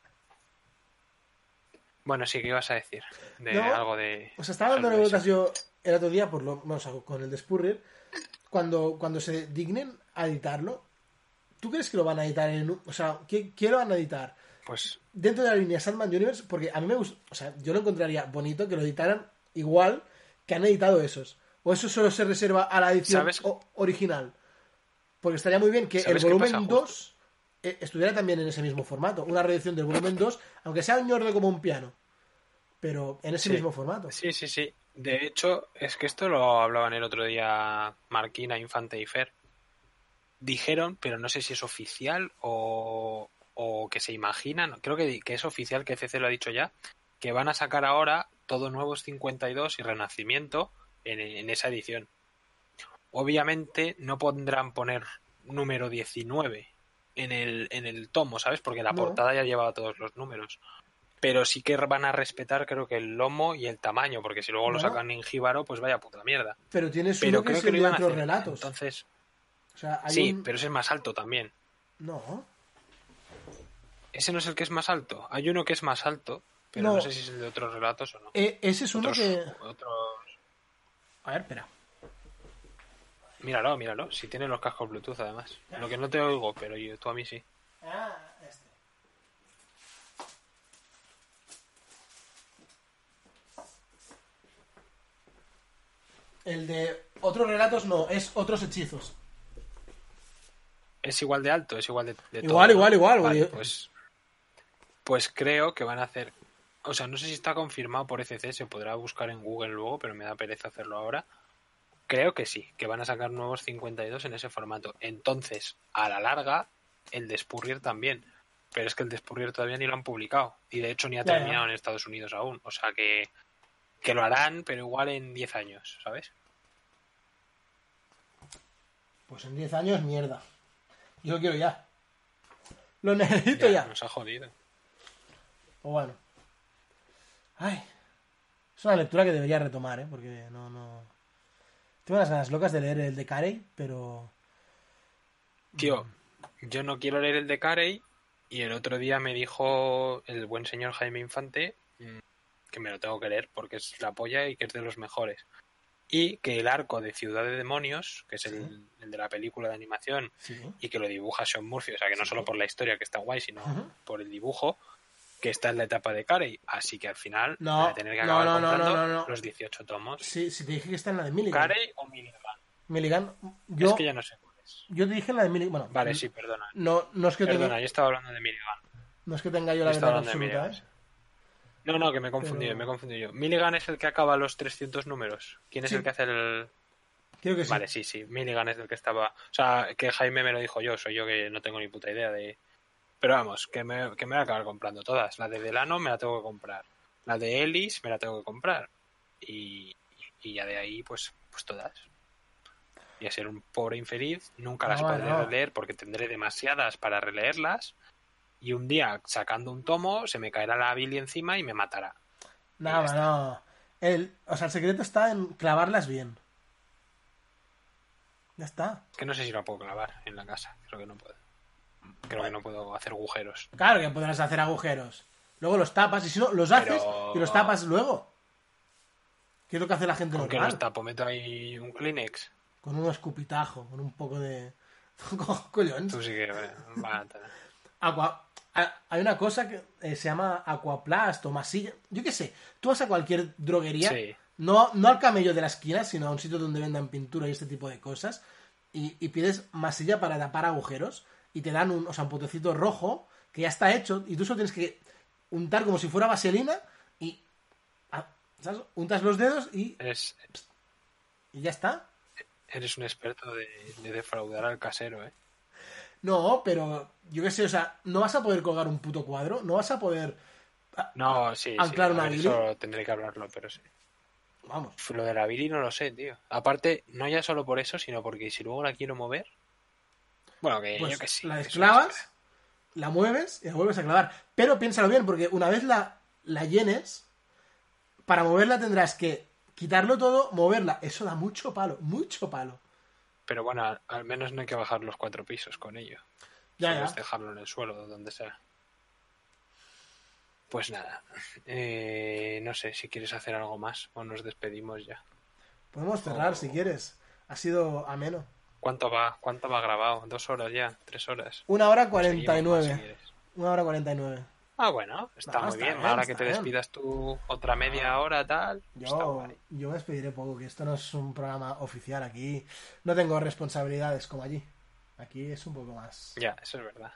Bueno, sí, ¿qué ibas a decir? De No, algo de... O sea, estaba dando Hellblazer. vueltas yo el otro día, por lo vamos a, con el de Spurrier, cuando, cuando se dignen a editarlo. ¿Tú crees que lo van a editar en un- o sea, ¿qué, qué lo van a editar? Pues Dentro de la línea Sandman Universe, porque a mí me gusta, o sea, yo lo encontraría bonito que lo editaran igual que han editado esos. O eso solo se reserva a la edición ¿Sabes? o- original. Porque estaría muy bien que el ¿Sabes qué volumen pasa, dos eh, estuviera también en ese mismo formato. Una reedición del volumen dos, aunque sea un ñordo como un piano. Pero en ese Sí. mismo formato. Sí, sí, sí. De hecho, es que esto lo hablaban el otro día Marquina, Infante y Fer. Dijeron, pero no sé si es oficial o, o que se imaginan, creo que, que es oficial, que C C lo ha dicho ya, que van a sacar ahora todo Nuevos cincuenta y dos y Renacimiento en, en esa edición. Obviamente no pondrán poner número diecinueve en el, en el tomo, ¿sabes? Porque la No. portada ya llevaba todos los números. Pero sí que van a respetar, creo que el lomo y el tamaño, porque si luego lo No. sacan en jíbaro, pues vaya puta mierda. Pero tienes Pero uno que creo es que el lo de iban a otros hacer. relatos. Entonces, O sea, hay sí, un... pero ese es más alto también. No. Ese no es el que es más alto. Hay uno que es más alto, pero no, No. sé si es el de otros relatos o no. Eh, ese es uno Otros- que... otros- A ver, espera. Míralo, míralo. Si tiene los cascos Bluetooth, además. Lo que no te oigo, pero yo, tú a mí sí. Ah, este. El de otros relatos no, es otros hechizos. Es igual de alto, es igual de, de igual, todo, ¿no? igual, igual, vale, igual. pues, pues creo que van a hacer... O sea, no sé si está confirmado por E C C, se podrá buscar en Google luego, pero me da pereza hacerlo ahora. Creo que sí, que van a sacar nuevos cincuenta y dos en ese formato. Entonces, a la larga, el de Spurrier también. Pero es que el de Spurrier todavía ni lo han publicado. Y de hecho ni ha Ya, terminado ya. en Estados Unidos aún. O sea que, que lo harán, pero igual en diez años, ¿sabes? Pues en diez años, mierda. Yo lo quiero ya. Lo necesito Ya, ya. nos ha jodido. O bueno. Ay. Es una lectura que debería retomar, ¿eh? Porque no, no... Tengo unas ganas locas de leer el de Carey, pero... Tío, yo no quiero leer el de Carey y el otro día me dijo el buen señor Jaime Infante mmm, que me lo tengo que leer porque es la polla y que es de los mejores. Y que el arco de Ciudad de Demonios, que es el, Sí. el de la película de animación, Sí. y que lo dibuja Sean Murphy, o sea que no Sí. solo por la historia que está guay, sino Ujú. por el dibujo, que está en la etapa de Carey. Así que al final No, voy a tener que no, acabar no, no, comprando no, no, no. los dieciocho tomos. Sí, si te dije que está en la de Milligan. ¿Carey o Milligan? Milligan. Yo, Es que ya no sé cuál es. yo te dije en la de Milligan. Bueno, Vale, sí, perdona. No, no es que Perdona, tenga, yo estaba hablando de Milligan. no es que tenga yo la Yo estaba verdad hablando de absoluta, Milligan. ¿eh? No, no, que me he confundido, Pero- me he confundido yo. Milligan es el que acaba los trescientos números. ¿Quién es Sí. el que hace el...? Creo que sí. Vale, sí, sí. Milligan es el que estaba... O sea, que Jaime me lo dijo yo, soy yo que no tengo ni puta idea de... Pero vamos, que me, que me voy a acabar comprando todas. La de Delano me la tengo que comprar. La de Ellis me la tengo que comprar. Y, y ya de ahí, pues, pues todas. Y a ser un pobre infeliz, nunca las No, podré no. releer porque tendré demasiadas para releerlas. Y un día, sacando un tomo, se me caerá la Billy encima y me matará. Nada, ya no. El, o sea, el secreto está en clavarlas bien. Ya está. Es que no sé si la puedo clavar en la casa. Creo que no puedo. Creo que no puedo hacer agujeros. Claro que podrás hacer agujeros. Luego los tapas y si no, los haces Pero- y los tapas luego. ¿Qué es lo que hace la gente ¿Con qué normal? los tapo? ¿Meto ahí un Kleenex? Con un escupitajo, con un poco de... Coño, Tú sí que... Va, Aqua... a- Hay una cosa que eh, se llama Aquaplast o masilla. Yo qué sé. Tú vas a cualquier droguería, Sí. no, no al camello de la esquina, sino a un sitio donde vendan pintura y este tipo de cosas, y, y pides masilla para tapar agujeros y te dan un, o sea, un potecito rojo que ya está hecho y tú solo tienes que untar como si fuera vaselina y... ah, ¿sabes? Untas los dedos y, Eres, y ya está. eres un experto de, de defraudar al casero, ¿eh? No, pero yo qué sé, o sea, no vas a poder colgar un puto cuadro, no vas a poder... No, sí, Anclar sí. una a ver, Billy. eso tendré que hablarlo, pero sí. Vamos. Lo de la Billy no lo sé, tío. Aparte, no ya solo por eso, sino porque si luego la quiero mover... Bueno, que Pues yo que sí. la eso desclavas, es- la mueves y la vuelves a clavar. Pero piénsalo bien, porque una vez la, la llenes, para moverla tendrás que quitarlo todo, moverla. Eso da mucho palo, mucho palo. Pero bueno, al, al menos no hay que bajar los cuatro pisos con ello. Ya, Solo ya. es dejarlo en el suelo, o donde sea. Pues nada. Eh, no sé si quieres hacer algo más o nos despedimos ya. Podemos cerrar Oh. si quieres. Ha sido ameno. ¿Cuánto va? ¿Cuánto va grabado? ¿Dos horas ya? ¿Tres horas? Una hora Seguimos cuarenta y más, si nueve. quieres. Una hora cuarenta y nueve. Ah, bueno, está No, muy está bien. bien, Ahora que está te bien. despidas tú otra media hora, tal. Está Yo, guay. yo me despediré poco, que esto no es un programa oficial. Aquí no tengo responsabilidades como allí. Aquí es un poco más... Ya, eso es verdad.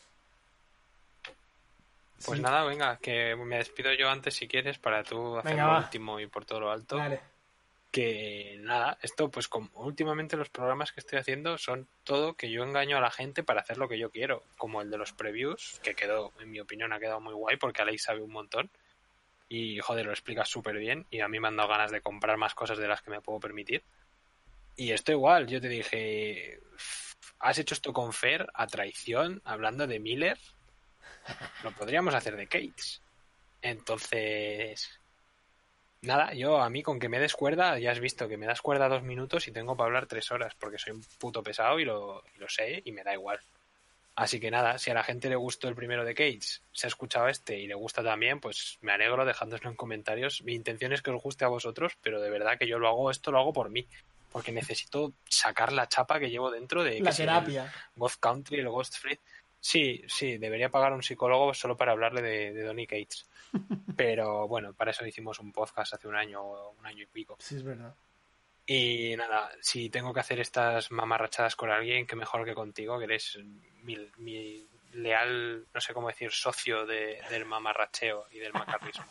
Pues Sí. nada, venga, que me despido yo antes si quieres para tú hacer Venga, lo va. último y por todo lo alto. Vale. Que nada, esto pues como últimamente los programas que estoy haciendo son todo que yo engaño a la gente para hacer lo que yo quiero, como el de los previews, que quedó, en mi opinión, ha quedado muy guay porque Alex sabe un montón y joder, lo explicas súper bien y a mí me han dado ganas de comprar más cosas de las que me puedo permitir. Y esto igual, yo te dije, has hecho esto con Fer a traición, hablando de Miller, lo podríamos hacer de Cates. Entonces... Nada, yo a mí con que me des cuerda, ya has visto que me das cuerda dos minutos y tengo para hablar tres horas, porque soy un puto pesado y lo, y lo sé y me da igual. Así que nada, si a la gente le gustó el primero de Cage, se ha escuchado este y le gusta también, pues me alegro dejándoslo en comentarios. Mi intención es que os guste a vosotros, pero de verdad que yo lo hago, esto lo hago por mí, porque necesito sacar la chapa que llevo dentro de La que si el terapia. Ghost Country, el Ghost Fleet. Sí, sí, debería pagar a un psicólogo solo para hablarle de, de Donny Cates. Pero bueno, para eso hicimos un podcast hace un año o un año y pico. Sí, es verdad. Y nada, si tengo que hacer estas mamarrachadas con alguien, que mejor que contigo, que eres mi, mi leal, no sé cómo decir, socio de, del mamarracheo y del macarrismo.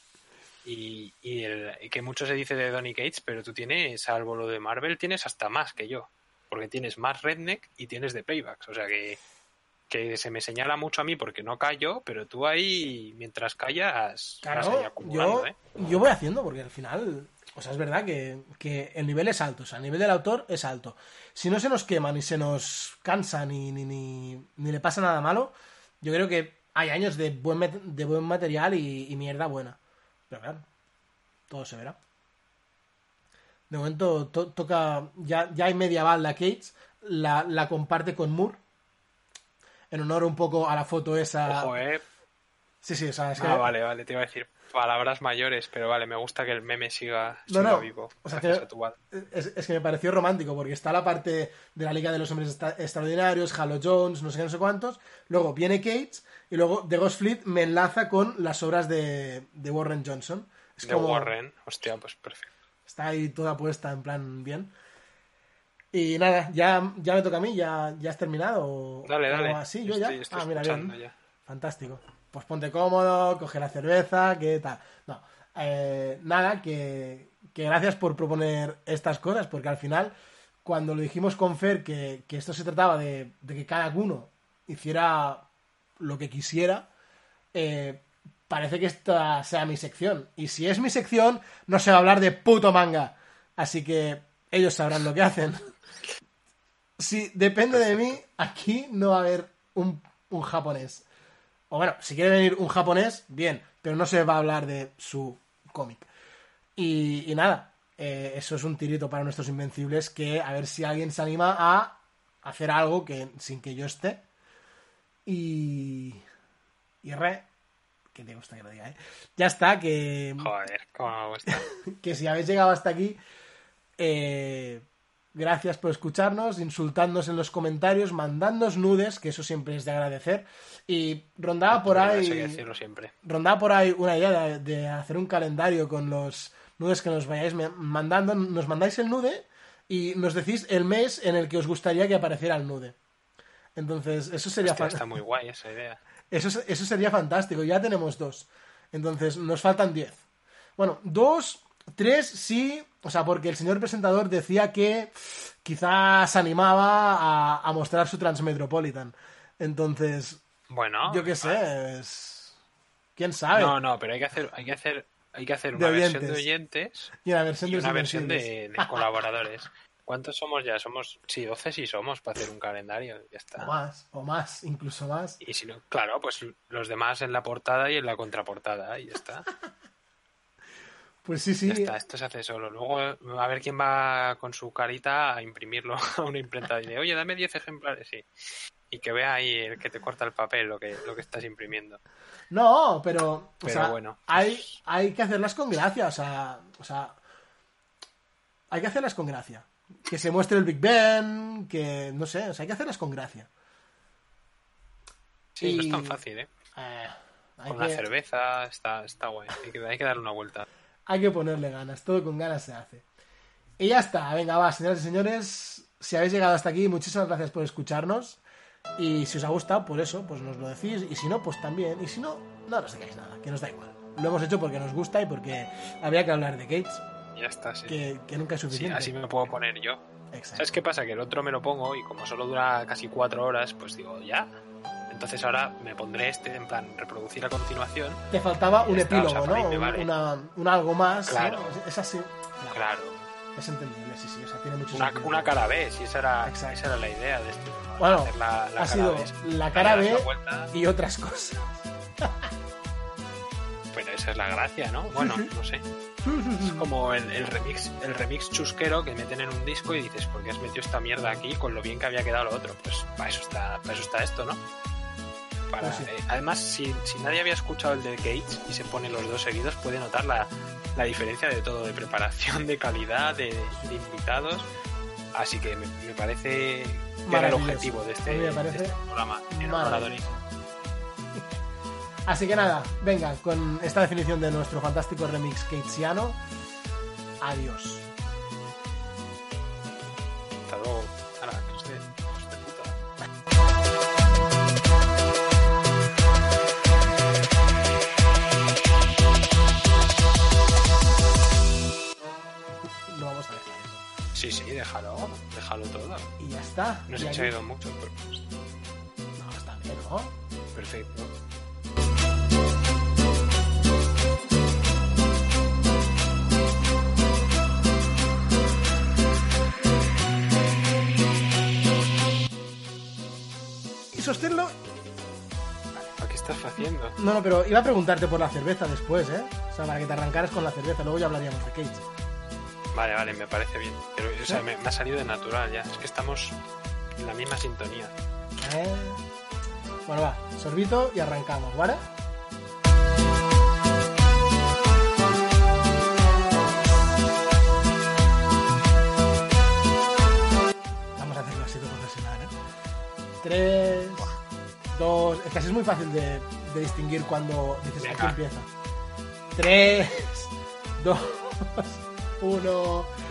Y, y, el, y que mucho se dice de Donny Cates, pero tú tienes, salvo lo de Marvel, tienes hasta más que yo. Porque tienes más redneck y tienes de paybacks. O sea que, que se me señala mucho a mí porque no callo, pero tú ahí, mientras callas, claro, vas ahí acumulando, yo, ¿eh? yo voy haciendo, porque al final... O sea, es verdad que, que el nivel es alto, o sea, el nivel del autor es alto. Si no se nos quema ni se nos cansa ni, ni, ni, ni le pasa nada malo, yo creo que hay años de buen, de buen material y, y mierda buena. Pero claro, todo se verá. De momento to, toca, ya, ya hay media balda Cates, la, la comparte con Moore, en honor un poco a la foto esa... Ojo, eh. Sí, sí, o sea, es que... Ah, vale, vale, te iba a decir palabras mayores, pero vale, me gusta que el meme siga, siga no, no. vivo. O sea, que tu... es, es que me pareció romántico, porque está la parte de la Liga de los Hombres Extraordinarios, Halo Jones, no sé qué, no sé cuántos, luego viene Cates, y luego The Ghost Fleet me enlaza con las obras de, de Warren Johnson. Es de como... Warren, hostia, pues perfecto. Está ahí toda puesta en plan bien. Y nada, ya, ya me toca a mí, ya, ya has terminado. Dale, dale. Así, yo ya. Estoy, estoy ah, mira, bien. Ya. Fantástico. Pues ponte cómodo, coge la cerveza, ¿qué tal? No, eh, nada, que, que gracias por proponer estas cosas, porque al final, cuando lo dijimos con Fer, que, que esto se trataba de, de que cada uno hiciera lo que quisiera, eh, parece que esta sea mi sección. Y si es mi sección, no se va a hablar de puto manga. Así que ellos sabrán lo que hacen. Si depende de mí, aquí no va a haber un, un japonés. O bueno, si quiere venir un japonés, bien, pero no se va a hablar de su cómic. Y, y nada, eh, eso es un tirito para nuestros invencibles, que a ver si alguien se anima a hacer algo que sin que yo esté. Y... Y re... Que te gusta que lo diga, ¿eh? Ya está, que... Joder, cómo me gusta. Que si habéis llegado hasta aquí, eh... gracias por escucharnos, insultándonos en los comentarios, mandándonos nudes, que eso siempre es de agradecer. Y rondaba por ahí... Eso hay que decirlo siempre. Rondaba por ahí una idea de, de hacer un calendario con los nudes que nos vayáis mandando. Nos mandáis el nude y nos decís el mes en el que os gustaría que apareciera el nude. Entonces, eso sería... Hostia, está muy guay esa idea. Eso, eso sería fantástico. Ya tenemos dos. Entonces, nos faltan diez. Bueno, dos... Tres, sí, o sea, porque el señor presentador decía que quizás animaba a, a mostrar su Transmetropolitan. Entonces, bueno, yo qué sé, es... ¿Quién sabe? No, no, pero hay que hacer, hay que hacer, hay que hacer una versión de oyentes y una versión, y de, una versión de, de colaboradores. ¿Cuántos somos ya? Somos, sí, doce sí somos para hacer un calendario, ya está. O más, o más, incluso más. Y si no, claro, pues los demás en la portada y en la contraportada, y ya está. Pues sí, sí. Ya está, esto se hace solo. Luego a ver quién va con su carita a imprimirlo a una imprenta y dice, oye, dame diez ejemplares, sí. Y que vea ahí el que te corta el papel lo que, lo que estás imprimiendo. No, pero, pero o sea, bueno. hay, hay que hacerlas con gracia, o sea, o sea, hay que hacerlas con gracia. Que se muestre el Big Ben, que no sé, o sea, hay que hacerlas con gracia. Sí, y... no es tan fácil, ¿eh? eh con que... la cerveza está, está guay. Hay que, hay que darle una vuelta. Hay que ponerle ganas, todo con ganas se hace. Y ya está, venga, va, señoras y señores, si habéis llegado hasta aquí, muchísimas gracias por escucharnos. Y si os ha gustado, por eso, pues nos lo decís. Y si no, pues también. Y si no, no nos digáis nada, que nos da igual. Lo hemos hecho porque nos gusta y porque había que hablar de Cates. Ya está, sí. Que, que nunca es suficiente. Sí, así me lo puedo poner yo. Exacto. ¿Sabes qué pasa? Que el otro me lo pongo y como solo dura casi cuatro horas, pues digo, ya. Entonces ahora me pondré este, en plan, reproducir a continuación. Te faltaba un está, epílogo, o sea, ¿no? me vale. Una, un algo más. Claro. ¿no? Es así. Claro. claro. Es entendible, sí, sí. O sea, tiene mucho una, sentido. una cara B, si esa era, esa era la idea de esto. ¿no? Bueno, hacer la, la ha sido B, la cara B la y otras cosas. Pero esa es la gracia, ¿no? Bueno, no sé. Es como el, el remix el remix chusquero que meten en un disco y dices, ¿por qué has metido esta mierda aquí con lo bien que había quedado lo otro? Pues para eso está, para eso está esto, ¿no? Para, pues sí. eh, además, si, si nadie había escuchado el de Cates y se pone los dos seguidos, puede notar la, la diferencia de todo, de preparación, de calidad, de, de invitados. Así que me, me parece que era el objetivo de este, de este programa. Así que nada, venga, con esta definición de nuestro fantástico remix catesiano, adiós. déjalo. Déjalo todo. Y ya está. No Y se ha ahí- echado mucho, pero... No, está bien, ¿no? Perfecto. Y sostenerlo... ¿Qué estás haciendo? No, no, pero iba a preguntarte por la cerveza después, ¿eh? O sea, para que te arrancaras con la cerveza. Luego ya hablaríamos de Cage. Vale, vale, me parece bien. Pero, o sea, ¿Sí? me, me ha salido de natural ya. Es que estamos en la misma sintonía. ¿Eh? Bueno, va. Sorbito y arrancamos, ¿vale? Vamos a hacerlo así de profesional, ¿eh? Tres, dos... Es que así es muy fácil de, de distinguir cuando dices Venga. aquí empieza. Tres, dos, uno...